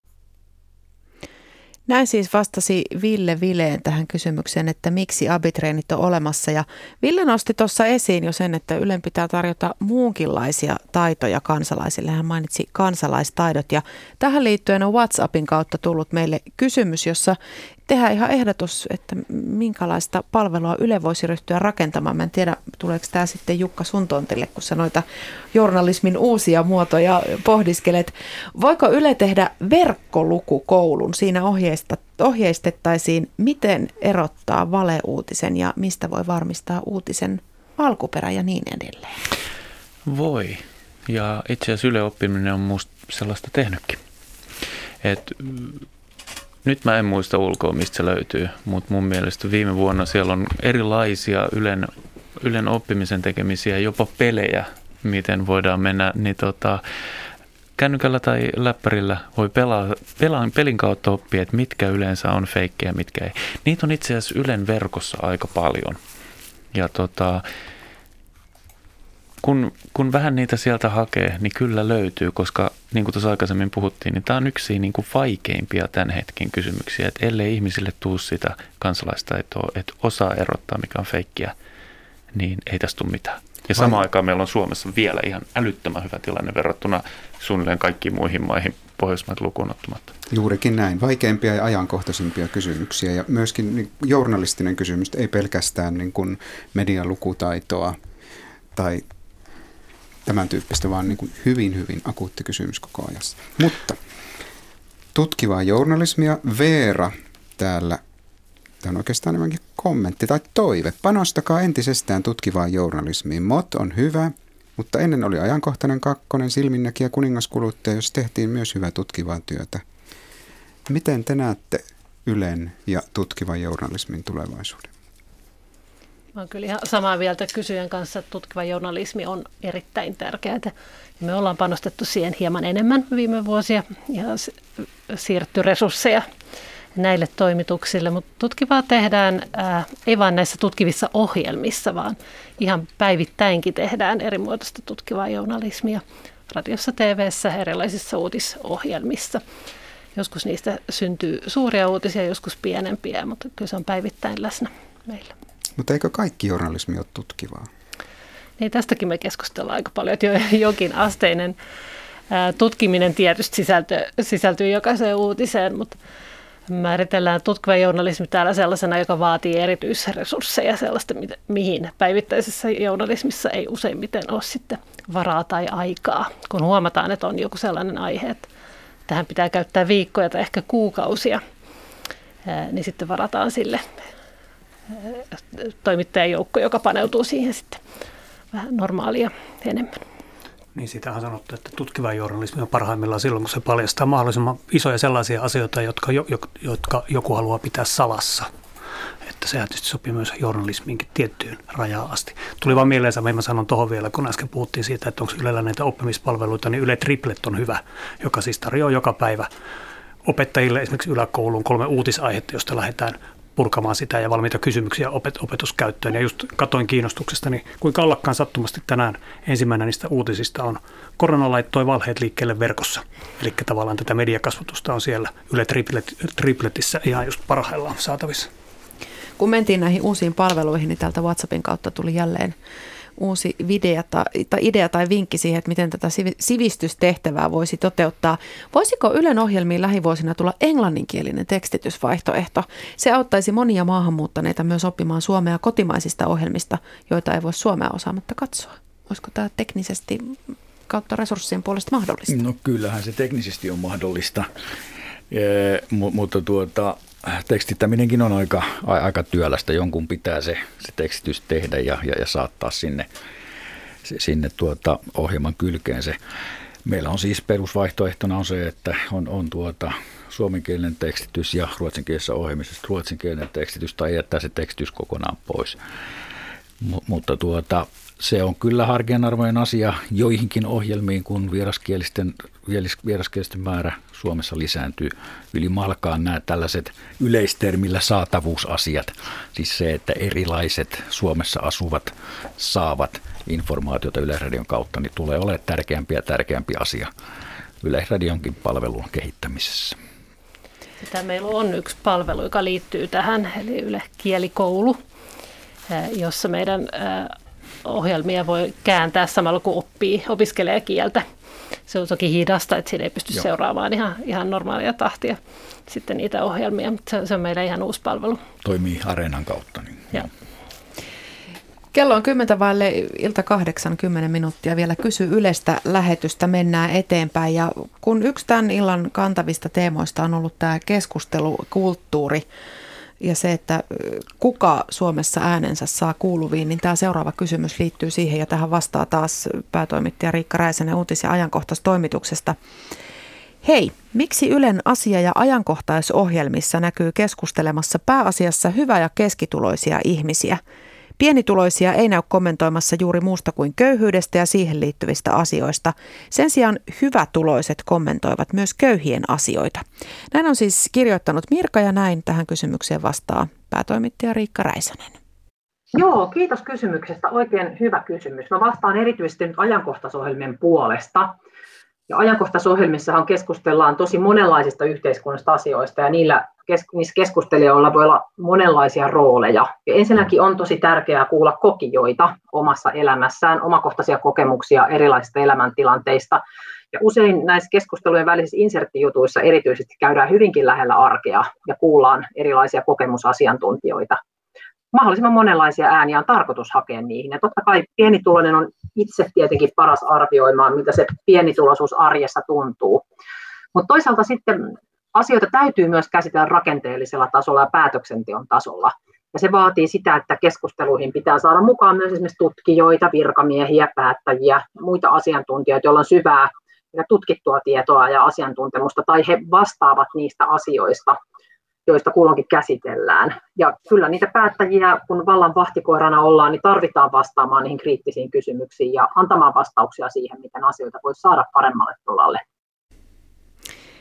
Näin siis vastasi Ville Vilén tähän kysymykseen, että miksi abitreenit on olemassa. Ja Ville nosti tuossa esiin jo sen, että Ylen pitää tarjota muunkinlaisia taitoja kansalaisille. Hän mainitsi kansalaistaidot ja tähän liittyen on WhatsAppin kautta tullut meille kysymys, jossa tehdään ihan ehdotus, että minkälaista palvelua Yle voisi ryhtyä rakentamaan. Mä en tiedä, tuleeko tämä sitten Jukka sun tontille, kun sä noita journalismin uusia muotoja pohdiskelet. Voiko Yle tehdä verkkolukukoulun? Siinä ohjeistettaisiin, miten erottaa valeuutisen ja mistä voi varmistaa uutisen alkuperä ja niin edelleen. Voi. Ja itse asiassa Yle Oppiminen on musta sellaista tehnytkin. Et nyt mä en muista ulkoa, mistä se löytyy, mutta mun mielestä viime vuonna siellä on erilaisia Ylen, Ylen oppimisen tekemisiä, jopa pelejä, miten voidaan mennä, niin tota, kännykällä tai läppärillä voi pelaa, pelaa, pelin kautta oppia, että mitkä yleensä on feikkejä, mitkä ei. Niitä on itse asiassa Ylen verkossa aika paljon. Ja tota, kun, kun vähän niitä sieltä hakee, niin kyllä löytyy, koska niin kuin tuossa aikaisemmin puhuttiin, niin tämä on yksi niin kuin vaikeimpia tämän hetken kysymyksiä, että ellei ihmisille tule sitä kansalaistaitoa, että osaa erottaa, mikä on feikkiä, niin ei tästä tule mitään. Ja samaan aikaan meillä on Suomessa vielä ihan älyttömän hyvä tilanne verrattuna suunnilleen kaikkiin muihin maihin Pohjoismaat lukuun ottamatta. Juurikin näin. Vaikeimpia ja ajankohtaisimpia kysymyksiä ja myöskin niin journalistinen kysymys, ei pelkästään niin kuin medialukutaitoa tai tämän tyyppistä, vaan niin kuin hyvin, hyvin akuutti kysymys koko ajassa. Mutta tutkivaa journalismia. Veera täällä, tämä on oikeastaan enemmänkin kommentti tai toive. Panostakaa entisestään tutkivaan journalismiin. M O T on hyvä, mutta ennen oli ajankohtainen kakkonen, silminnäkijä, kuningaskuluttaja, jos tehtiin myös hyvää tutkivaa työtä. Miten te näette Ylen ja tutkivan journalismin tulevaisuuden? Mä oon kyllä ihan samaa mieltä kysyjän kanssa, että tutkiva journalismi on erittäin tärkeää. Me ollaan panostettu siihen hieman enemmän viime vuosia ja siirretty resursseja näille toimituksille, mutta tutkivaa tehdään ää, ei vain näissä tutkivissa ohjelmissa, vaan ihan päivittäinkin tehdään eri muotoista tutkivaa journalismia radiossa, T V:ssä, erilaisissa uutisohjelmissa. Joskus niistä syntyy suuria uutisia, joskus pienempiä, mutta kyllä se on päivittäin läsnä meillä. Mutta eikö kaikki journalismi ole tutkivaa? Niin, tästäkin me keskustellaan aika paljon, että jokin asteinen ää, tutkiminen tietysti sisältyy, sisältyy jokaiseen uutiseen, mutta määritellään tutkiva journalismi täällä sellaisena, joka vaatii erityisresursseja, sellaista, mihin päivittäisessä journalismissa ei useimmiten ole sitten varaa tai aikaa. Kun huomataan, että on joku sellainen aihe, että tähän pitää käyttää viikkoja tai ehkä kuukausia, niin sitten varataan sille toimittajajoukko, joka paneutuu siihen sitten vähän normaalia enemmän. Niin siitä on sanottu, että tutkiva journalismi on parhaimmillaan silloin, kun se paljastaa mahdollisimman isoja sellaisia asioita, jotka, jo, jotka joku haluaa pitää salassa. Että sehän tietysti sopii myös journalismiinkin tiettyyn rajaan asti. Tuli vaan mieleensä, mä sanon tuohon vielä, kun äsken puhuttiin siitä, että onko Ylellä näitä oppimispalveluita, niin Yle Triplet on hyvä, joka siis tarjoaa joka päivä opettajille esimerkiksi yläkouluun kolme uutisaihetta, josta lähdetään purkamaan sitä ja valmiita kysymyksiä opet- opetuskäyttöön. Ja just katoin kiinnostuksesta, niin kuinka ollakaan sattumasti tänään ensimmäinen niistä uutisista on korona laittoi valheet liikkeelle verkossa. Eli tavallaan tätä mediakasvatusta on siellä Yle Triplet, Tripletissä ihan just parhaillaan saatavissa. Kun mentiin näihin uusiin palveluihin, niin täältä WhatsAppin kautta tuli jälleen uusi video tai, tai idea tai vinkki siihen, että miten tätä sivistystehtävää voisi toteuttaa. Voisiko Ylen ohjelmiin lähivuosina tulla englanninkielinen tekstitysvaihtoehto? Se auttaisi monia maahanmuuttaneita myös oppimaan suomea kotimaisista ohjelmista, joita ei voi suomea osaamatta katsoa. Olisiko tämä teknisesti kautta resurssien puolesta mahdollista? No kyllähän se teknisesti on mahdollista, e, mu- mutta tuota... tekstittäminenkin on aika, aika työlästä. Jonkun pitää se, se tekstitys tehdä ja, ja, ja saattaa sinne, sinne tuota ohjelman kylkeen se. Meillä on siis perusvaihtoehtona on se, että on, on tuota suomenkielinen tekstitys ja ruotsinkielisessä ohjelmissa ruotsinkielinen tekstitys tai jättää se tekstitys kokonaan pois. M- mutta tuota, se on kyllä harkinnanarvoinen asia joihinkin ohjelmiin, kun vieraskielisten, vieraskielisten määrä Suomessa lisääntyy. Ylimalkaan nämä tällaiset yleistermillä saatavuusasiat, siis se, että erilaiset Suomessa asuvat saavat informaatiota Yleisradion kautta, niin tulee olemaan tärkeämpi ja tärkeämpi asia Yleisradionkin palvelun kehittämisessä. Sitä meillä on yksi palvelu, joka liittyy tähän, eli Yle Kielikoulu, jossa meidän ohjelmia voi kääntää samalla kun oppii, opiskelee kieltä. Se on toki hidasta, että siinä ei pysty Joo. seuraamaan ihan, ihan normaalia tahtia sitten niitä ohjelmia, mutta se, se on meidän ihan uusi palvelu. Toimii Areenan kautta. Niin. Joo. Kello on kymmentä vaille ilta kahdeksan, kymmenen minuuttia. Vielä Kysy Ylestä lähetystä, mennään eteenpäin. Ja kun yksi tämän illan kantavista teemoista on ollut tämä keskustelukulttuuri, ja se, että kuka Suomessa äänensä saa kuuluviin, niin tämä seuraava kysymys liittyy siihen, ja tähän vastaa taas päätoimittaja Riikka Räisänen uutis- ja ajankohtaistoimituksesta. Hei, miksi Ylen asia- ja ajankohtaisohjelmissa näkyy keskustelemassa pääasiassa hyvä- ja keskituloisia ihmisiä? Pienituloisia ei näy kommentoimassa juuri muusta kuin köyhyydestä ja siihen liittyvistä asioista. Sen sijaan hyvätuloiset kommentoivat myös köyhien asioita. Näin on siis kirjoittanut Mirka ja näin tähän kysymykseen vastaa päätoimittaja Riikka Räisänen. Joo, kiitos kysymyksestä. Oikein hyvä kysymys. Mä vastaan erityisesti nyt ajankohtaisohjelmien puolesta. Ja ajankohtaisohjelmissahan keskustellaan tosi monenlaisista yhteiskunnallisista asioista ja niillä niissä keskustelijoilla voi olla monenlaisia rooleja. Ja ensinnäkin on tosi tärkeää kuulla kokijoita omassa elämässään, omakohtaisia kokemuksia erilaisista elämäntilanteista. Ja usein näissä keskustelujen välisissä inserttijutuissa erityisesti käydään hyvinkin lähellä arkea ja kuullaan erilaisia kokemusasiantuntijoita. Mahdollisimman monenlaisia ääniä on tarkoitus hakea niihin. Ja totta kai pienituloinen on itse tietenkin paras arvioimaan, mitä se pienituloisuus arjessa tuntuu. Mutta toisaalta sitten asioita täytyy myös käsitellä rakenteellisella tasolla ja päätöksenteon tasolla. Ja se vaatii sitä, että keskusteluihin pitää saada mukaan myös esimerkiksi tutkijoita, virkamiehiä, päättäjiä, muita asiantuntijoita, joilla on syvää ja tutkittua tietoa ja asiantuntemusta, tai he vastaavat niistä asioista, joista kulloinkin käsitellään. Ja kyllä niitä päättäjiä, kun vallan vahtikoirana ollaan, niin tarvitaan vastaamaan niihin kriittisiin kysymyksiin ja antamaan vastauksia siihen, miten asioita voisi saada paremmalle tolalle.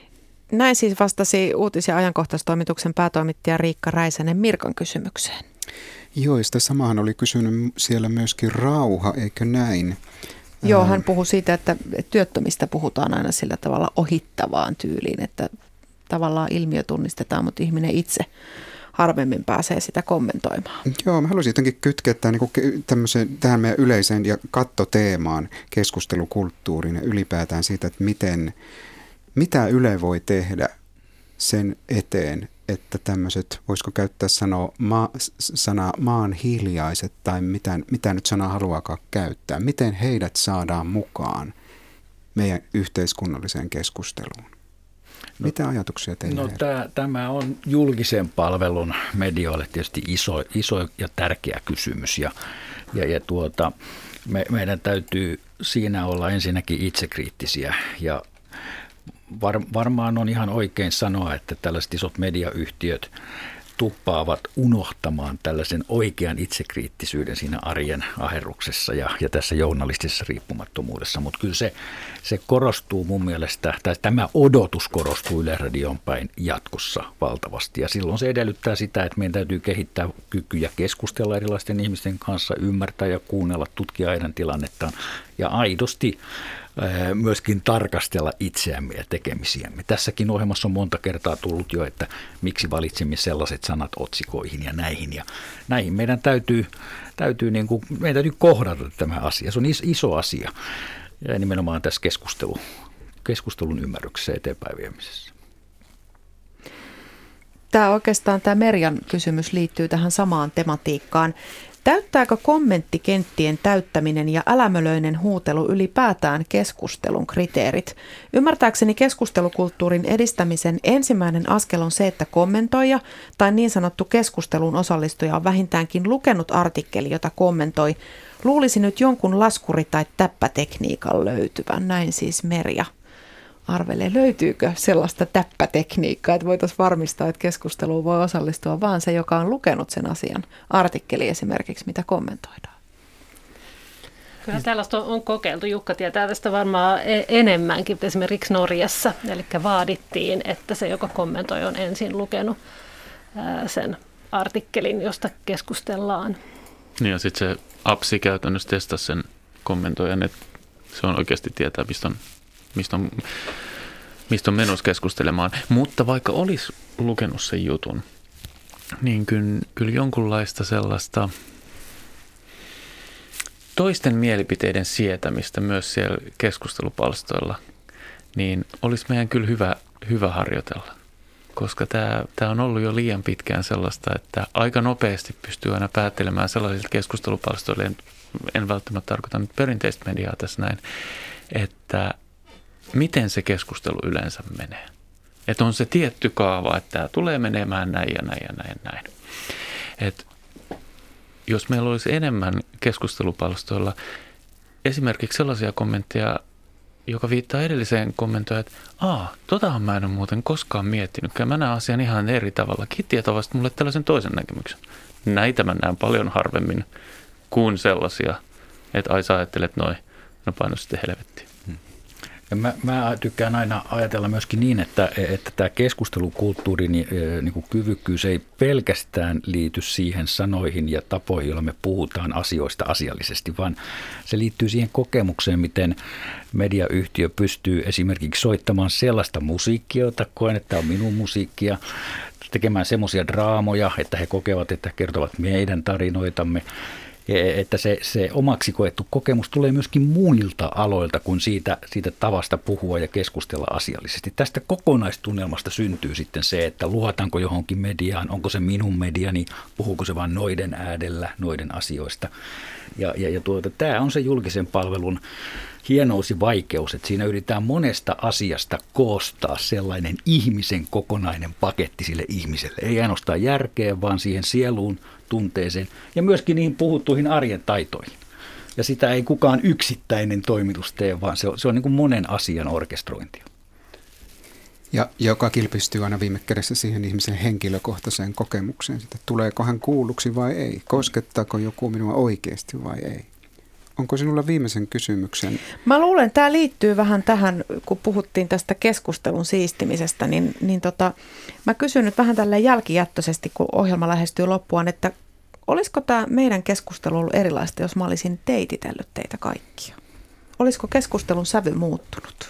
Näin siis vastasi uutis- ja ajankohtaistoimituksen päätoimittaja Riikka Räisänen Mirkan kysymykseen. Joo, sitä samahan oli kysynyt siellä myöskin Rauha, eikö näin? Joo, hän puhui siitä, että työttömistä puhutaan aina sillä tavalla ohittavaan tyyliin, että tavallaan ilmiö tunnistetaan, mutta ihminen itse harvemmin pääsee sitä kommentoimaan. Joo, mä haluaisin jotenkin kytkeä tämän, niin tähän meidän yleiseen ja kattoteemaan, keskustelukulttuuriin ja ylipäätään siitä, että miten, mitä Yle voi tehdä sen eteen, että tämmöiset, voisiko käyttää sanoa, ma, sanaa maan hiljaiset tai mitä, mitä nyt sanaa haluaakaan käyttää, miten heidät saadaan mukaan meidän yhteiskunnalliseen keskusteluun. Mitä no, ajatuksia teillä? No tämä, tämä on julkisen palvelun medioille tietysti iso, iso ja tärkeä kysymys ja, ja, ja tuota, me, meidän täytyy siinä olla ensinnäkin itsekriittisiä ja var, varmaan on ihan oikein sanoa, että tällaiset isot mediayhtiöt tuppaavat unohtamaan tällaisen oikean itsekriittisyyden siinä arjen aherruksessa ja, ja tässä journalistisessa riippumattomuudessa, mutta kyllä se, se korostuu mun mielestä, tai tämä odotus korostuu Yleisradioon päin jatkossa valtavasti ja silloin se edellyttää sitä, että meidän täytyy kehittää kykyjä keskustella erilaisten ihmisten kanssa, ymmärtää ja kuunnella, tutkia heidän tilannettaan ja aidosti myöskin tarkastella itseämme ja tekemisiämme. Tässäkin ohjelmassa on monta kertaa tullut jo, että miksi valitsimme sellaiset sanat otsikoihin ja näihin. Ja näihin meidän täytyy, täytyy, niin kuin, meidän täytyy kohdata tämä asia. Se on iso asia ja nimenomaan tässä keskustelu, keskustelun ymmärryksessä eteenpäin viemisessä. Tämä oikeastaan tämä Merjan kysymys liittyy tähän samaan tematiikkaan. Täyttääkö kommenttikenttien täyttäminen ja älämölöinen huutelu ylipäätään keskustelun kriteerit? Ymmärtääkseni keskustelukulttuurin edistämisen ensimmäinen askel on se, että kommentoija tai niin sanottu keskustelun osallistuja on vähintäänkin lukenut artikkeli, jota kommentoi. Luulisi nyt jonkun laskuri- tai täppätekniikan löytyvän, näin siis Merja arvelee. Löytyykö sellaista täppätekniikkaa, että voitaisiin varmistaa, että keskusteluun voi osallistua vaan se, joka on lukenut sen asian artikkeli esimerkiksi, mitä kommentoidaan? Kyllä tällaista on kokeiltu. Jukka tietää tästä varmaan enemmänkin, esimerkiksi Norjassa. Eli vaadittiin, että se, joka kommentoi, on ensin lukenut sen artikkelin, josta keskustellaan. Niin ja sitten se appsi käytännössä testasi sen kommentoijan, että se on oikeasti tietää, mistä on Mistä on, mistä on menossa keskustelemaan. Mutta vaikka olisi lukenut sen jutun, niin kyllä, kyllä jonkunlaista sellaista toisten mielipiteiden sietämistä myös siellä keskustelupalstoilla, niin olisi meidän kyllä hyvä, hyvä harjoitella. Koska tämä, tämä on ollut jo liian pitkään sellaista, että aika nopeasti pystyy aina päättelemään sellaisilta keskustelupalstoille, en, en välttämättä tarkoita nyt perinteistä mediaa tässä näin, että miten se keskustelu yleensä menee. Että on se tietty kaava, että tämä tulee menemään näin ja näin ja näin ja näin. Et jos meillä olisi enemmän keskustelupalstoilla esimerkiksi sellaisia kommentteja, joka viittaa edelliseen kommentoon, että aah, totahan mä en ole muuten koskaan miettinytkään. Mä näen asian ihan eri tavalla. Kiitti, että avasit mulle tällaisen toisen näkemyksen. Näitä mä näen paljon harvemmin kuin sellaisia, että ai sä ajattelet noin, no paino sitten helvettiin. Ja mä, mä tykkään aina ajatella myöskin niin, että, että tämä keskustelukulttuurin niin kuin kyvykkyys ei pelkästään liity siihen sanoihin ja tapoihin, joilla me puhutaan asioista asiallisesti, vaan se liittyy siihen kokemukseen, miten mediayhtiö pystyy esimerkiksi soittamaan sellaista musiikkia, jota koen, että on minun musiikkia, tekemään semmoisia draamoja, että he kokevat, että kertovat meidän tarinoitamme. Että se, se omaksi koettu kokemus tulee myöskin muilta aloilta kuin siitä, siitä tavasta puhua ja keskustella asiallisesti. Tästä kokonaistunnelmasta syntyy sitten se, että luotaanko johonkin mediaan, onko se minun mediani, puhuuko se vain noiden äärellä, noiden asioista. Ja, ja, ja tuota, tämä on se julkisen palvelun hienous ja vaikeus, että siinä yritetään monesta asiasta koostaa sellainen ihmisen kokonainen paketti sille ihmiselle. Ei ainoastaan järkeä, vaan siihen sieluun, tunteeseen ja myöskin niihin puhuttuihin arjen taitoihin. Ja sitä ei kukaan yksittäinen toimitus tee, vaan se on, se on niin kuin monen asian orkestrointia. Ja joka kilpistyy aina viime kädessä siihen ihmisen henkilökohtaiseen kokemukseen, että tuleeko hän kuulluksi vai ei, koskettaako joku minua oikeasti vai ei. onko sinulla viimeisen kysymyksen? Mä luulen, että tämä liittyy vähän tähän, kun puhuttiin tästä keskustelun siistimisestä, niin, niin tota, mä kysyn nyt vähän tälleen jälkijättöisesti, kun ohjelma lähestyy loppuaan, että olisiko tämä meidän keskustelu ollut erilaista, jos mä olisin teititellyt teitä kaikkia? Olisiko keskustelun sävy muuttunut?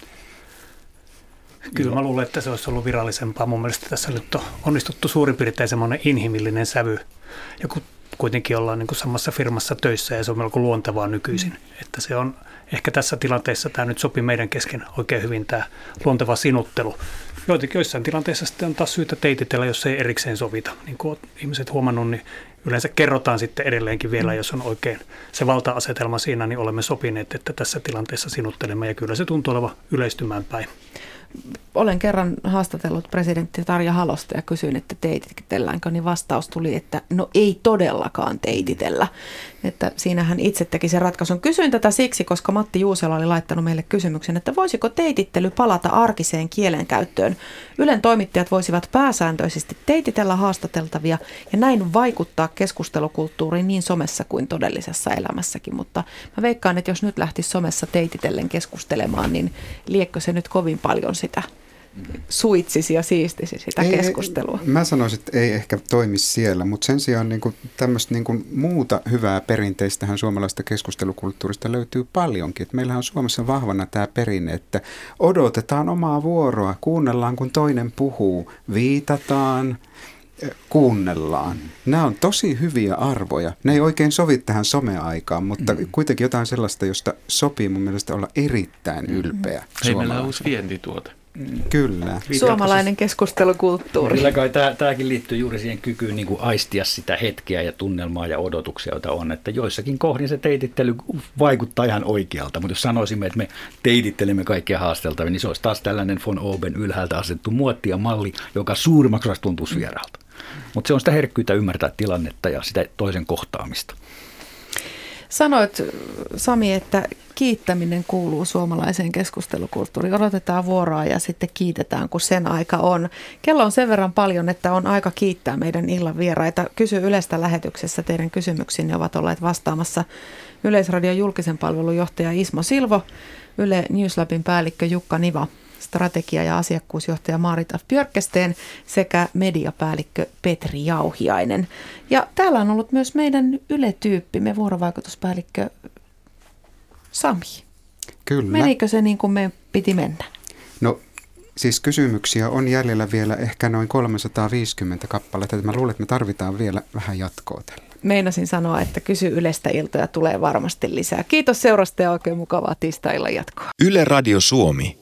Kyllä mä luulen, että se olisi ollut virallisempaa. Mun mielestä tässä nyt on onnistuttu suurin piirtein semmoinen inhimillinen sävy. Ja kun kuitenkin ollaan niin kuin samassa firmassa töissä ja se on melko luontevaa nykyisin. Että se on ehkä tässä tilanteessa, tämä nyt sopii meidän kesken oikein hyvin tämä luonteva sinuttelu. Joitakin joissain tilanteissa sitten on taas syytä teititellä, jos ei erikseen sovita. Niin kuin ihmiset huomannut, niin yleensä kerrotaan sitten edelleenkin vielä, jos on oikein se valta-asetelma siinä, niin olemme sopineet, että tässä tilanteessa sinuttelemme ja kyllä se tuntuu olevan yleistymään päin. Olen kerran haastatellut presidentti Tarja Halosta ja kysyin, että teititelläänkö, niin vastaus tuli, että no ei todellakaan teititellä. Että siinä hän itse teki sen ratkaisun. Kysyin tätä siksi, koska Matti Juusela oli laittanut meille kysymyksen, että voisiko teitittely palata arkiseen kielenkäyttöön. Ylen toimittajat voisivat pääsääntöisesti teititellä haastateltavia ja näin vaikuttaa keskustelukulttuuriin niin somessa kuin todellisessa elämässäkin. Mutta mä veikkaan, että jos nyt lähtisi somessa teititellen keskustelemaan, niin liekkö se nyt kovin paljon sitä suitsisi ja siistisi sitä ei, keskustelua. Mä sanoisin, että ei ehkä toimisi siellä, mutta sen sijaan niin kuin tämmöistä niin kuin muuta hyvää perinteistähän suomalaista keskustelukulttuurista löytyy paljonkin. Et meillähän on Suomessa vahvana tämä perinne, että odotetaan omaa vuoroa, kuunnellaan kun toinen puhuu, viitataan, kuunnellaan. Nämä on tosi hyviä arvoja. Ne ei oikein sovi tähän someaikaan, mutta mm. kuitenkin jotain sellaista, josta sopii mun mielestä olla erittäin ylpeä. Mm. Ei meillä on uusi vientituote. Kyllä. Suomalainen keskustelukulttuuri. Kyllä kai tämäkin liittyy juuri siihen kykyyn niin kuin aistia sitä hetkeä ja tunnelmaa ja odotuksia, joita on. Että joissakin kohdin se teitittely vaikuttaa ihan oikealta, mutta jos sanoisimme, että me teitittelemme kaikkia haasteltavia, niin se olisi taas tällainen von Oben ylhäältä asettu muotti ja malli, joka suurimmaksi osasta tuntuisi vieraalta. Mutta se on sitä herkkyyttä ymmärtää tilannetta ja sitä toisen kohtaamista. Sanoit, Sami, että kiittäminen kuuluu suomalaiseen keskustelukulttuuriin. Odotetaan vuoroa ja sitten kiitetään, kun sen aika on. Kello on sen verran paljon, että on aika kiittää meidän illan vieraita. Kysy Ylestä lähetyksessä. Teidän kysymyksiinne ovat olleet vastaamassa Yleisradion julkisen palvelun johtaja Ismo Silvo, Yle Newslabin päällikkö Jukka Niva, strategia- ja asiakkuusjohtaja Maarit af Björkesteen sekä mediapäällikkö Petri Jauhiainen. Ja täällä on ollut myös meidän Yle-tyyppimme vuorovaikutuspäällikkö Sami. Kyllä. Menikö se niin kuin me piti mennä? No siis kysymyksiä on jäljellä vielä ehkä noin kolmesataaviisikymmentä kappaletta. Mä luulen, että me tarvitaan vielä vähän jatkoa tällä. Meinasin sanoa, että kysy Ylestä iltoja tulee varmasti lisää. Kiitos seurasta ja oikein mukavaa tiistai-illan jatkoa. Yle Radio Suomi.